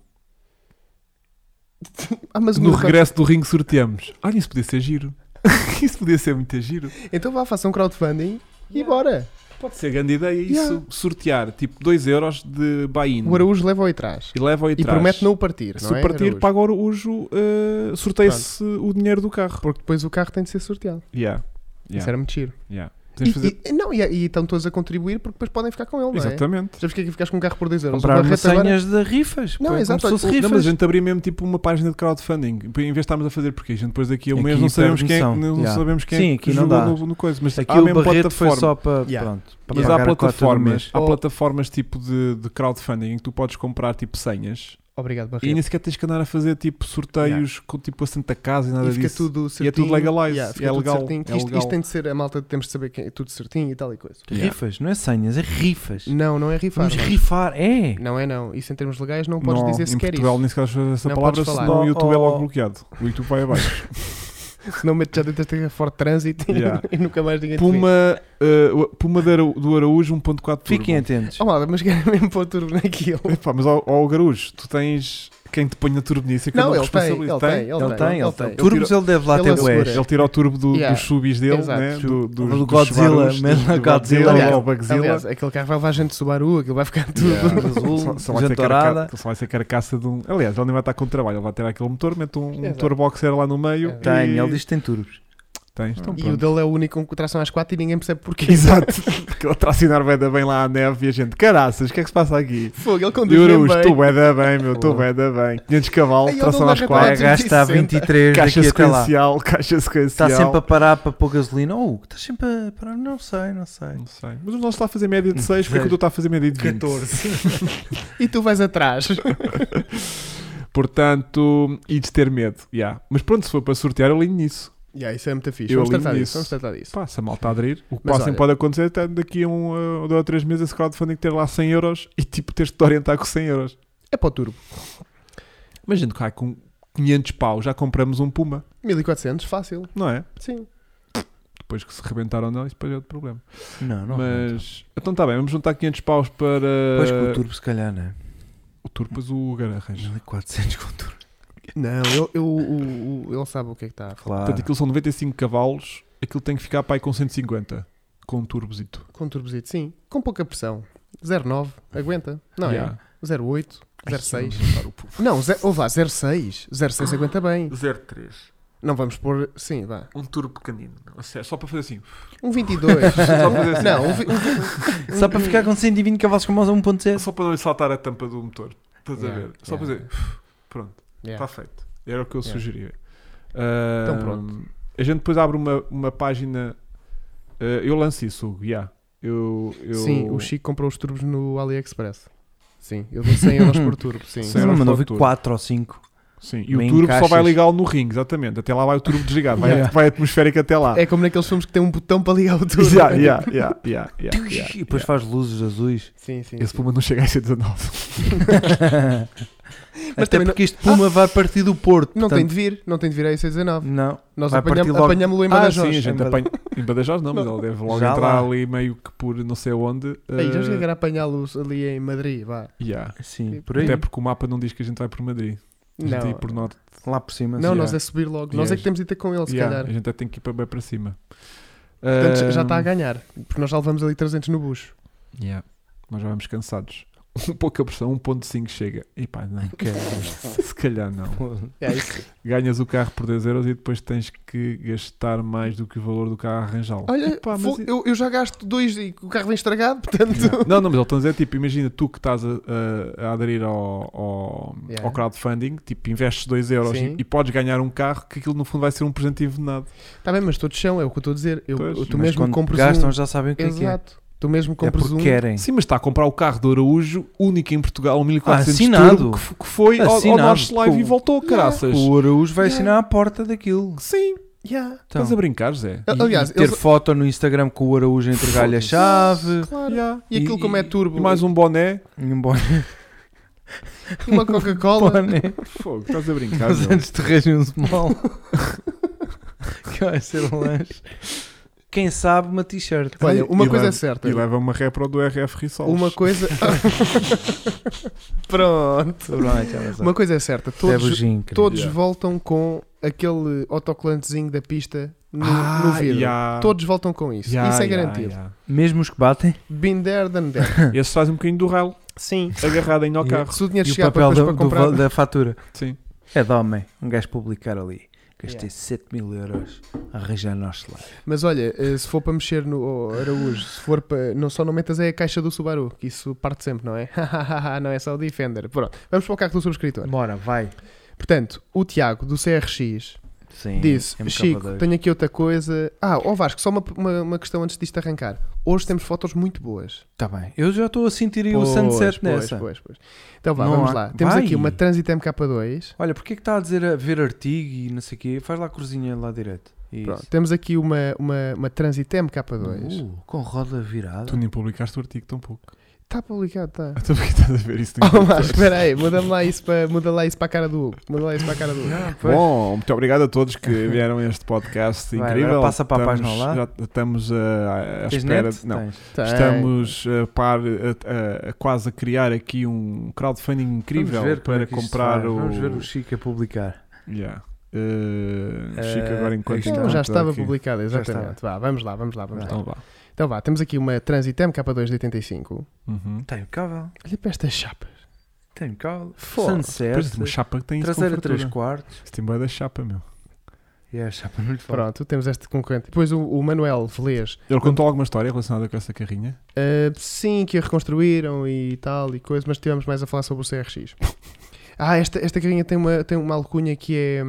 Mas No regresso do ringue sorteamos. Olha, isso podia ser giro. Isso podia ser muito giro. Então vá, faça um crowdfunding e bora. Pode ser grande ideia isso. Sortear tipo 2€ de buy-in. O Araújo leva-o aí atrás. E leva-o aí E atrás. promete não o partir. Se não é, partir, Araújo? paga o Araújo, sorteia-se o dinheiro do carro. Porque depois o carro tem de ser sorteado. Yeah. Isso era muito giro. Yeah. Tens de fazer... E estão todos a contribuir porque depois podem ficar com ele, não é? Exatamente. Já porque é que ficas com um carro por 2€? Comprar senhas de rifas. Não, exato. Como se fosse Não, rifas. mas a gente abria mesmo tipo uma página de crowdfunding. Em vez de estarmos a fazer, porque a gente depois daqui a um Aqui mês não sabemos quem, permissão. não Yeah. sabemos quem Sim, é aqui que não jogou dá. no coisa. Mas Aqui há o mesmo Barreto foi plataforma. só para, Yeah. pronto, para Mas pagar há a cota do mês. plataformas tipo de crowdfunding em que tu podes comprar tipo senhas Obrigado, e Barreto. nem sequer tens que andar a fazer tipo sorteios com tipo a Santa Casa e nada E fica disso. tudo certinho. E é tudo legalized. Fica É tudo legal. certinho. É legal. Isto tem de ser, a malta temos de saber que é tudo certinho e tal e coisa. Rifas, não é senhas, é rifas. Não é rifar. Vamos rifar, é. Não é não. Isso em termos legais não podes Não, dizer em sequer Portugal isso. nem sequer fazer essa Não palavra, podes falar. senão o YouTube é logo Oh. bloqueado. O YouTube vai abaixo. Senão metes já dentro deste forte trânsito Yeah. e nunca mais ninguém te vê. Puma do Araújo 1.4 turbo. Fiquem atentos. Oh, malta, mas querem mesmo pôr turbo naquilo. Epá, mas ao Garujo, tu tens quem te ponha turbinice que eu Não, não ele tem, responsabilizo. Ele tem. Ele Turbos ele deve lá Ele ter assegura. bués. Ele tira o turbo Yeah. dos subis dele, Exato. né? Do Godzilla, mesmo do na Godzilla. Aliás, ou Bugzilla. Aliás, aquele carro vai levar gente de Subaru, aquilo vai ficar tudo. Yeah. Azul, Só vai ser jantarada. só vai ser carcaça de um. Aliás, ele nem vai estar com trabalho, ele vai ter aquele motor, mete um Exato. motor boxer lá no meio. É. Tem, e... ele diz que tem turbos. Tens, então E o pronto. dele é o único com tração às 4 e ninguém percebe porquê. Exato, porque ele tracionar bem lá à neve e a gente, caraças, o que é que se passa aqui? Fogo, ele E conduz o mesmo Araújo, bem. tu bué da bem, meu, tu bué da bem. 500 cavalos, Ai, tração ele às não dá 4, reparado. Gasta 260. 23 caixa daqui até lá. sequencial, caixa sequencial. Está sempre a parar para pôr gasolina. Estás sempre a parar. Não sei. Não sei. Mas o nosso está a fazer média de 6, porque o teu está a fazer média de 20. 14. E tu vais atrás. Portanto, e de ter medo. Yeah. Mas pronto, se for para sortear, eu alinho nisso. Isso é muito fixe. Eu Vamos alinho tratar nisso. disso. Vamos tratar disso. Pá, se a malta aderir, o que Mas passa olha- pode acontecer até daqui a 2 ou 3 meses esse crowdfunding ter lá 100 euros e tipo teres de te orientar com 100 euros. É para o turbo. Imagina que com 500 pau já compramos um Puma, 1400, fácil. não é? Sim. Depois que se rebentaram ou não, isso depois é outro problema. Não. Mas, então está bem, vamos juntar 500 paus para Depois com o turbo, se calhar, não é? o turbo, depois o gararranjo. 1400 com o turbo. Não, ele sabe o que é que está a falar. Claro. Portanto, aquilo são 95 cavalos, aquilo tem que ficar para aí com 150, com um turbozito. Com turbozito, sim. Com pouca pressão. 0,9, aguenta. Não Yeah. é? 0,8, Ai, 0,6. eu vou dar o puff. Não, vá, 0,6. 0,6 aguenta bem. 0,3. Não vamos pôr, sim, vá. Um turbo pequenino. A sério, só para fazer assim. Um 22. Só para fazer assim. Não, Só para ficar com 120 cavalos com mais 1.0. Só para não lhe saltar a tampa do motor. Estás a Yeah, ver? Só para yeah. dizer. Pronto, Yeah. está feito. Era o que eu Yeah. sugeria. Então pronto. A gente depois abre uma página. Eu lanço isso, Hugo. Yeah. Eu... Sim, o Chico comprou os turbos no AliExpress. Sim, eu dou 100 euros por turbo. Sim. Sim. Não, mandou para o vir turbo. 4 ou 5. Sim, e o Meio turbo encaixas. só vai ligá-lo no ringue, exatamente. Até lá vai o turbo desligado. Vai atmosférico até lá. É como naqueles filmes que tem um botão para ligar o turbo. Yeah. E depois faz luzes azuis. Sim, sim. Esse sim. Puma não chega a ser 19. Até também porque este Puma vai partir do Porto. Não tem portanto, de vir, não tem de vir a IC19. Não. Nós Vai partir logo. apanhamos-lo em Ah, Badajoz. sim, a gente Em apanha. Em Badajoz não, mas ele deve logo Já entrar lá. ali meio que por não sei onde. Aí, já chegar a apanhá-los ali em Madrid, vá. Yeah. Sim, por aí. Até porque o mapa não diz que a gente vai por Madrid. A gente Não, ir por norte. Lá por cima. não sim. nós é subir logo. Nós é que temos de ir ter com ele, se Yeah, calhar. a gente tem que ir para bem para cima. Portanto, já está a Ah, ganhar. Porque nós já levamos ali 300 no bucho. yeah. Nós já vamos cansados. Pouca pressão, 1.5 chega. E pá, não. Se calhar não. É isso. Ganhas o carro por 10 euros e depois tens que gastar mais do que o valor do carro a arranjá-lo. Olha, Epá, mas eu já gasto 2 e o carro vem estragado, portanto. Não, mas ele está a dizer, tipo, imagina tu que estás a aderir ao crowdfunding, tipo, investes 2 euros Sim. e podes ganhar um carro que aquilo no fundo vai ser um presente envenenado. Está bem, mas todos são, é o que eu estou a dizer. Pois, Tu Mas mesmo quando compras gastam um. já sabem o que é que é. Exato. Tu mesmo É compras porque um. querem. Sim, mas está a comprar o carro do Araújo, único em Portugal, um 1400 assinado. Turbo, que foi ao Assinado. Norte Live e Com- voltou, caraças. O Araújo vai Yeah. assinar a porta daquilo. Sim, Yeah. Então, estás a brincar, Zé? Aliás, e ter eles- foto no Instagram com o Araújo a entregar-lhe a chave. Claro. Yeah. E aquilo como é turbo. E mais um boné. E um bom- Uma Coca-Cola. Fogo, estás a brincar. Mas antes de reagir um small. Que vai ser um lanche. Quem sabe uma t-shirt. Olha, uma coisa é certa. E leva uma repro do RF Rissols. Uma coisa. Pronto. Uma coisa é certa. Todos voltam com aquele autocolantezinho da pista no vidro. Todos voltam com isso. Isso é garantido. Mesmo os que batem? Been there, done there. Esses fazem um bocadinho do rail. Sim. Agarrado ainda ao carro. Se o dinheiro E o chegar papel para comprar. da fatura. Sim. É de homem. Um gajo publicar ali. Gastei 7.000 euros a arranjar nosso lado. Mas olha, se for para mexer no Araújo, se for para. Não, só não metas a caixa do Subaru, que isso parte sempre, não é? Não é só o Defender. Pronto, vamos para o carro do subscritor. Bora, vai. Portanto, o Tiago do CRX disse: Chico, tenho aqui outra coisa. Vasco, só uma questão antes disto arrancar. Hoje temos fotos muito boas. Está bem. Eu já estou a sentir o sunset nessa. Pois. Então vamos lá. Temos aqui uma Transit MK2. Olha, porquê que está a dizer a ver artigo e não sei o quê? Faz lá a cruzinha lá direto. Pronto, temos aqui uma Transit MK2. Com roda virada. Tu nem publicaste o artigo tão pouco. Está publicado, está. Então por que estás a ver isso? Mas espera aí, muda lá isso para a cara do Hugo. Bom, muito obrigado a todos que vieram a este podcast incrível. Passa para a página lá. Já estamos à espera. Não, estamos quase a criar aqui um crowdfunding incrível para comprar o. Vamos ver o Chico a publicar. Chico agora enquanto já estava publicado, exatamente. Vamos lá. Então vá, temos aqui uma Transit MK2 de 85. Tem um cavalo. Olha para estas chapas. Tem um cavalo. Sunset. Uma chapa que tem traseira 3/4. Isso tem boa da chapa, meu. E a chapa não lhe fala. Pronto, temos este concorrente. Depois o Manuel Velez. Ele contou alguma história relacionada com essa carrinha? Sim, que a reconstruíram e tal e coisa, mas tivemos mais a falar sobre o CRX. Esta carrinha tem uma alcunha que é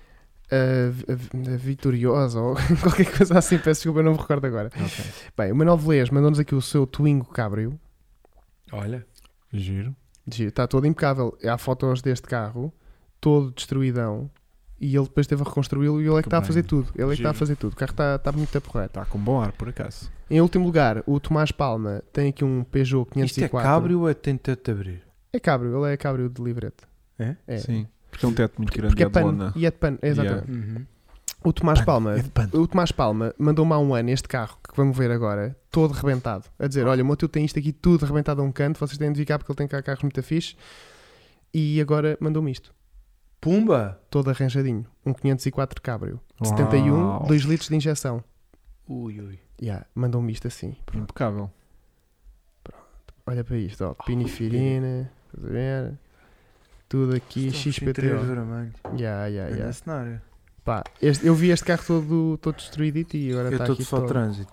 a Vitoriosa ou qualquer coisa assim, peço desculpa, não me recordo agora. Okay. Bem, o Manuel Velez mandou-nos aqui o seu Twingo Cabrio. Olha, giro. Está todo impecável. Há fotos deste carro, todo destruidão, e ele depois teve a reconstruí-lo e ele é que está a fazer tudo. O carro está muito a porrer. Está com bom ar, por acaso. Em último lugar, o Tomás Palma tem aqui um Peugeot 504. Isto é cabrio ou é tenta-te abrir? É cabrio, ele é cabrio de livrete. É? Sim. Porque é um teto muito grande. Porque é pano. E é de pano, exatamente. Uhum. O Tomás Palma mandou-me há um ano este carro que vamos ver agora, todo rebentado. A dizer, olha, o meu tio tem isto aqui tudo rebentado a um canto, vocês têm de ficar porque ele tem cá carros muito fixe. E agora mandou-me isto. Pumba! Todo arranjadinho. Um 504 cabrio. 71, 2 litros de injeção. Ui. Mandou-me isto assim. Pronto. Impecável. Pronto. Olha para isto, ó. Pinifirina. Estás a ver? Tudo aqui, XPTO. É cenário. Pá, eu vi este carro todo destruído e agora está aqui. Eu estou só trânsito.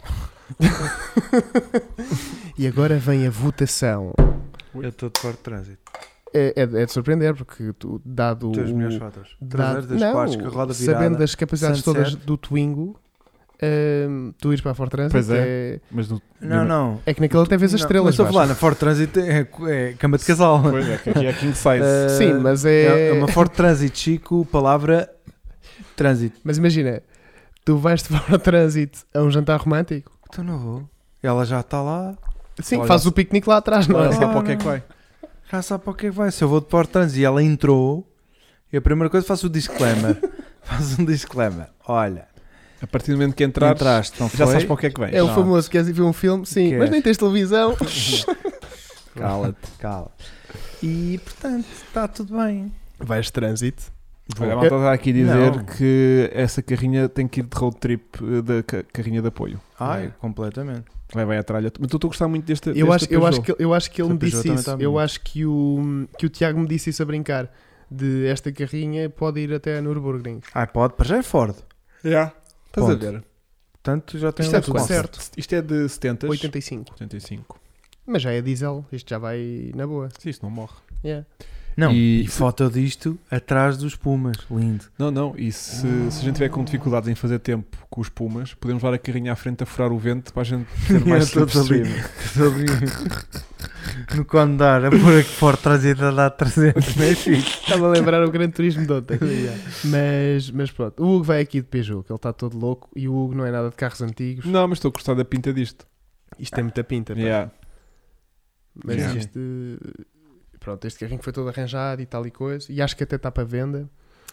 E agora vem a votação. Eu estou de fora de trânsito. É de surpreender, porque dado as melhores fotos. Sabendo das capacidades todas do Twingo, tu ires para a Ford Transit. Pois é. Mas não. É que naquele até vês as estrelas. Mas estou a falar, na Ford Transit é cama de casal. Pois é, que aqui é king size. Sim, mas é uma Ford Transit, Chico, palavra trânsito. Mas imagina, tu vais de Ford Transit a um jantar romântico? Então não vou. Ela já está lá. Sim, faz o piquenique lá atrás, não é? Já sabe para o que é que vai. Já sabe para o que é que vai. Se eu vou de Ford Transit e ela entrou, e a primeira coisa faço o disclaimer. Faço um disclaimer. Olha, a partir do momento que entraste, já sabes para o que é que vem. É o famoso, queres ir ver um filme? Sim, mas nem tens televisão. Cala-te. E portanto, está tudo bem. Vais de trânsito. Olha, a malta está aqui a dizer que essa carrinha tem que ir de road trip da carrinha de apoio. Completamente. Vai bem a tralha. Mas eu estou a gostar muito deste eu acho que ele me disse isso. Eu acho que o Tiago me disse isso a brincar. De esta carrinha pode ir até a Nürburgring. Pode, para já é Ford. Estás a ver? Portanto, já tem isto é tudo certo. Isto é de 70? 85. Mas já é diesel. Isto já vai na boa. Sim, isto não morre. Não, e foto disto atrás dos Pumas, lindo. Não, e se a gente tiver com dificuldades em fazer tempo com os Pumas, podemos levar a carrinha à frente a furar o vento para a gente ter mais slipstream. No condar, a pôr aqui fora trazida a dar 300, não é fixe? Estava a lembrar o Grande Turismo de ontem. Mas pronto, o Hugo vai aqui de Peugeot, que ele está todo louco, e o Hugo não é nada de carros antigos. Não, mas estou a gostar da pinta disto. Isto tem muita pinta. Mas isto... pronto, este carrinho foi todo arranjado e tal e coisa. E acho que até está para venda.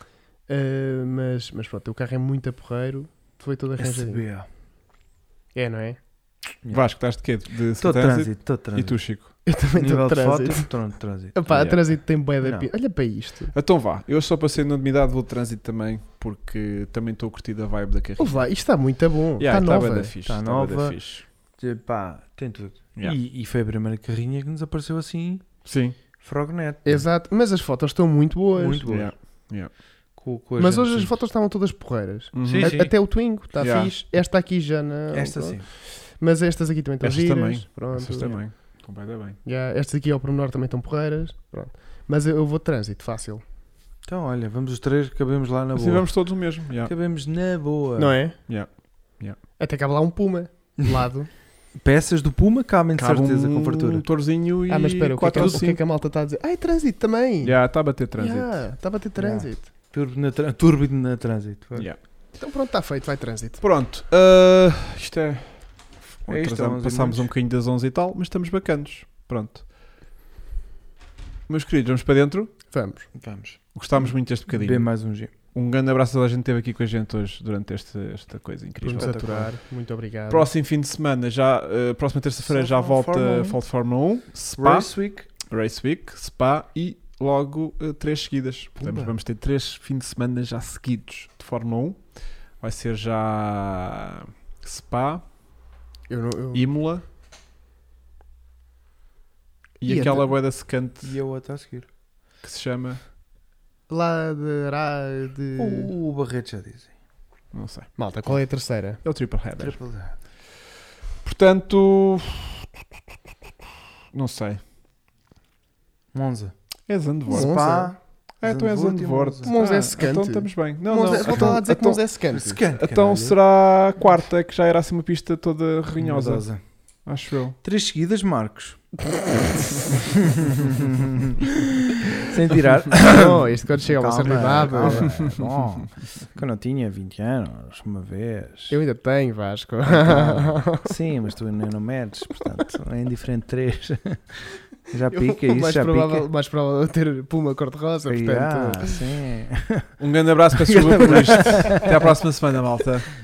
Mas pronto, o carro é muito porreiro. Foi todo arranjadinho. SB. É, não é? Vasco, estás de quê? De Estou trânsito? trânsito. E tu, Chico? Eu também estou Nível de de trânsito. foto, estou de trânsito. Epá, a trânsito tem bué da Não. Olha para isto. Então vá, eu só passei na unidade, vou de trânsito também, porque também estou a curtir a vibe da carrinha. Ouve lá, isto está muito bom. Yeah, Está nova. bué da fixe, Está está bué da nova. fixe. Pá, tem tudo. Yeah. E foi a primeira carrinha que nos apareceu assim, Sim. Frognet. Exato, mas as fotos estão muito boas. Muito boas. Yeah. Com a Mas gente hoje as simples. fotos estavam todas porreiras. Uhum. Sim, sim. Até o Twingo está Yeah. fixe. Esta aqui já não. Esta pronto. sim. Mas estas aqui também estão Estas giras. também. Pronto. Essas também. Completamente bem. Yeah, estas aqui ao pormenor também estão porreiras. Pronto. Mas eu vou de trânsito, fácil. Então, olha, vamos os três, cabemos lá na Assim boa. vamos todos o mesmo. Yeah. Cabemos na boa. Não é? Yeah. Até cabe lá um Puma de lado. Peças do Puma cabem de Cabe certeza um com fartura. motorzinho e Mas espera, o que, é que, 4 ou o que é 5. que a malta está a dizer? Ai, trânsito também! Já, está a bater trânsito. Está a bater trânsito. Turbo na trânsito. Yeah. Então pronto, está feito, vai trânsito. Pronto, isto é. É isto, 11 passámos minutos. um bocadinho das 11 e tal, mas estamos bacanos. Pronto. Meus queridos, vamos para dentro. Vamos. Vamos. Gostámos muito deste Bem bocadinho. mais um G. Um grande abraço a toda a gente que esteve aqui com a gente hoje durante esta coisa Por incrível. nos aturar. Muito obrigado. Próximo fim de semana, próxima terça-feira Só já volta Fórmula 1. Fórmula 1, Spa, Race Week. Race Week, Spa e logo 3 seguidas. Portanto, Pumba. vamos ter 3 fins de semana já seguidos de Fórmula 1. Vai ser já Spa, Eu Imola e E aquela então- boeda secante E a outra a seguir. que se chama, Lá de. O Barreto já dizem. não sei, Malta, qual é a terceira? é o Triple Header. Triple D. Portanto, não sei, Monza. é Zandvoort. Monza. Spa. Tu és Zandvoort. Monza. Monza é secante. Então estamos bem. Não, Monza, não. volta lá a dizer que então, Monza é secante. Secante, então caralho. será a quarta, que já era assim uma pista toda ranhosa. Ranhosa. Acho eu. 3 seguidas, Marcos. Sem tirar. Não, isto quando chega a uma certa idade. calma. Bom, quando eu tinha 20 anos, uma vez. Eu ainda tenho, Vasco. Então, sim, mas tu ainda não metes, portanto, é indiferente 3. Já pica isso, mais já provável, pica. mais provável ter Puma cor-de-rosa, portanto. Sim. Um grande abraço, peço desculpa por isto. Até à próxima semana, malta.